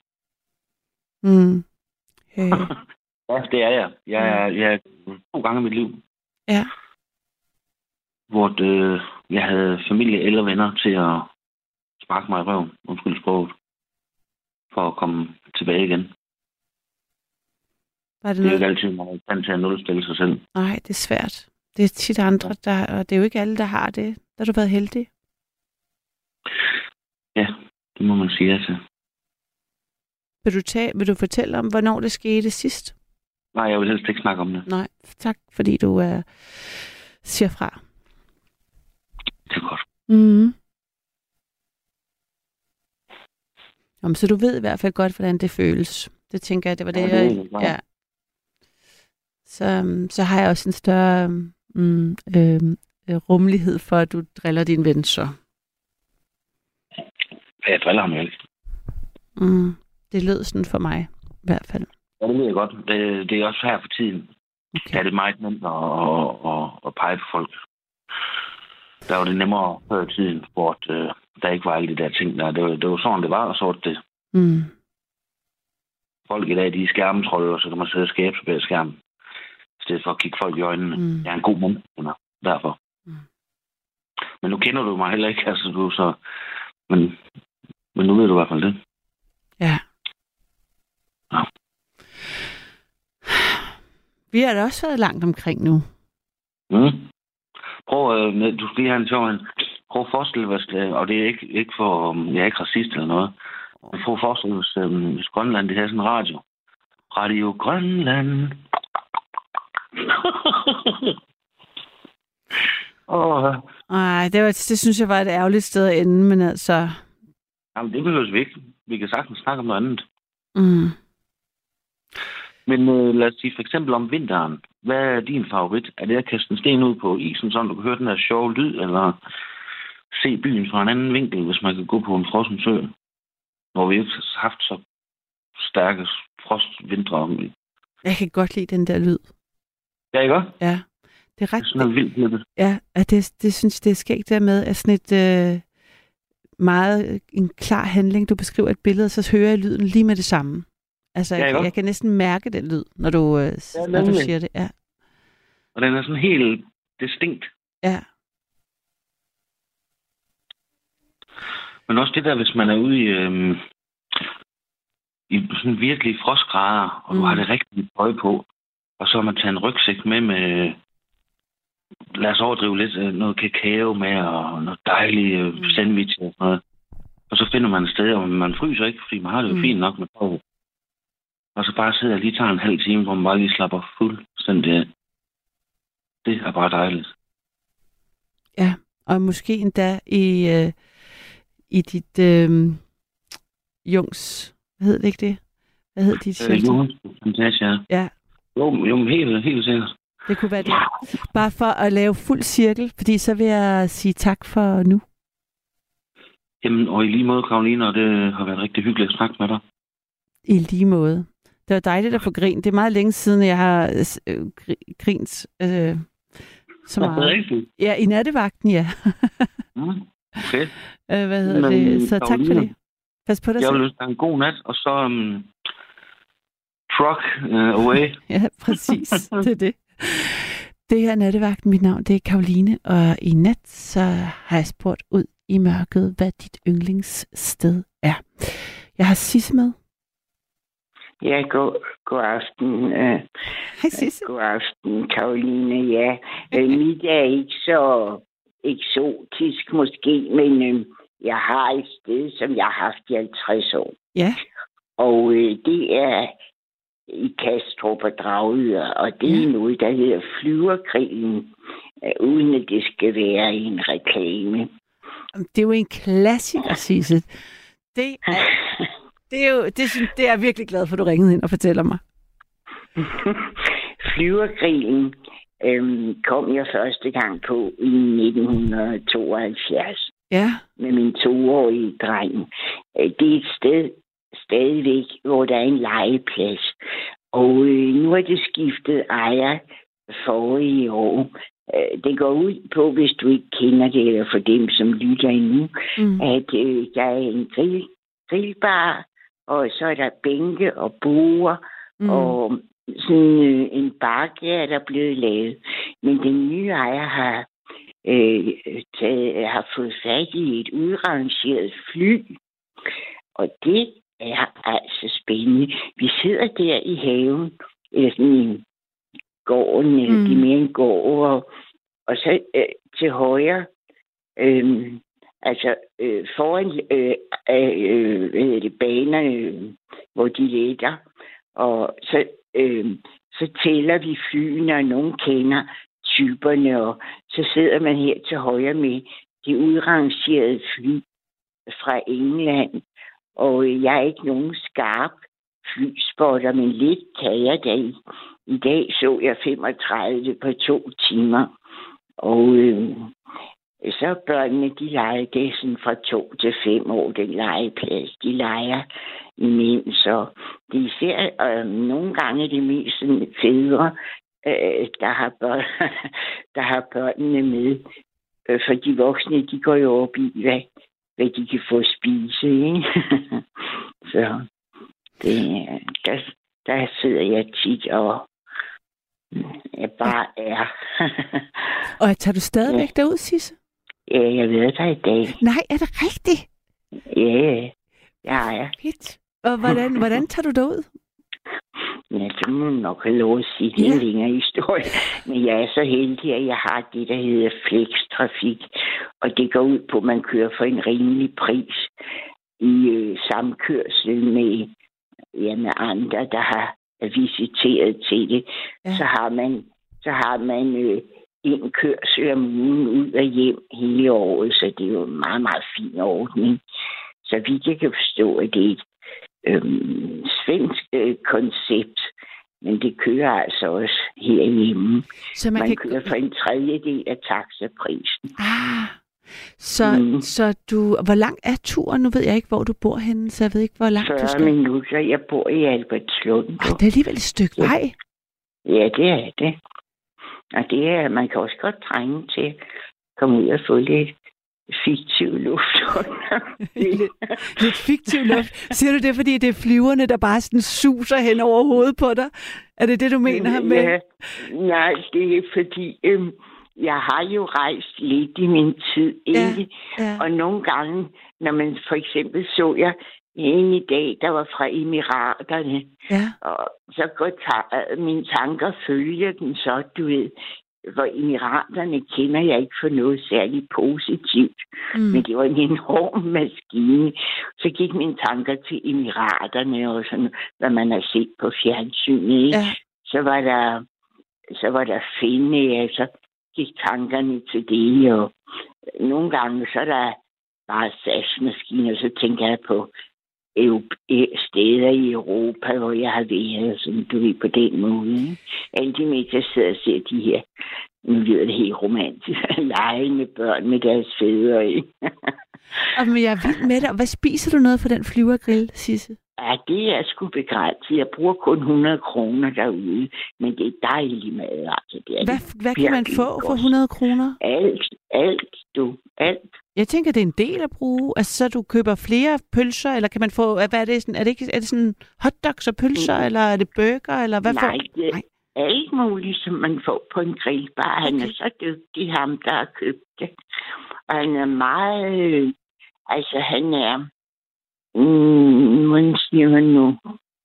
Ja, det er jeg. Jeg er 2 gange i mit liv. Ja. Hvor jeg havde familie eller venner til at sparke mig i røven, undskyld sproget, for at komme tilbage igen. Var det er jo ikke altid, man kan til at nulstille sig selv. Nej, det er svært. Det er tit andre, og det er jo ikke alle, der har det. Der har du været heldig. Ja, det må man sige altså. Vil du fortælle om, hvornår det skete sidst? Nej, jeg vil helst ikke snakke om det. Nej, tak, fordi du siger fra. Det er godt. Mm. Jamen, så du ved i hvert fald godt, hvordan det føles. Det tænker jeg, det var det, ja. Så har jeg også en større rummelighed for, at du driller din ven så. Jeg driller ham jo ikke. Det lød sådan for mig, i hvert fald. Ja, det ved jeg godt. Det er også her for tiden. Okay. Ja, det er meget nemt at pege på folk. Der var det nemmere før i tiden, hvor der ikke var alle de der ting der. Det var sådan, det var, og så var det. Folk i dag, de er skærmentrolde, og så kan man sidde og skabe sig bag skærmen. I stedet for at kigge folk i øjnene. Jeg er en god mand, derfor. Men nu kender du mig heller ikke, altså du så... Men nu ved du i hvert fald det. Ja. Vi har da også været langt omkring nu. Prøv, du skal lige have en sjov en. Prøv at forestille dig, og det er ikke for, jeg er ikke racist eller noget, men prøv at forestille dig, hvis Grønland, det har sådan en radio. Radio Grønland. Nej, det synes jeg var et ærgerligt sted at ende, men altså... Jamen, det behøves vi ikke. Vi kan sagtens snakke om noget andet. Men lad os sige for eksempel om vinteren. Hvad er din favorit? Er det at kaste en sten ud på isen, så du kan høre den her sjove lyd, eller se byen fra en anden vinkel, hvis man kan gå på en frossen sø, hvor vi ikke har haft så stærke frostvintre? Jeg kan godt lide den der lyd. Ja, ikke også? Ja. Det er ret... Det er sådan vildt. Ja, det synes det er skægt dermed, at sådan et meget en klar handling, du beskriver et billede, så hører jeg lyden lige med det samme. Altså, jeg kan næsten mærke den lyd, når du siger det. Ja. Og den er sådan helt distinkt. Ja. Men også det der, hvis man er ude i sådan virkelig frostgrader, og du har det rigtige tøj på, og så har man taget en rygsæk med lad os overdrive lidt, noget kakao med, og noget dejlig sandwich og sådan noget. Og så finder man et sted, og man fryser ikke, fordi man har det jo fint nok med tøj. Og så bare sidder og lige tager en halv time, hvor man bare lige slapper fuldstændig af. Det er bare dejligt. Ja, og måske endda i dit Jungs... Hvad hed det ikke det? Hvad hed dit shelter? Jungs Plantage, ja. Jo, helt sikkert. Det kunne være det. Bare for at lave fuld cirkel, fordi så vil jeg sige tak for nu. Jamen, og i lige måde, Karoline, og det har været rigtig hyggeligt at snakke med dig. I lige måde. Det var dejligt at få grin. Det er meget længe siden, jeg har grint så meget. Ja, i nattevagten, ja. Okay. Hvad hedder det? Så tak for det. Pas på dig selv. Jeg vil ønske dig en god nat, og så truck away. Ja, præcis. Det er det. Det her er nattevagten. Mit navn det er Karoline, og i nat så har jeg spurgt ud i mørket, hvad dit yndlingssted er. Jeg har Sisse med. Ja, god aften. Hej Sisse. God aften, Karoline. Ja, mit er ikke så eksotisk måske, men jeg har et sted, som jeg har haft i 50 år. Ja. Og det er i Kastrup og Dragør, og det er noget, der hedder Flyvergrillen, uden at det skal være en reklame. Det er jo en klassiker, Sisse. Det er jeg virkelig glad for, at du ringede ind og fortæller mig. Flyvergrillen kom jeg første gang på i 1972. Ja. Med min 2-årige dreng. Det er et sted stadigvæk, hvor der er en legeplads. Og nu er det skiftet ejer forrige år. Det går ud på, hvis du ikke kender det, eller for dem, som lytter endnu, at der er en grillbar, og så er der bænke og borde, og sådan en bakke er der blevet lavet. Men den nye ejer har fået fat i et udrangeret fly, og det er altså spændende. Vi sidder der i haven, eller sådan i gården, det er mere en gård, og Og så til højre, foran banerne, hvor de letter. Og så tæller vi flyene, og nogen kender typerne, og så sidder man her til højre med de udrangerede fly fra England. Og jeg er ikke nogen skarp flyspotter, men lidt kan jeg da. I dag så jeg 35 på 2 timer. Og så børnene, de leger, det er sådan fra 2 til 5 år, den legeplads. De leger imens, og det er især nogle gange de mest fædre, der har børnene med. For de voksne, de går jo op i, hvad de kan få at spise, ikke? Så der sidder jeg tit og jeg bare er. Og tager du stadigvæk derud, Sisse? Ja, jeg ved der i dag. Nej, er det rigtigt? Ja, det har jeg. Fedt. Og hvordan tager du derud? Ja, det må man nok have lov at sige. Det er en længere historie. Men jeg er så heldig, at jeg har det, der hedder flextrafik. Og det går ud på, at man kører for en rimelig pris i samkørsel med andre, der har visiteret til det. Ja. Så har man en kørsel om ugen ud og hjem hele året, så det er jo en meget, meget fin ordning. Så vidt jeg kan forstå, at det er et svensk koncept, men det kører altså også herhjemme. Så man kører for en tredjedel af taxaprisen. Så du, hvor lang er turen? Nu ved jeg ikke, hvor du bor henne, så jeg ved ikke, hvor langt du skal. 40 minutter. Jeg bor i Albertslund. Det er alligevel et stykke vej. Ja, det er det. Og det er, man kan også godt trænge til at komme ud og få lidt fiktiv luft. Lidt fiktiv luft. Siger du det, fordi det er flyverne, der bare sådan suser hen over hovedet på dig? Er det det, du mener med? Ja, nej, det er fordi, jeg har jo rejst lidt i min tid, ikke? Ja. Og nogle gange, når man for eksempel så jeg en i dag, der var fra Emiraterne, og så går mine tanker følger den så, du ved, hvor Emiraterne kender jeg ikke for noget særligt positivt, men det var en enorm maskine. Så gik mine tanker til Emiraterne og sådan, hvad man har set på fjernsynet. Ja. Så var der Finne, altså gik tankerne til det, og nogle gange så er der bare SAS-maskiner, så tænker jeg på steder i Europa, hvor jeg har været, sådan du ved, på den måde. Alle de med, der sidder og ser de her, nu lyder det helt romantisk, legende børn med deres fædre, ikke? Men jeg er vild med dig. Hvad spiser du noget for den flyvergrill, Sisse? Ja, det er sgu begrænset. Jeg bruger kun 100 kroner derude, men det er dejlig mad. Altså, det er hvad kan man få for 100 kroner? Alt. Jeg tænker, det er en del at bruge. Altså, så du køber flere pølser, eller kan man få, hvad er det? Er det sådan hotdogs og pølser, eller er det burger, eller hvad Nej, det er alt muligt, som man får på en grillbar. Han er så dygtig, ham, der har købt det. Og han er meget... altså, han er... hvordan siger man nu?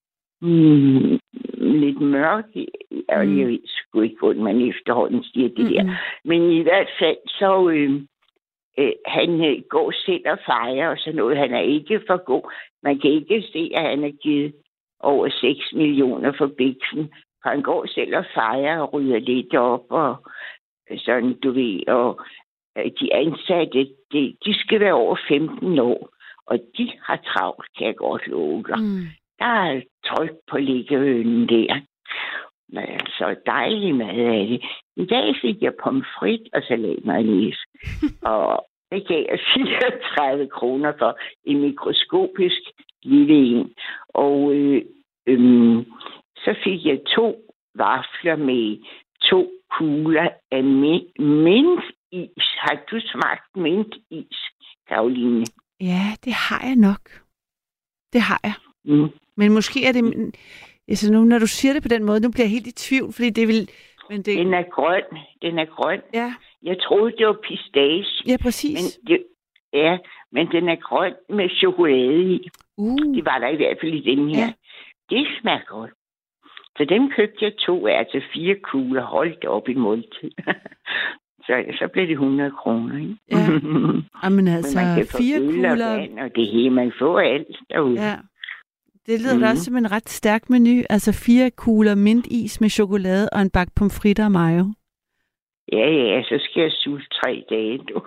Lidt mørk. Og jeg ved sgu ikke, hvordan man efterhånden siger det der. Men i hvert fald, så... han går selv og fejrer og sådan noget. Han er ikke for god. Man kan ikke se, at han har givet over 6 millioner for biksen. For han går selv og fejrer og rydder lidt op og sådan, du ved. Og de ansatte, de skal være over 15 år. Og de har travlt, kan jeg godt love dig. Der er tryk på liggehønen der. Så dejlig mad af det. I dag fik jeg pomfrit og salatmayonnaise. Og det gav jeg 34 kroner for en mikroskopisk lille en. Og så fik jeg 2 vafler med 2 kugler af mintis. Har du smagt mintis, Karoline? Ja, det har jeg nok. Det har jeg. Men måske er det... Altså nu, når du siger det på den måde, nu bliver jeg helt i tvivl, fordi det vil... Men det... Den er grøn. Ja. Jeg troede, det var pistache. Ja, præcis. Men den er grøn med chokolade i. Det var der i hvert fald i den her. Ja. Det smager godt. Så dem købte jeg 2 af til 4 kugler. Holdt op i måltid. Så bliver det 100 kroner, ikke? Ja. Jamen altså, Men man kan få 4 øl kugler... og vand, og det hele, man får alt derude. Ja. Det lyder da også som en ret stærk menu. Altså 4 kugler mintis med chokolade og en bakke pomfritter og mayo. Ja, så skal jeg suge 3 dage, du.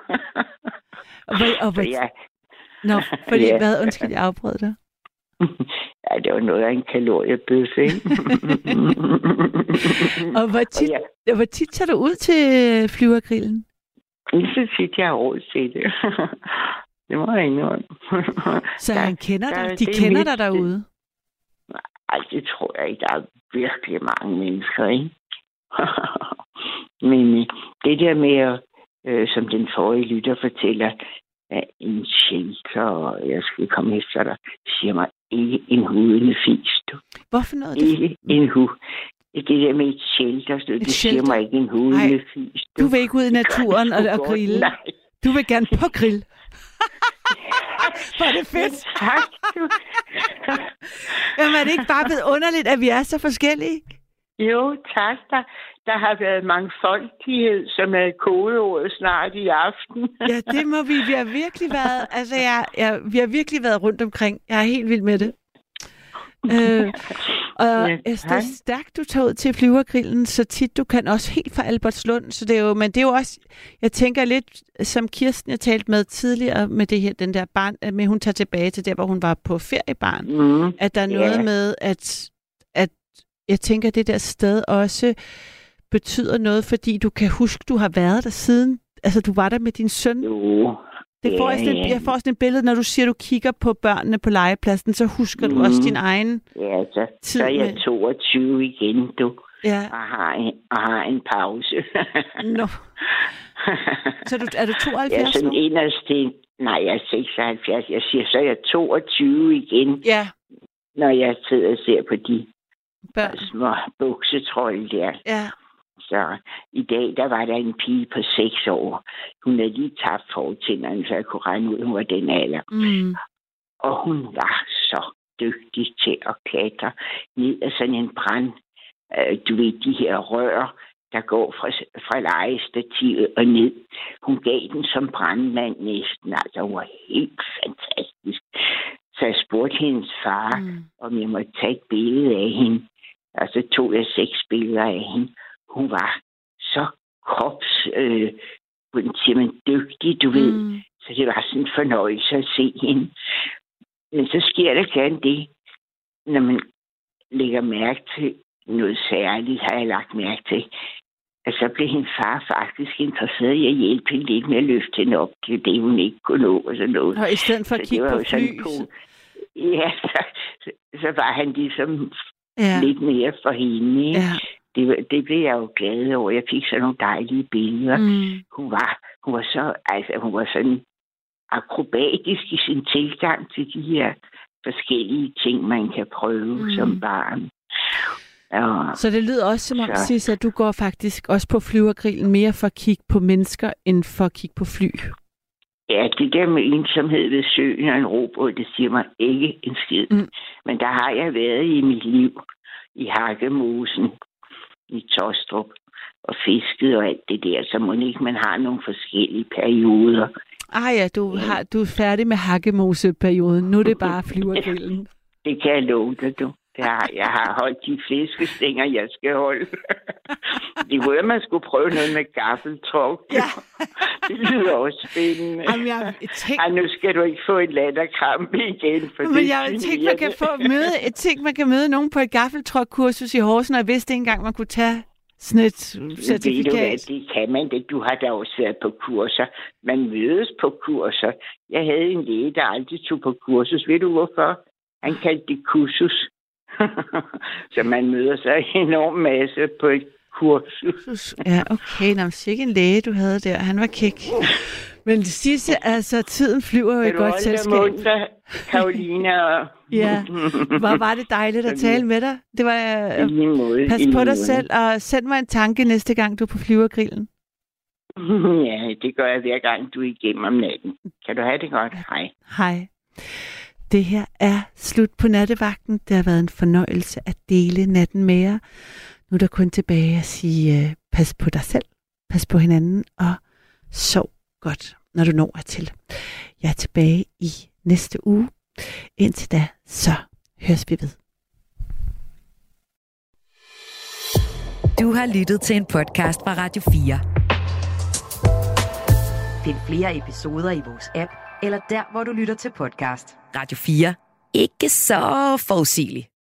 Fordi hvad? Undskyld, jeg afbrød dig. Ja, det var noget af en kaloriebøf, ikke? Og hvor tit tager du ud til Flyvergrillen? Ikke så tit, jeg har råd til det. Det må jeg indrømme. Så han kender dig? De kender dig derude? Ej, det tror jeg ikke. Der er virkelig mange mennesker, ikke? Men det der med, som den forrige lytter fortæller, at en shelter, og jeg skal komme efter dig, siger mig ikke en hudende fis, du. Hvorfor noget? Ikke en hud. Det der med et shelter, så det siger mig ikke en hudende fis. Du vil ikke ud i naturen og grille? Nej. Du vil gerne på grill? Var det fedt? Tak, du. Jamen, er det ikke bare blevet underligt, at vi er så forskellige? Jo, tak. Der har været mangfoldighed, som er kodeordet snart i aften. Ja, det må vi. Vi har virkelig været, altså vi har virkelig været rundt omkring. Jeg er helt vild med det. Og det er stærkt, du tager ud til Flyvergrillen så tit du kan, også helt fra Albertslund. Så det er jo, men det er jo også, jeg tænker lidt, som Kirsten jeg talte med tidligere med det her, den der barn, med hun tager tilbage til der, hvor hun var på feriebarn. At der er noget med, at jeg tænker, at det der sted også betyder noget, fordi du kan huske, du har været der siden, altså du var der med din søn. Jo. Jeg får sådan et billede, når du siger, du kigger på børnene på legepladsen, så husker du også din egen tid. Så er jeg 22 igen, du. Ja. Og har en pause. Nå. Så er du 72? Jeg er sådan inderst. Nej, jeg er 76. Jeg siger, så er jeg 22 igen. Ja. Når jeg sidder og ser på de små buksetrøjer der. Ja. Så i dag, der var der en pige på 6 år. Hun havde lige tabt fortænderne, så jeg kunne regne ud, hun var den alder. Og hun var så dygtig til at klatre ned af sådan en brand. Du ved, de her rør, der går fra legestativet og ned. Hun gav den som brandmand næsten. Altså, hun var helt fantastisk. Så jeg spurgte hendes far, om jeg måtte tage et billede af hende. Og så tog jeg 6 billeder af hende. Hun var så dygtig, du ved. Så det var sådan en fornøjelse at se hende. Men så sker der gerne det, når man lægger mærke til noget særligt, har jeg lagt mærke til. Og så blev hendes far faktisk interesseret i at hjælpe hende lidt med at løfte hende op til det, hun ikke kunne nå og sådan noget. Og i stedet for at kigge på fly. Ja, så var han ligesom lidt mere for hende. Ja. Det blev jeg jo glad over. Jeg fik sådan nogle dejlige billeder. Hun var sådan akrobatisk i sin tilgang til de her forskellige ting, man kan prøve som barn. Så det lyder også som om, Sis, at du går faktisk også på Flyvergrillen mere for at kigge på mennesker, end for at kigge på fly. Ja, det der med ensomhed ved søen og en robåd, det siger mig ikke en skid. Men der har jeg været i mit liv i Hakkemosen, i Tostrup, og fisket og alt det der, så må ikke man har nogle forskellige perioder. Du er færdig med Hakkemose-perioden. Nu er det bare Flyvergrillen. Det kan jeg love dig, du. Jeg har holdt de fiskestænger, jeg skal holde. Det var man skulle prøve noget med gaffeltruck. Ja. Det lyder også spændende. Jamen, nu skal du ikke få en latterkrampe igen. Men jeg tænkte, man kan møde nogen på et gaffeltruck-kursus i Horsens, og jeg vidste ikke engang, man kunne tage sådan et certifikat. Det kan man det. Du har da også været på kurser. Man mødes på kurser. Jeg havde en læge, der aldrig tog på kursus. Ved du hvorfor? Han kaldte det kursus. Så man møder sig enormt masse på et kursus. Ja, okay. Nå, sikke en læge, du havde der. Han var kæk. Men det sidste, altså, tiden flyver jo i godt selskab. Munter, Karoline. Ja, hvor var det dejligt at tale med dig. Det var, pas på dig selv, og send mig en tanke næste gang, du er på Flyvergrillen. Ja, det gør jeg hver gang, du er igennem om natten. Kan du have det godt? Hej. Hej. Det her er slut på nattevagten. Det har været en fornøjelse at dele natten med jer. Nu er der kun tilbage at sige, pas på dig selv Pas på hinanden, og sov godt, når du når hertil. Jeg er tilbage i næste uge. Indtil da, så høres vi ved. Du har lyttet til en podcast fra Radio 4. Find flere episoder i vores app, eller der, hvor du lytter til podcast. Radio 4. Ikke så forudsigeligt.